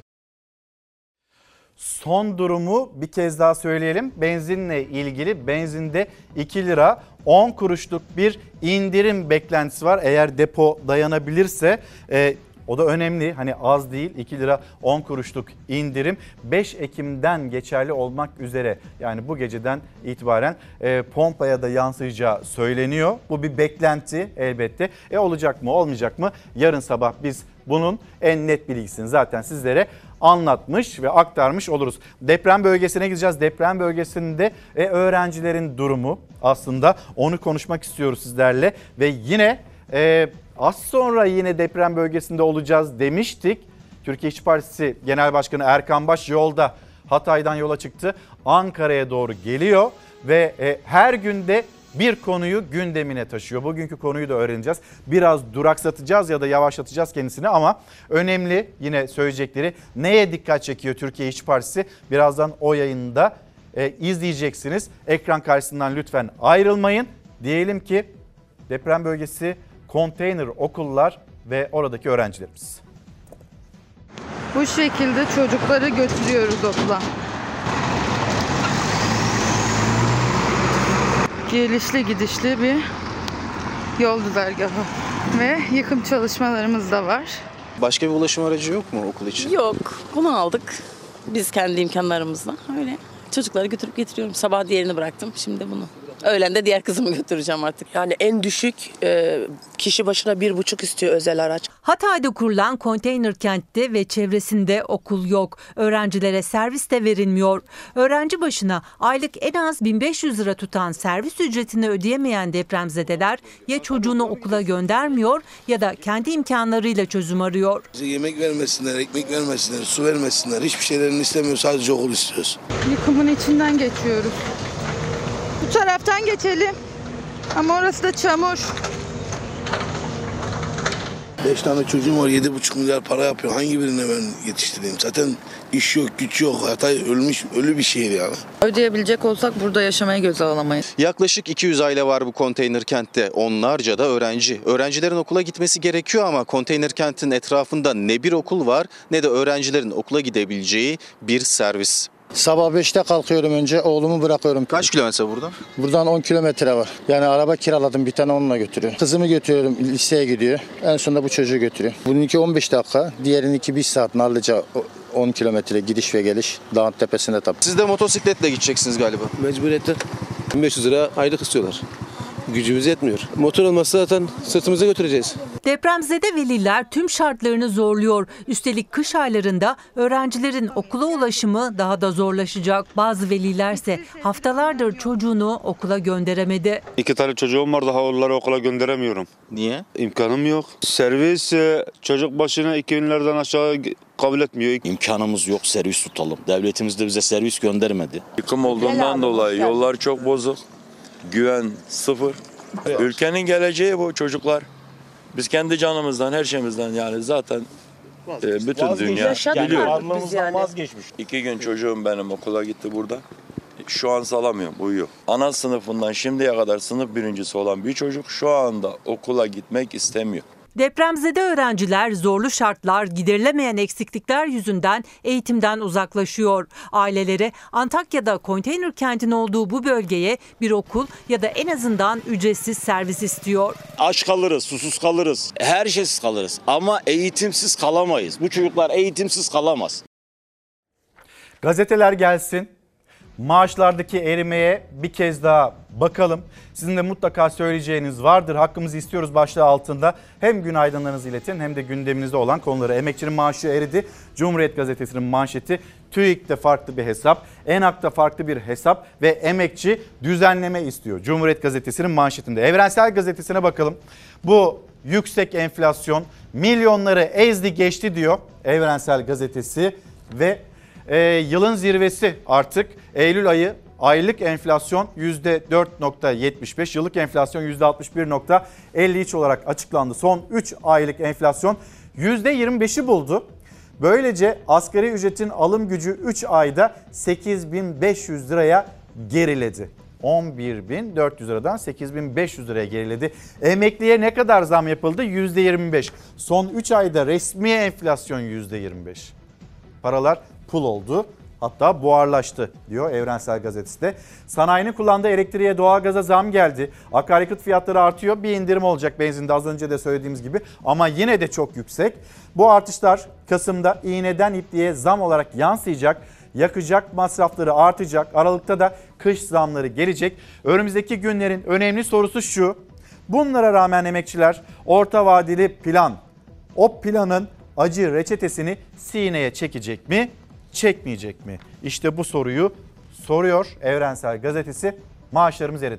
Speaker 1: Son durumu bir kez daha söyleyelim. Benzinle ilgili benzinde 2 lira 10 kuruşluk bir indirim beklentisi var. Eğer depo dayanabilirse o da önemli. Hani az değil, 2 lira 10 kuruşluk indirim 5 Ekim'den geçerli olmak üzere. Yani bu geceden itibaren pompaya da yansıyacağı söyleniyor. Bu bir beklenti elbette. Olacak mı olmayacak mı? Yarın sabah biz bunun en net bilgisini zaten sizlere anlatmış ve aktarmış oluruz. Deprem bölgesine gideceğiz. Deprem bölgesinde öğrencilerin durumu, aslında onu konuşmak istiyoruz sizlerle. Ve yine az sonra yine deprem bölgesinde olacağız demiştik. Türkiye İşçi Partisi Genel Başkanı Erkan Baş yolda, Hatay'dan yola çıktı. Ankara'ya doğru geliyor ve her günde bir konuyu gündemine taşıyor. Bugünkü konuyu da öğreneceğiz. Biraz duraksatacağız ya da yavaşlatacağız kendisini ama önemli yine söyleyecekleri. Neye dikkat çekiyor Türkiye İşçi Partisi? Birazdan o yayında izleyeceksiniz. Ekran karşısından lütfen ayrılmayın. Diyelim ki deprem bölgesi, konteyner okullar ve oradaki öğrencilerimiz.
Speaker 23: Bu şekilde çocukları götürüyoruz okula. Gelişli gidişli bir yol güzergahı ve yıkım çalışmalarımız da var.
Speaker 24: Başka bir ulaşım aracı yok mu okul için?
Speaker 28: Yok, bunu aldık biz kendi imkanlarımızla. Öyle çocukları götürüp getiriyorum. Sabah diğerini bıraktım, şimdi bunu. Öğlen de diğer kızımı götüreceğim artık.
Speaker 29: Yani en düşük kişi başına 1,5 istiyor özel araç.
Speaker 30: Hatay'da kurulan konteyner kentte ve çevresinde okul yok. Öğrencilere servis de verilmiyor. Öğrenci başına aylık en az 1500 lira tutan servis ücretini ödeyemeyen depremzedeler ya çocuğunu okula göndermiyor ya da kendi imkanlarıyla çözüm arıyor.
Speaker 31: Bize yemek vermesinler, ekmek vermesinler, su vermesinler. Hiçbir şeylerini istemiyoruz, sadece okul istiyoruz.
Speaker 23: Yıkımın içinden geçiyoruz. Bu taraftan geçelim. Ama orası da çamur.
Speaker 31: 5 tane çocuğum var, 7,5 milyar para yapıyor. Hangi birine ben yetiştireyim? Zaten iş yok, güç yok. Hatay ölü bir şehir yani.
Speaker 23: Ödeyebilecek olsak burada yaşamaya göze alamayız.
Speaker 24: Yaklaşık 200 aile var bu konteyner kentte. Onlarca da öğrenci. Öğrencilerin okula gitmesi gerekiyor ama konteyner kentin etrafında ne bir okul var ne de öğrencilerin okula gidebileceği bir servis.
Speaker 32: Sabah 5'te kalkıyorum, önce oğlumu bırakıyorum.
Speaker 24: Kaç kilometre buradan?
Speaker 32: Buradan 10 kilometre var. Yani araba kiraladım, bir tane onunla götürüyor. Kızımı götürüyorum, liseye gidiyor. En sonunda bu çocuğu götürüyor. Bununki 15 dakika, diğerininki 1 saat. Narlıca 10 kilometre gidiş ve geliş. Dağın tepesinde tabii.
Speaker 24: Siz de motosikletle gideceksiniz galiba.
Speaker 31: Mecburiyetten 1500 lira aylık istiyorlar.
Speaker 6: Gücümüz yetmiyor. Motor olmasa zaten sırtımıza götüreceğiz.
Speaker 30: Depremzede veliler tüm şartlarını zorluyor. Üstelik kış aylarında öğrencilerin okula ulaşımı daha da zorlaşacak. Bazı velilerse haftalardır çocuğunu okula gönderemedi.
Speaker 7: 2 tane çocuğum var, daha onları okula gönderemiyorum.
Speaker 24: Niye?
Speaker 7: İmkanım yok. Servis çocuk başına 2000 liradan aşağı kabul etmiyor.
Speaker 8: İmkanımız yok servis tutalım. Devletimiz de bize servis göndermedi.
Speaker 9: Yıkım olduğundan dolayı yollar çok bozuk. Güven sıfır. Ülkenin geleceği bu çocuklar. Biz kendi canımızdan, her şeyimizden yani zaten bütün dünya biliyor.
Speaker 8: Yani. Vazgeçmiş.
Speaker 9: 2 gün çocuğum benim okula gitti burada. Şu an salamıyorum, uyuyor. Ana sınıfından şimdiye kadar sınıf birincisi olan bir çocuk şu anda okula gitmek istemiyor.
Speaker 30: Depremzede öğrenciler zorlu şartlar, giderilemeyen eksiklikler yüzünden eğitimden uzaklaşıyor. Aileleri Antakya'da konteyner kentin olduğu bu bölgeye bir okul ya da en azından ücretsiz servis istiyor.
Speaker 8: Aç kalırız, susuz kalırız, her şeysiz kalırız ama eğitimsiz kalamayız. Bu çocuklar eğitimsiz kalamaz.
Speaker 1: Gazeteler gelsin. Maaşlardaki erimeye bir kez daha bakalım. Sizin de mutlaka söyleyeceğiniz vardır. Hakkımızı istiyoruz başlığı altında. Hem günaydınlarınızı iletin hem de gündeminizde olan konuları. Emekçinin maaşı eridi. Cumhuriyet Gazetesi'nin manşeti. TÜİK'te farklı bir hesap. ENAK'ta farklı bir hesap ve emekçi düzenleme istiyor. Cumhuriyet Gazetesi'nin manşetinde. Evrensel Gazetesi'ne bakalım. Bu yüksek enflasyon milyonları ezdi geçti diyor Evrensel Gazetesi ve yılın zirvesi artık Eylül ayı aylık enflasyon %4.75, yıllık enflasyon %61.53 olarak açıklandı. Son 3 aylık enflasyon %25'i buldu. Böylece asgari ücretin alım gücü 3 ayda 8.500 liraya geriledi. 11.400 liradan 8.500 liraya geriledi. Emekliye ne kadar zam yapıldı? %25. Son 3 ayda resmi enflasyon %25. Paralar pul oldu. Hatta buharlaştı diyor Evrensel Gazetesi'de. Sanayinin kullandığı elektriğe, doğalgaza zam geldi. Akaryakıt fiyatları artıyor. Bir indirim olacak benzinde az önce de söylediğimiz gibi. Ama yine de çok yüksek. Bu artışlar Kasım'da iğneden ipliğe zam olarak yansıyacak. Yakacak masrafları artacak. Aralıkta da kış zamları gelecek. Önümüzdeki günlerin önemli sorusu şu. Bunlara rağmen emekçiler orta vadeli plan, o planın acı reçetesini sineye çekecek mi? Çekmeyecek mi? İşte bu soruyu soruyor Evrensel Gazetesi. Maaşlarımız eridi.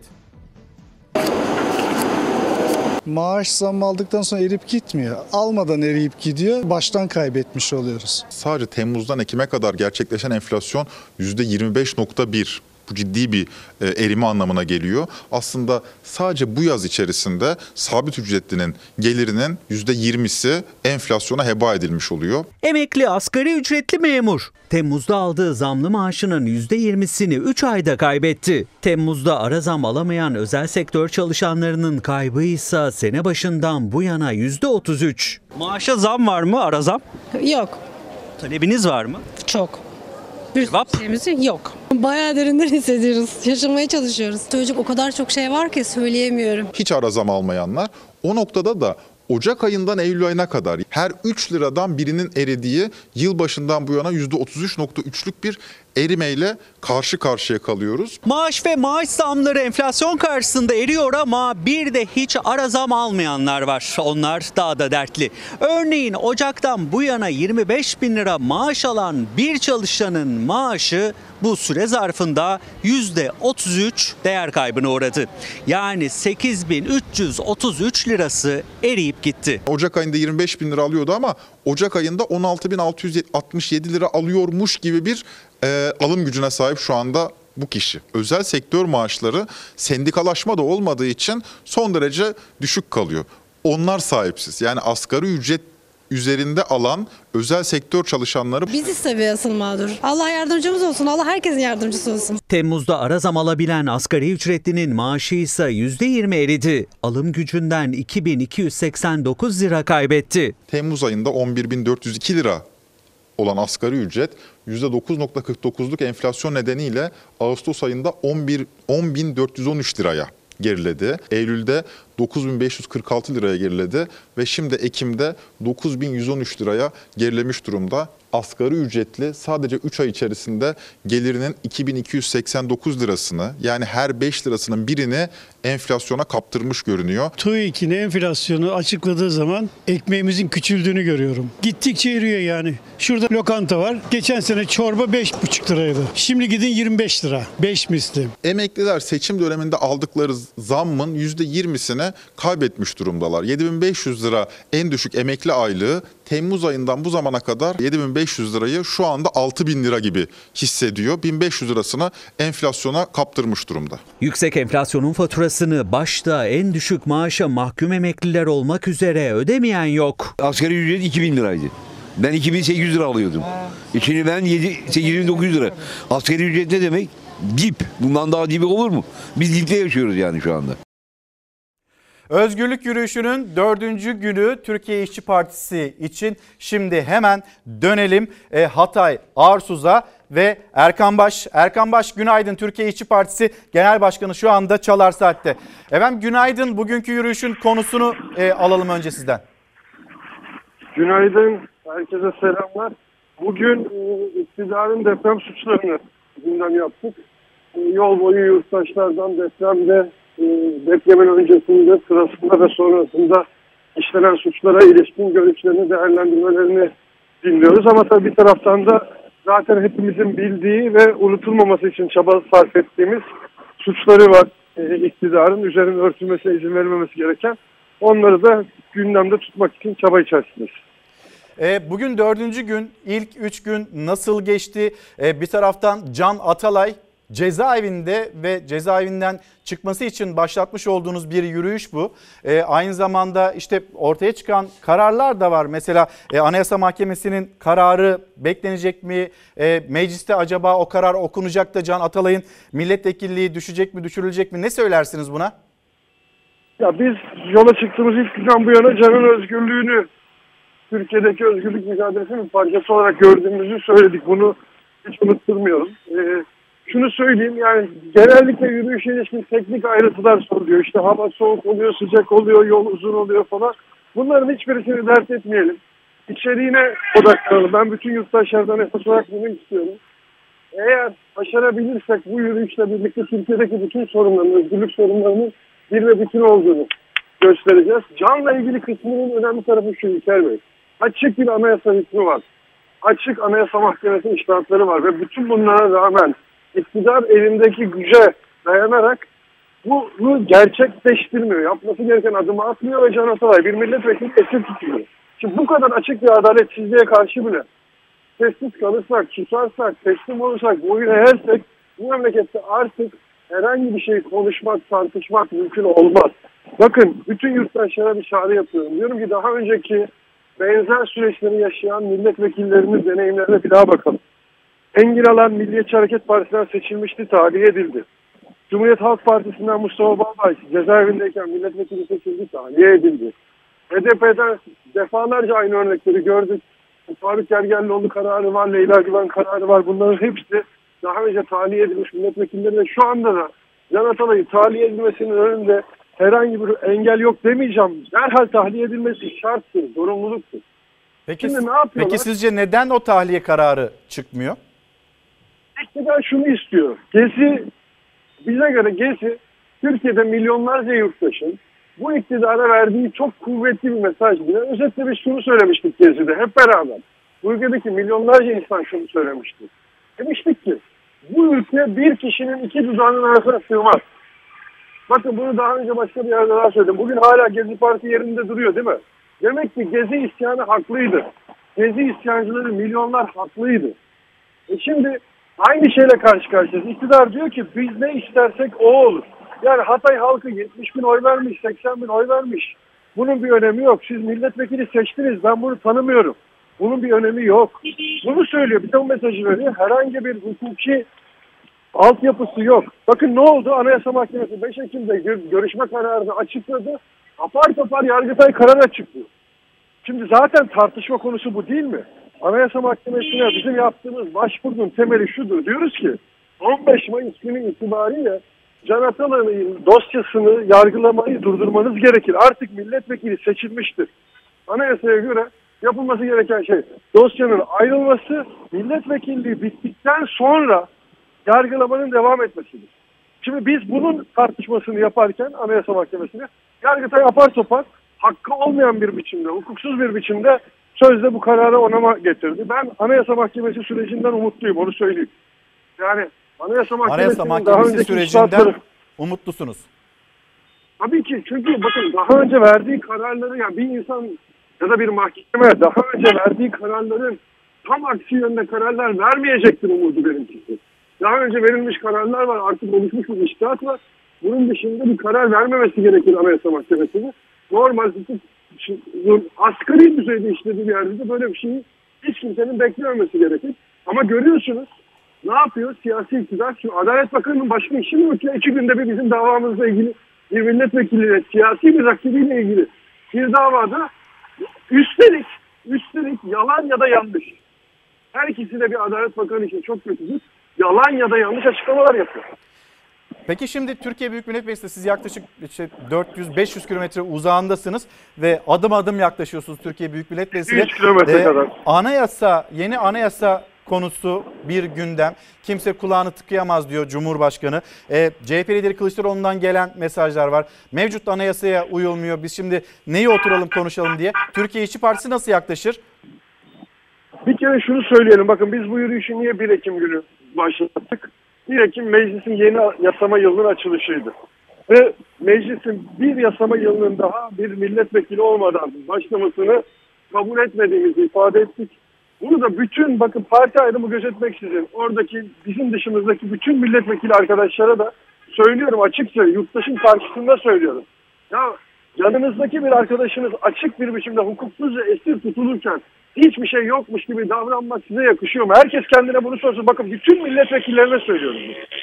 Speaker 12: Maaş zammı aldıktan sonra eriyip gitmiyor. Almadan eriyip gidiyor. Baştan kaybetmiş oluyoruz.
Speaker 14: Sadece Temmuz'dan Ekim'e kadar gerçekleşen enflasyon %25.1. Bu ciddi bir erime anlamına geliyor. Aslında sadece bu yaz içerisinde sabit ücretlinin gelirinin %20'si enflasyona heba edilmiş oluyor.
Speaker 15: Emekli asgari ücretli memur Temmuz'da aldığı zamlı maaşının %20'sini 3 ayda kaybetti. Temmuz'da ara zam alamayan özel sektör çalışanlarının kaybı ise sene başından bu yana %33. Maaşa zam var mı, ara zam?
Speaker 16: Yok.
Speaker 15: Talebiniz var mı?
Speaker 16: Çok. Bir şeyimiz yok. Bayağı derinden hissediyoruz. Yaşamaya çalışıyoruz. Çocuk o kadar çok şey var ki söyleyemiyorum.
Speaker 14: Hiç ara zam almayanlar o noktada da Ocak ayından Eylül ayına kadar her 3 liradan birinin eridiği yılbaşından bu yana %33.3'lük bir erimeyle karşı karşıya kalıyoruz.
Speaker 15: Maaş ve maaş zamları enflasyon karşısında eriyor ama bir de hiç ara zam almayanlar var. Onlar daha da dertli. Örneğin Ocak'tan bu yana 25 bin lira maaş alan bir çalışanın maaşı bu süre zarfında %33 değer kaybına uğradı. Yani 8.333 lirası eriyip gitti.
Speaker 14: Ocak ayında 25 bin lira alıyordu ama Ocak ayında 16.667 lira alıyormuş gibi bir alım gücüne sahip şu anda bu kişi. Özel sektör maaşları sendikalaşma da olmadığı için son derece düşük kalıyor. Onlar sahipsiz. Yani asgari ücret üzerinde alan özel sektör çalışanları.
Speaker 16: Bizi seviyor asıl mağdur. Allah yardımcımız olsun. Allah herkesin yardımcısı olsun.
Speaker 15: Temmuz'da ara zam alabilen asgari ücretlinin maaşı ise %20 eridi. Alım gücünden 2.289 lira kaybetti.
Speaker 14: Temmuz ayında 11.402 lira olan asgari ücret %9.49'luk enflasyon nedeniyle Ağustos ayında 10.413 liraya geriledi. Eylül'de 9.546 liraya geriledi ve şimdi Ekim'de 9.113 liraya gerilemiş durumda. Asgari ücretli sadece 3 ay içerisinde gelirinin 2.289 lirasını, yani her 5 lirasının birini enflasyona kaptırmış görünüyor.
Speaker 2: TÜİK'in enflasyonu açıkladığı zaman ekmeğimizin küçüldüğünü görüyorum. Gittikçe eriyor yani. Şurada lokanta var. Geçen sene çorba 5,5 liraydı. Şimdi gidin 25 lira. 5 misli.
Speaker 14: Emekliler seçim döneminde aldıkları zammın %20'sini kaybetmiş durumdalar. 7.500 lira en düşük emekli aylığı Temmuz ayından bu zamana kadar 7.500 lirayı şu anda 6.000 lira gibi hissediyor. 1.500 lirasını enflasyona kaptırmış durumda.
Speaker 15: Yüksek enflasyonun faturasını başta en düşük maaşa mahkum emekliler olmak üzere ödemeyen yok.
Speaker 3: Asgari ücret 2.000 liraydı. Ben 2.800 lira alıyordum. Şimdi ben 8.900 lira. Asgari ücret ne demek? Dip. Bundan daha dibi olur mu? Biz dipte yaşıyoruz yani şu anda.
Speaker 1: Özgürlük yürüyüşünün 4. günü Türkiye İşçi Partisi için. Şimdi hemen dönelim Hatay Arsuz'a ve Erkan Baş. Erkan Baş, günaydın. Türkiye İşçi Partisi Genel Başkanı şu anda Çalar Saat'te. Efendim günaydın. Bugünkü yürüyüşün konusunu alalım önce sizden.
Speaker 4: Günaydın. Herkese selamlar. Bugün iktidarın deprem suçlarını gündem yaptık. Yol boyu yurttaşlardan depremde, depremin öncesinde, sırasında ve sonrasında işlenen suçlara ilişkin görüşlerini, değerlendirmelerini dinliyoruz. Ama tabii bir taraftan da zaten hepimizin bildiği ve unutulmaması için çaba sarf ettiğimiz suçları var. İktidarın üzerine örtülmesine izin verilmemesi gereken. Onları da gündemde tutmak için çaba içerisindeyiz.
Speaker 1: Bugün 4. gün, ilk 3 gün nasıl geçti? Bir taraftan Can Atalay cezaevinde ve cezaevinden çıkması için başlatmış olduğunuz bir yürüyüş bu. Aynı zamanda işte ortaya çıkan kararlar da var. Mesela Anayasa Mahkemesi'nin kararı beklenecek mi? Mecliste acaba o karar okunacak da Can Atalay'ın milletvekilliği düşecek mi, düşürülecek mi? Ne söylersiniz buna?
Speaker 4: Ya biz yola çıktığımız ilk günden bu yana Can'ın özgürlüğünü, Türkiye'deki özgürlük mücadelesinin parçası olarak gördüğümüzü söyledik. Bunu hiç unutturmuyorum. Şunu söyleyeyim, yani genellikle yürüyüşe ilişkin teknik ayrıntılar soruluyor. İşte hava soğuk oluyor, sıcak oluyor, yol uzun oluyor falan. Bunların hiçbirisini dert etmeyelim. İçeriğine odaklanalım. Ben bütün yurttaşlardan esas olarak bunu istiyorum. Eğer başarabilirsek bu yürüyüşle birlikte Türkiye'deki bütün sorunların, özgürlük sorunlarının bir ve bütün olduğunu göstereceğiz. Can'la ilgili kısmının önemli tarafı şu İlker Bey. Açık bir anayasa hükmü var. Açık Anayasa Mahkemesi iştahatları var ve bütün bunlara rağmen iktidar elindeki güce dayanarak bunu gerçekleştirmiyor. Yapması gereken adımı atmıyor ve Can Atalay bir milletvekili esir tutuyor. Şimdi bu kadar açık bir adaletsizliğe karşı bile sessiz kalırsak, susarsak, teslim olursak, boyun eğersek bu memlekette artık herhangi bir şey konuşmak, tartışmak mümkün olmaz. Bakın bütün yurttaşlara bir çağrı yapıyorum. Diyorum ki daha önceki benzer süreçleri yaşayan milletvekillerimiz deneyimlerine bir daha bakalım. Engin Alan Milliyetçi Hareket Partisi'nden seçilmişti, tahliye edildi. Cumhuriyet Halk Partisi'nden Mustafa Balbay cezaevindeyken milletvekili seçildi, tahliye edildi. HDP'den defalarca aynı örnekleri gördük. Faruk Gergerlioğlu kararı var, Leyla Güven kararı var. Bunların hepsi daha önce tahliye edilmiş milletvekilleri ve şu anda da Can Atalay'ı tahliye edilmesinin önünde herhangi bir engel yok demeyeceğim. Derhal tahliye edilmesi şarttır, zorunluluktur.
Speaker 1: Peki,
Speaker 4: şimdi ne yapıyorlar?
Speaker 1: Peki sizce neden o tahliye kararı çıkmıyor?
Speaker 4: İktidar şunu istiyor. Bize göre Gezi, Türkiye'de milyonlarca yurttaşın bu iktidara verdiği çok kuvvetli bir mesaj. Özetle biz şunu söylemiştik Gezi'de hep beraber. Bu ülkedeki milyonlarca insan şunu söylemişti. Demiştik ki bu ülke bir kişinin iki dudağının arasına sığmaz. Bakın bunu daha önce başka bir yerde daha söyledim. Bugün hala Gezi Parti yerinde duruyor değil mi? Demek ki Gezi isyanı haklıydı. Gezi isyancıları milyonlar haklıydı. Şimdi aynı şeyle karşı karşıyayız. İktidar diyor ki biz ne istersek o olur. Yani Hatay halkı 70 bin oy vermiş, 80 bin oy vermiş. Bunun bir önemi yok. Siz milletvekili seçtiniz, ben bunu tanımıyorum. Bunun bir önemi yok. Bunu söylüyor, bir de bu mesajı veriyor. Herhangi bir hukuki altyapısı yok. Bakın ne oldu? Anayasa Mahkemesi 5 Ekim'de görüşme kararını açıkladı. Apar topar Yargıtay karar açıklıyor. Şimdi zaten tartışma konusu bu değil mi? Anayasa Mahkemesi'ne bizim yaptığımız başvurunun temeli şudur. Diyoruz ki 15 Mayıs günü itibariyle Can Atalay'ın dosyasını yargılamayı durdurmanız gerekir. Artık milletvekili seçilmiştir. Anayasaya göre yapılması gereken şey dosyanın ayrılması, milletvekilliği bittikten sonra yargılamanın devam etmesidir. Şimdi biz bunun tartışmasını yaparken Anayasa Mahkemesi'ne Yargıtay apar topar hakkı olmayan bir biçimde, hukuksuz bir biçimde sözde bu kararı onama getirdi. Ben Anayasa Mahkemesi sürecinden umutluyum, onu söyleyeyim. Yani Anayasa
Speaker 1: Mahkemesi sürecinden umutlusunuz.
Speaker 4: Tabii ki, çünkü bakın daha önce verdiği kararları, yani bir insan ya da bir mahkeme daha önce verdiği kararların tam aksi yönde kararlar vermeyecektir umudu benimkisi. Daha önce verilmiş kararlar var, artık oluşmuş bir içtihat var. Bunun dışında bir karar vermemesi gerekir Anayasa Mahkemesi'nin. Normal asgari düzeyde işlediği bir yerde de böyle bir şeyi hiç kimsenin beklememesi gerekir. Ama görüyorsunuz ne yapıyor siyasi iktidar? Şimdi Adalet Bakanı'nın başka işi mi yok ya? 2 günde bir bizim davamızla ilgili bir milletvekiliyle siyasi bir rakibiyle ilgili bir davada üstelik yalan ya da yanlış. Her ikisi de bir Adalet Bakanı için çok kötüdür. Yalan ya da yanlış açıklamalar yapıyor.
Speaker 1: Peki şimdi Türkiye Büyük Millet Meclisi'nde siz yaklaşık 400-500 kilometre uzağındasınız ve adım adım yaklaşıyorsunuz Türkiye Büyük Millet Meclisi'ne.
Speaker 4: 100 kilometre kadar.
Speaker 1: Yeni anayasa konusu bir gündem. Kimse kulağını tıkayamaz diyor Cumhurbaşkanı. CHP lideri Kılıçdaroğlu'ndan gelen mesajlar var. Mevcut anayasaya uyulmuyor. Biz şimdi neyi oturalım konuşalım diye. Türkiye İşçi Partisi nasıl yaklaşır?
Speaker 4: Bir kere şunu söyleyelim. Bakın biz bu yürüyüşü niye 1 Ekim günü başlattık? 1 Ekim meclisin yeni yasama yılının açılışıydı. Ve meclisin bir yasama yılının daha bir milletvekili olmadan başlamasını kabul etmediğimizi ifade ettik. Bunu da bütün bakın parti ayrımı gözetmeksizin oradaki bizim dışımızdaki bütün milletvekili arkadaşlara da söylüyorum, açıkça yurttaşın karşısında söylüyorum. Ya yanınızdaki bir arkadaşınız açık bir biçimde hukuksuzca esir tutulurken hiçbir şey yokmuş gibi davranmak size yakışıyor mu? Herkes kendine bunu sorsun. Bakın bütün milletvekillerine söylüyorum.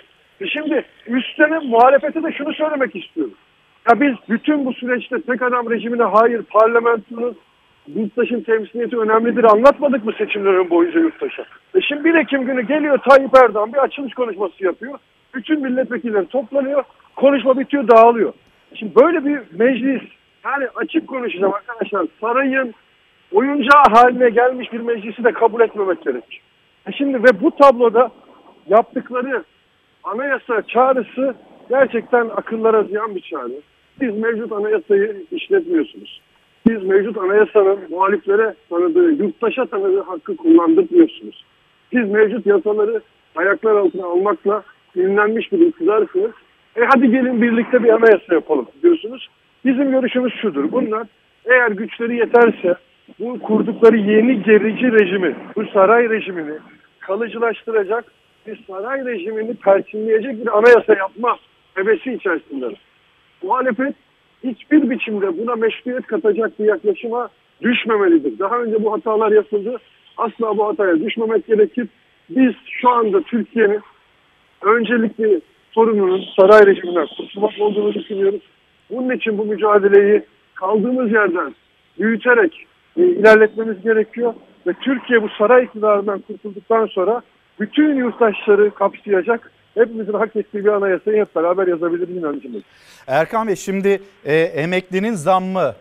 Speaker 4: Şimdi üstüne muhalefete de şunu söylemek istiyorum. Ya biz bütün bu süreçte tek adam rejimine hayır, parlamentonun yurttaşın temsiliyeti önemlidir anlatmadık mı seçimlerin boyunca yurttaşa? Şimdi 1 Ekim günü geliyor Tayyip Erdoğan bir açılış konuşması yapıyor. Bütün milletvekilleri toplanıyor. Konuşma bitiyor, dağılıyor. Şimdi böyle bir meclis, yani açık konuşacağım arkadaşlar, sarayın oyuncağı haline gelmiş bir meclisi de kabul etmemek gerek. Şimdi ve bu tabloda yaptıkları anayasa çağrısı gerçekten akıllara ziyan bir çağrı. Siz mevcut anayasayı işletmiyorsunuz. Siz mevcut anayasanın muhaliflere tanıdığı, yurttaşa tanıdığı hakkı kullandırmıyorsunuz. Siz mevcut yasaları ayaklar altına almakla ünlenmiş bir iktidarsınız. Hadi gelin birlikte bir anayasa yapalım diyorsunuz. Bizim görüşümüz şudur. Bunlar eğer güçleri yeterse bu kurdukları yeni gerici rejimi, bu saray rejimini kalıcılaştıracak, bir saray rejimini perçinleyecek bir anayasa yapma hevesi içerisindeler. Muhalefet hiçbir biçimde buna meşruiyet katacak bir yaklaşıma düşmemelidir. Daha önce bu hatalar yapıldı. Asla bu hataya düşmemek gerekir. Biz şu anda Türkiye'nin öncelikli sorununun saray rejiminden kurtulmak olduğunu düşünüyoruz. Bunun için bu mücadeleyi kaldığımız yerden büyüterek ilerletmemiz gerekiyor. Ve Türkiye bu saray iktidarından kurtulduktan sonra bütün yurttaşları kapsayacak, hepimizin hak ettiği bir anayasayı hep beraber yazabiliriz inancımız.
Speaker 1: Erkan Bey, şimdi emeklinin zammı,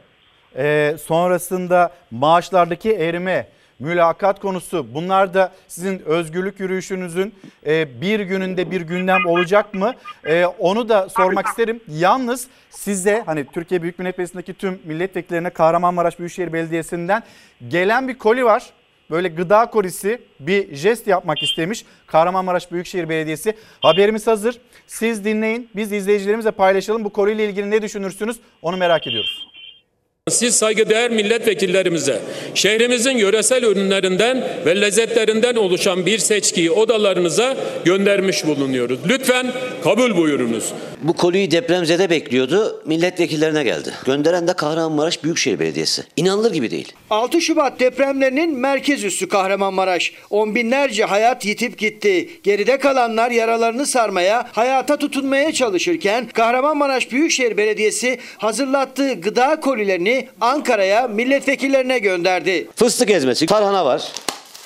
Speaker 1: sonrasında maaşlardaki erime, mülakat konusu, bunlar da sizin özgürlük yürüyüşünüzün bir gününde bir gündem olacak mı? Onu da sormak isterim. Yalnız size, hani Türkiye Büyük Millet Meclisi'ndeki tüm milletvekillerine Kahramanmaraş Büyükşehir Belediyesi'nden gelen bir koli var. Böyle gıda kolisi, bir jest yapmak istemiş Kahramanmaraş Büyükşehir Belediyesi. Haberimiz hazır. Siz dinleyin, biz izleyicilerimizle paylaşalım. Bu koliyle ilgili ne düşünürsünüz? Onu merak ediyoruz.
Speaker 5: Siz saygıdeğer milletvekillerimize şehrimizin yöresel ürünlerinden ve lezzetlerinden oluşan bir seçkiyi odalarınıza göndermiş bulunuyoruz. Lütfen kabul buyurunuz.
Speaker 10: Bu koliyi depremzede bekliyordu, milletvekillerine geldi. Gönderen de Kahramanmaraş Büyükşehir Belediyesi. İnanılır gibi değil.
Speaker 11: 6 Şubat depremlerinin merkez üssü Kahramanmaraş. On binlerce hayat yitip gitti. Geride kalanlar yaralarını sarmaya, hayata tutunmaya çalışırken Kahramanmaraş Büyükşehir Belediyesi hazırlattığı gıda kolilerini Ankara'ya milletvekillerine gönderdi.
Speaker 10: Fıstık ezmesi, tarhana var,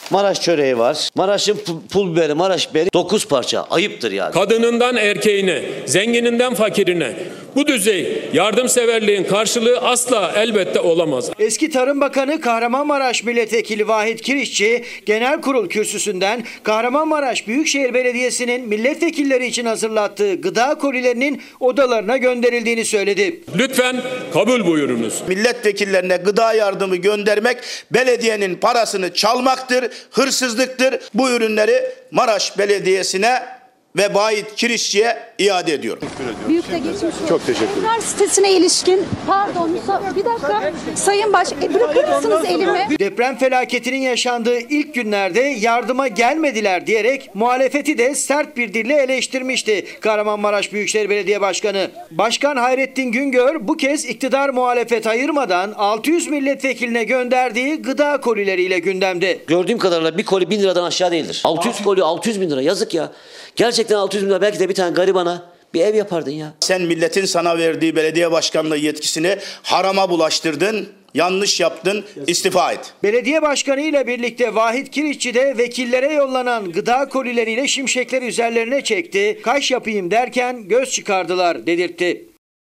Speaker 10: Maraş çöreği var. Maraş'ın pul biberi, Maraş biberi 9 parça. Ayıptır yani.
Speaker 5: Kadınından erkeğine, zengininden fakirine bu düzey yardımseverliğin karşılığı asla elbette olamaz.
Speaker 11: Eski Tarım Bakanı Kahramanmaraş Milletvekili Vahit Kirişçi, Genel Kurul kürsüsünden Kahramanmaraş Büyükşehir Belediyesi'nin milletvekilleri için hazırlattığı gıda kolilerinin odalarına gönderildiğini söyledi.
Speaker 5: Lütfen kabul buyurunuz.
Speaker 13: Milletvekillerine gıda yardımı göndermek belediyenin parasını çalmaktır, hırsızlıktır. Bu ürünleri Maraş Belediyesi'ne ve Vahit Kirişçi'ye iade ediyorum.
Speaker 17: Büyük'te geçmiş olsun.
Speaker 13: Çok teşekkür ederim.
Speaker 17: Bunlar sitesine ilişkin, pardon bir dakika Sayın bırakır mısınız elimi?
Speaker 11: Deprem felaketinin yaşandığı ilk günlerde yardıma gelmediler diyerek muhalefeti de sert bir dille eleştirmişti Kahramanmaraş Büyükşehir Belediye Başkanı. Başkan Hayrettin Güngör bu kez iktidar muhalefet ayırmadan 600 milletvekiline gönderdiği gıda kolileriyle gündemde.
Speaker 10: Gördüğüm kadarıyla bir koli 1000 liradan aşağı değildir. 600 koli 600 bin lira, yazık ya. Gerçekten 600 bin lira belki de bir tane garibana bir ev yapardın ya.
Speaker 13: Sen milletin sana verdiği belediye başkanlığı yetkisini harama bulaştırdın, yanlış yaptın, istifa et.
Speaker 11: Belediye başkanı ile birlikte Vahit Kirişçi de vekillere yollanan gıda kolileriyle şimşekleri üzerlerine çekti. Kaş yapayım derken göz çıkardılar dedirtti.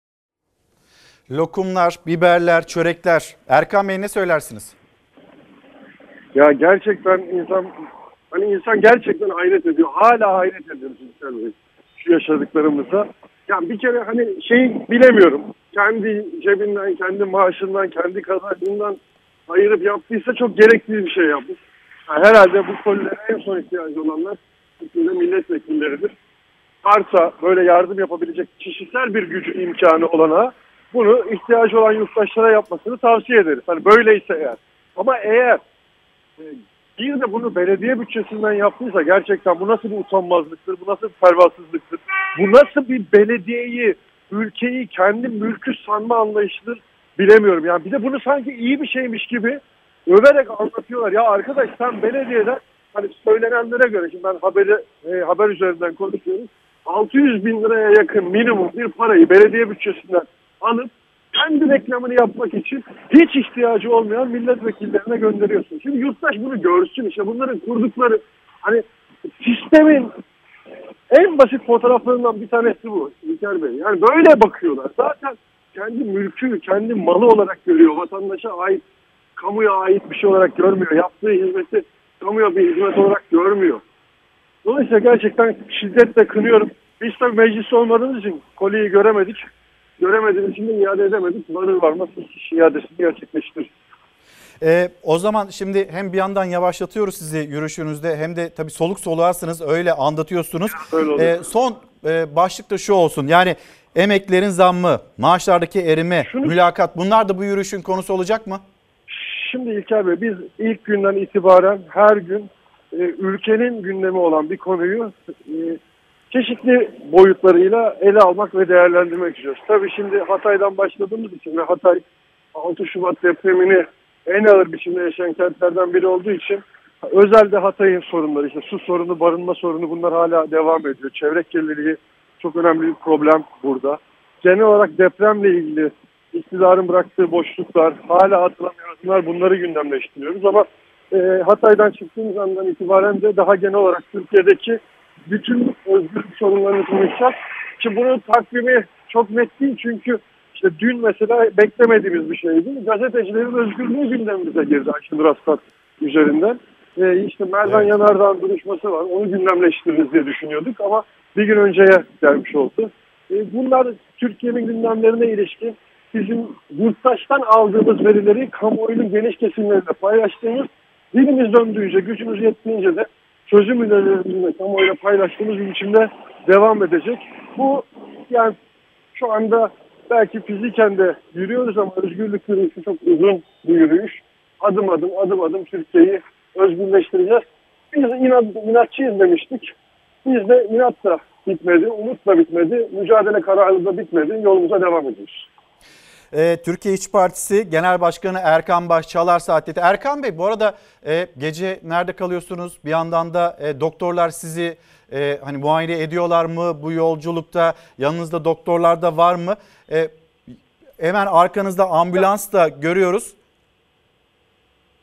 Speaker 1: Lokumlar, biberler, çörekler. Erkan Bey ne söylersiniz?
Speaker 4: Ya gerçekten insan gerçekten hayret ediyor. Hala hayret ediyoruz şu yaşadıklarımıza. Ya bir kere bilemiyorum. Kendi cebinden, kendi maaşından, kendi kazancından ayırıp yaptıysa çok gerekli bir şey yapmış. Yani herhalde bu kolilere en son ihtiyacı olanlar milletvekilleridir. Varsa böyle yardım yapabilecek kişisel bir gücü, imkanı olana bunu ihtiyacı olan yurttaşlara yapmasını tavsiye ederiz. Hani böyleyse eğer. Ama eğer bir de bunu belediye bütçesinden yaptıysa gerçekten bu nasıl bir utanmazlıktır, bu nasıl bir pervasızlıktır, bu nasıl bir belediyeyi, ülkeyi kendi mülkü sanma anlayışıdır bilemiyorum. Yani bir de bunu sanki iyi bir şeymiş gibi överek anlatıyorlar. Ya arkadaş sen belediyeden hani söylenenlere göre, şimdi ben haber üzerinden konuşuyorum, 600 bin liraya yakın minimum bir parayı belediye bütçesinden alıp kendi reklamını yapmak için hiç ihtiyacı olmayan milletvekillerine gönderiyorsun. Şimdi yurttaş bunu görsün, işte bunların kurdukları hani sistemin en basit fotoğraflarından bir tanesi bu İlker Bey. Yani böyle bakıyorlar. Zaten kendi mülkü, kendi malı olarak görüyor. Vatandaşa ait, kamuya ait bir şey olarak görmüyor. Yaptığı hizmeti kamuya bir hizmet olarak görmüyor. Dolayısıyla gerçekten şiddetle kınıyorum. Biz tabii meclis olmadığımız için koliyi göremedik. Göremediğimiz için de iade edemedik. Varır varmaz iş iadesini gerçekleştirdik.
Speaker 1: O zaman şimdi hem bir yandan yavaşlatıyoruz sizi yürüyüşünüzde hem de tabii soluk soluğarsınız, öyle anlatıyorsunuz. Son başlık da şu olsun, yani emeklerin zammı, maaşlardaki erime, mülakat, bunlar da bu yürüyüşün konusu olacak mı?
Speaker 4: Şimdi İlker Bey, biz ilk günden itibaren her gün ülkenin gündemi olan bir konuyu çeşitli boyutlarıyla ele almak ve değerlendirmek istiyoruz. Tabii şimdi Hatay'dan başladığımız için ve Hatay 6 Şubat depremini en ağır biçimde yaşayan kentlerden biri olduğu için özelde Hatay'ın sorunları, işte su sorunu, barınma sorunu, bunlar hala devam ediyor. Çevre kirliliği çok önemli bir problem burada. Genel olarak depremle ilgili iktidarın bıraktığı boşluklar, hala hatırlamayanlar, bunları gündemleştiriyoruz. Ama Hatay'dan çıktığımız andan itibaren de daha genel olarak Türkiye'deki bütün özgürlük sorunlarını konuşacağız. Şimdi bunun takvimi çok net değil çünkü işte dün mesela beklemediğimiz bir şeydi. Gazetecilerin özgürlüğü gündemimize girdi Ayşenur Aslan üzerinden. İşte Merdan Yanardağ'ın duruşması var. Onu gündemleştiririz diye düşünüyorduk ama bir gün önceye gelmiş oldu. Bunlar Türkiye'nin gündemlerine ilişkin bizim yurttaştan aldığımız verileri kamuoyunun geniş kesimlerine paylaştığımız, dilimiz döndüğünce, gücümüz yettiğince de çözüm önerilerimizle kamuoyuyla paylaştığımız bir biçimde devam edecek. Bu yani şu anda belki fiziken de yürüyoruz ama özgürlük yürüyüşü çok uzun bir yürüyüş. Adım adım Türkiye'yi özgürleştireceğiz. Biz inatçıyız demiştik. Biz de inat da bitmedi, umut da bitmedi, mücadele kararlı da bitmedi. Yolumuza devam ediyoruz.
Speaker 1: Türkiye İşçi Partisi Genel Başkanı Erkan Baş Çalar Saat'te. Erkan Bey, bu arada gece nerede kalıyorsunuz? Bir yandan da doktorlar sizi hani muayene ediyorlar mı bu yolculukta? Yanınızda doktorlar da var mı? Hemen arkanızda ambulans da görüyoruz.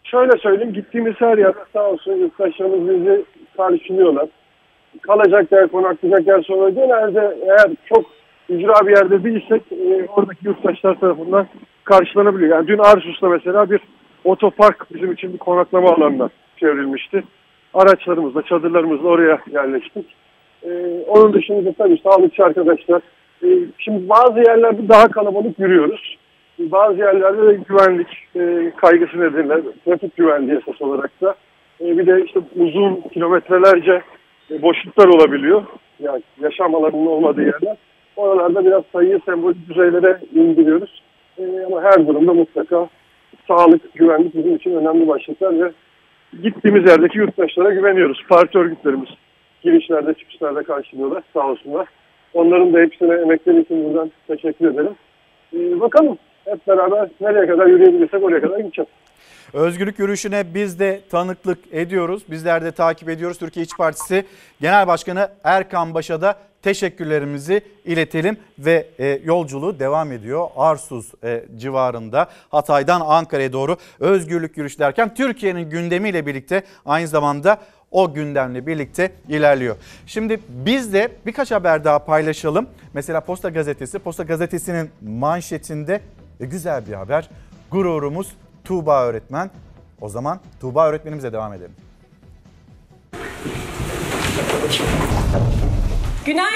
Speaker 4: Şöyle söyleyeyim, gittiğimiz her yerde sağ olsun yurttaşlarımız bizi karşılıyorlar. Kalacak yer, konaklayacak yer sonra genelde eğer çok ücra bir yerde değilsek oradaki yurttaşlar tarafından karşılanabiliyor. Yani dün Arsus'ta mesela bir otopark bizim için bir konaklama alanına çevrilmişti. Araçlarımızla, çadırlarımızla oraya yerleştik. Onun dışında tabii sağlıkçı arkadaşlar. Şimdi bazı yerlerde daha kalabalık yürüyoruz. Bazı yerlerde de güvenlik kaygısı nedeniyle trafik güvenliği esas olarak da bir de işte uzun kilometrelerce boşluklar olabiliyor. Yani yaşam alanının olmadığı yerler. Oralarda biraz sayıyı sembolik düzeylere indiriyoruz. Ama her durumda mutlaka sağlık, güvenlik bizim için önemli başlıklar ve gittiğimiz yerdeki yurttaşlara güveniyoruz. Parti örgütlerimiz girişlerde, çıkışlarda karşılıyorlar. Sağ olsunlar. Onların da hepsine emekleri için buradan teşekkür ederim. Bakalım hep beraber nereye kadar yürüyebilirsek oraya kadar gideceğiz.
Speaker 1: Özgürlük yürüyüşüne biz de tanıklık ediyoruz. Bizler de takip ediyoruz. Türkiye İşçi Partisi Genel Başkanı Erkan Baş'a da teşekkürlerimizi iletelim ve yolculuğu devam ediyor. Arsuz civarında Hatay'dan Ankara'ya doğru özgürlük yürüyüşü derken Türkiye'nin gündemiyle birlikte aynı zamanda o gündemle birlikte ilerliyor. Şimdi biz de birkaç haber daha paylaşalım. Mesela Posta Gazetesi'nin manşetinde güzel bir haber. Gururumuz Tuğba öğretmen. O zaman Tuğba öğretmenimize devam edelim.
Speaker 18: Günaydın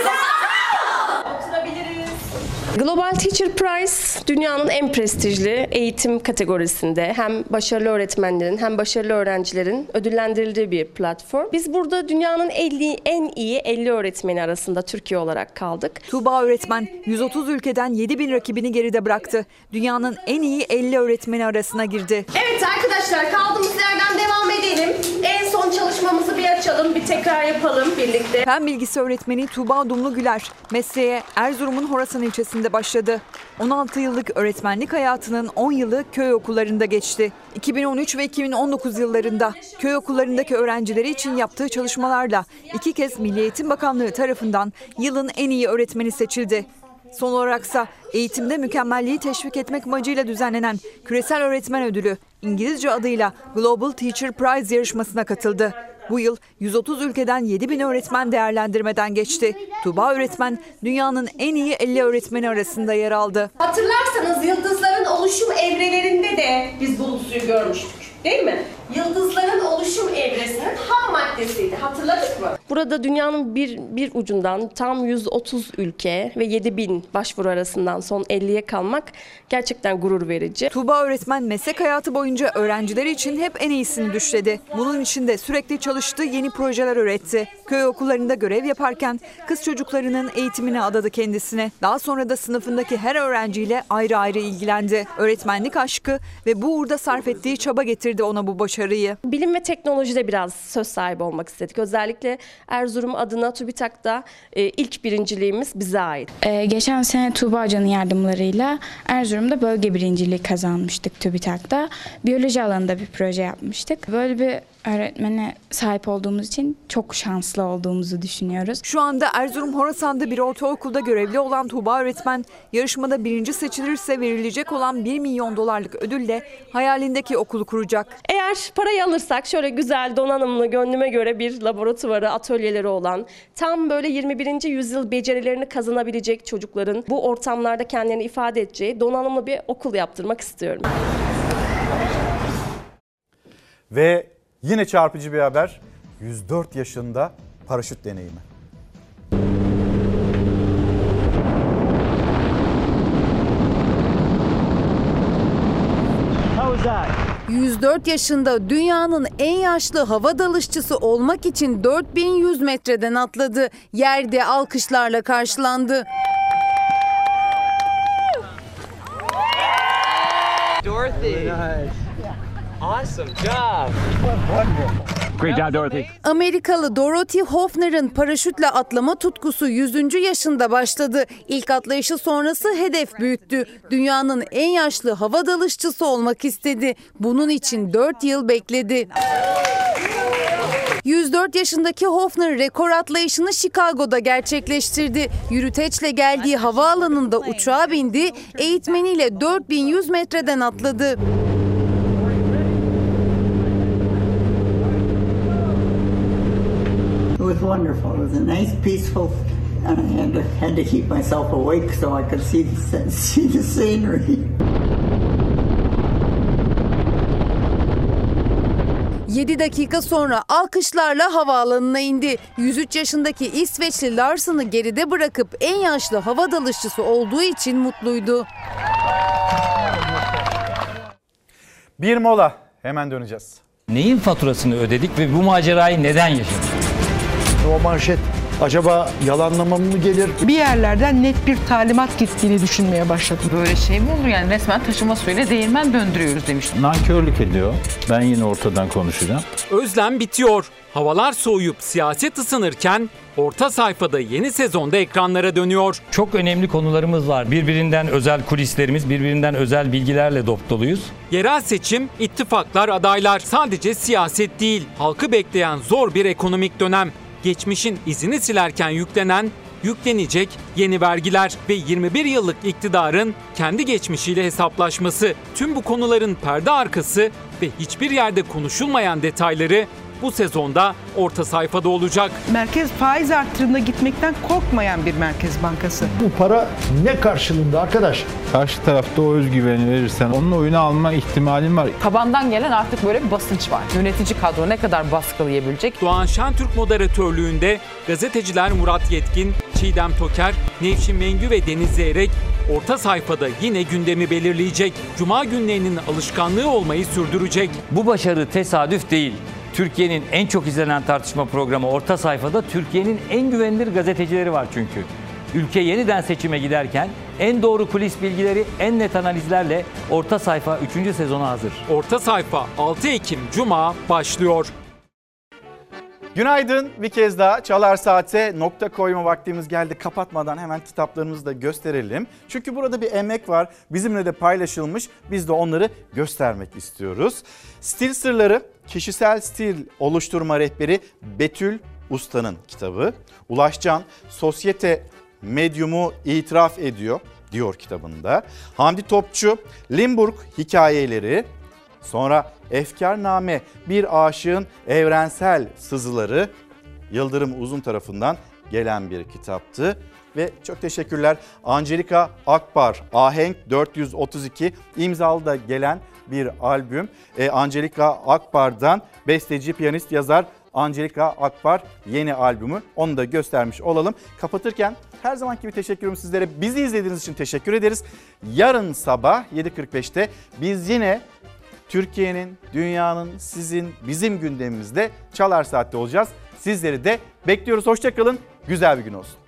Speaker 18: arkadaşlar. Oturabiliriz. Global Teacher Prize dünyanın en prestijli eğitim kategorisinde hem başarılı öğretmenlerin hem başarılı öğrencilerin ödüllendirildiği bir platform. Biz burada dünyanın en iyi 50 öğretmeni arasında Türkiye olarak kaldık.
Speaker 19: Tuğba öğretmen 130 ülkeden 7.000 rakibini geride bıraktı. Dünyanın en iyi 50 öğretmeni arasına girdi.
Speaker 18: Evet arkadaşlar, kaldığımız yerden devam edelim. En son çalışmamızı bir açalım, bir tekrar yapalım birlikte.
Speaker 19: Fen bilgisi öğretmeni Tuğba Dumlugüler mesleğe Erzurum'un Horasan ilçesinde başladı. 16 yıllık öğretmenlik hayatının 10 yılı köy okullarında geçti. 2013 ve 2019 yıllarında köy okullarındaki öğrencileri için yaptığı çalışmalarla 2 kez Milli Eğitim Bakanlığı tarafından yılın en iyi öğretmeni seçildi. Son olaraksa eğitimde mükemmelliği teşvik etmek amacıyla düzenlenen Küresel Öğretmen Ödülü, İngilizce adıyla Global Teacher Prize yarışmasına katıldı. Bu yıl 130 ülkeden 7.000 öğretmen değerlendirmeden geçti. Tuğba öğretmen dünyanın en iyi 50 öğretmeni arasında yer aldı.
Speaker 18: Hatırlarsanız yıldızların oluşum evrelerinde de biz bulut suyu görmüştük, değil mi? Yıldızların oluşum evresinin ham maddesiydi. Hatırladık mı? Burada dünyanın bir ucundan tam 130 ülke ve 7.000 başvuru arasından son 50'ye kalmak gerçekten gurur verici.
Speaker 19: Tuğba öğretmen meslek hayatı boyunca öğrencileri için hep en iyisini düşledi. Bunun için de sürekli çalıştı, yeni projeler üretti. Köy okullarında görev yaparken kız çocuklarının eğitimine adadı kendisine. Daha sonra da sınıfındaki her öğrenciyle ayrı ayrı ilgilendi. Öğretmenlik aşkı ve bu uğurda sarf ettiği çaba getirdi ona bu başarıyı.
Speaker 18: Bilim ve teknolojide biraz söz sahibi olmak istedik. Özellikle Erzurum adına TÜBİTAK'ta ilk birinciliğimiz bize ait.
Speaker 20: Geçen sene Tuğba Hoca'nın yardımlarıyla Erzurum'da bölge birinciliği kazanmıştık TÜBİTAK'ta. Biyoloji alanında bir proje yapmıştık. Böyle bir öğretmene sahip olduğumuz için çok şanslı olduğumuzu düşünüyoruz.
Speaker 19: Şu anda Erzurum Horasan'da bir ortaokulda görevli olan Tuğba öğretmen yarışmada birinci seçilirse verilecek olan $1 milyon ödülle hayalindeki okulu kuracak.
Speaker 18: Eğer parayı alırsak şöyle güzel, donanımlı, gönlüme göre bir laboratuvarı, atölyeleri olan, tam böyle 21. yüzyıl becerilerini kazanabilecek çocukların bu ortamlarda kendilerini ifade edeceği donanımlı bir okul yaptırmak istiyorum.
Speaker 1: Ve yine çarpıcı bir haber. 104 yaşında paraşüt deneyimi.
Speaker 21: How was that? 104 yaşında dünyanın en yaşlı hava dalışçısı olmak için 4100 metreden atladı. Yerde alkışlarla karşılandı.
Speaker 22: Dorothy. Awesome job.
Speaker 21: Great job, Dorothy. Amerikalı Dorothy Hoffner'ın paraşütle atlama tutkusu 100. yaşında başladı. İlk atlayışı sonrası hedef büyüttü. Dünyanın en yaşlı hava dalışçısı olmak istedi. Bunun için 4 yıl bekledi. 104 yaşındaki Hoffner rekor atlayışını Chicago'da gerçekleştirdi. Yürüteçle geldiği havaalanında uçağa bindi, eğitmeniyle 4100 metreden atladı.
Speaker 6: wonderful. It was a nice, peaceful, and I had to keep myself awake so I could see the scenery.
Speaker 21: 7 dakika sonra alkışlarla havaalanına indi. 103 yaşındaki İsveçli Larsen'ı geride bırakıp en yaşlı hava dalışçısı olduğu için mutluydu.
Speaker 1: Bir mola, hemen döneceğiz.
Speaker 7: Neyin faturasını ödedik ve bu macerayı neden yaşadık?
Speaker 9: O manşet acaba yalanlama mı gelir?
Speaker 23: Bir yerlerden net bir talimat gittiğini düşünmeye başladım.
Speaker 24: Böyle şey mi olur yani, resmen taşıma suyuyla değirmen döndürüyoruz demiştim.
Speaker 25: Nankörlük ediyor. Ben yine ortadan konuşacağım.
Speaker 26: Özlem bitiyor. Havalar soğuyup siyaset ısınırken orta sayfada yeni sezonda ekranlara dönüyor.
Speaker 7: Çok önemli konularımız var. Birbirinden özel kulislerimiz, birbirinden özel bilgilerle doluyuz.
Speaker 26: Yerel seçim, ittifaklar, adaylar, sadece siyaset değil. Halkı bekleyen zor bir ekonomik dönem. Geçmişin izini silerken yüklenecek yeni vergiler ve 21 yıllık iktidarın kendi geçmişiyle hesaplaşması. Tüm bu konuların perde arkası ve hiçbir yerde konuşulmayan detayları bu sezonda orta sayfada olacak.
Speaker 23: Merkez faiz artırımına gitmekten korkmayan bir merkez bankası.
Speaker 9: Bu para ne karşılığında arkadaş?
Speaker 25: Karşı tarafta o özgüveni verirsen onun oyunu alma ihtimalin var.
Speaker 24: Tabandan gelen artık böyle bir basınç var. Yönetici kadro ne kadar baskılayabilecek?
Speaker 26: Doğan Şentürk moderatörlüğünde gazeteciler Murat Yetkin, Çiğdem Toker, Nevşin Mengü ve Deniz Zeyrek orta sayfada yine gündemi belirleyecek. Cuma günlerinin alışkanlığı olmayı sürdürecek.
Speaker 7: Bu başarı tesadüf değil. Türkiye'nin en çok izlenen tartışma programı Orta Sayfa'da Türkiye'nin en güvenilir gazetecileri var çünkü. Ülke yeniden seçime giderken en doğru kulis bilgileri, en net analizlerle Orta Sayfa 3. sezona hazır.
Speaker 26: Orta Sayfa 6 Ekim Cuma başlıyor.
Speaker 1: Günaydın, bir kez daha Çalar Saat'e nokta koyma vaktimiz geldi. Kapatmadan hemen kitaplarımızı da gösterelim. Çünkü burada bir emek var, bizimle de paylaşılmış. Biz de onları göstermek istiyoruz. Stil Sırları, Kişisel Stil Oluşturma Rehberi Betül Usta'nın kitabı. Ulaşcan, Sosyete Medyumu itiraf ediyor diyor kitabında. Hamdi Topçu, Limburg Hikayeleri. Sonra Efkarname, Bir Aşığın Evrensel Sızıları, Yıldırım Uzun tarafından gelen bir kitaptı. Ve çok teşekkürler Angelika Akbar, Ahenk 432 imzalı da gelen bir albüm. Angelika Akbar'dan besteci, piyanist, yazar Angelika Akbar yeni albümü, onu da göstermiş olalım. Kapatırken her zamanki gibi teşekkürüm sizlere. Bizi izlediğiniz için teşekkür ederiz. Yarın sabah 7.45'te biz yine Türkiye'nin, dünyanın, sizin, bizim gündemimizde Çalar Saat'te olacağız. Sizleri de bekliyoruz. Hoşça kalın. Güzel bir gün olsun.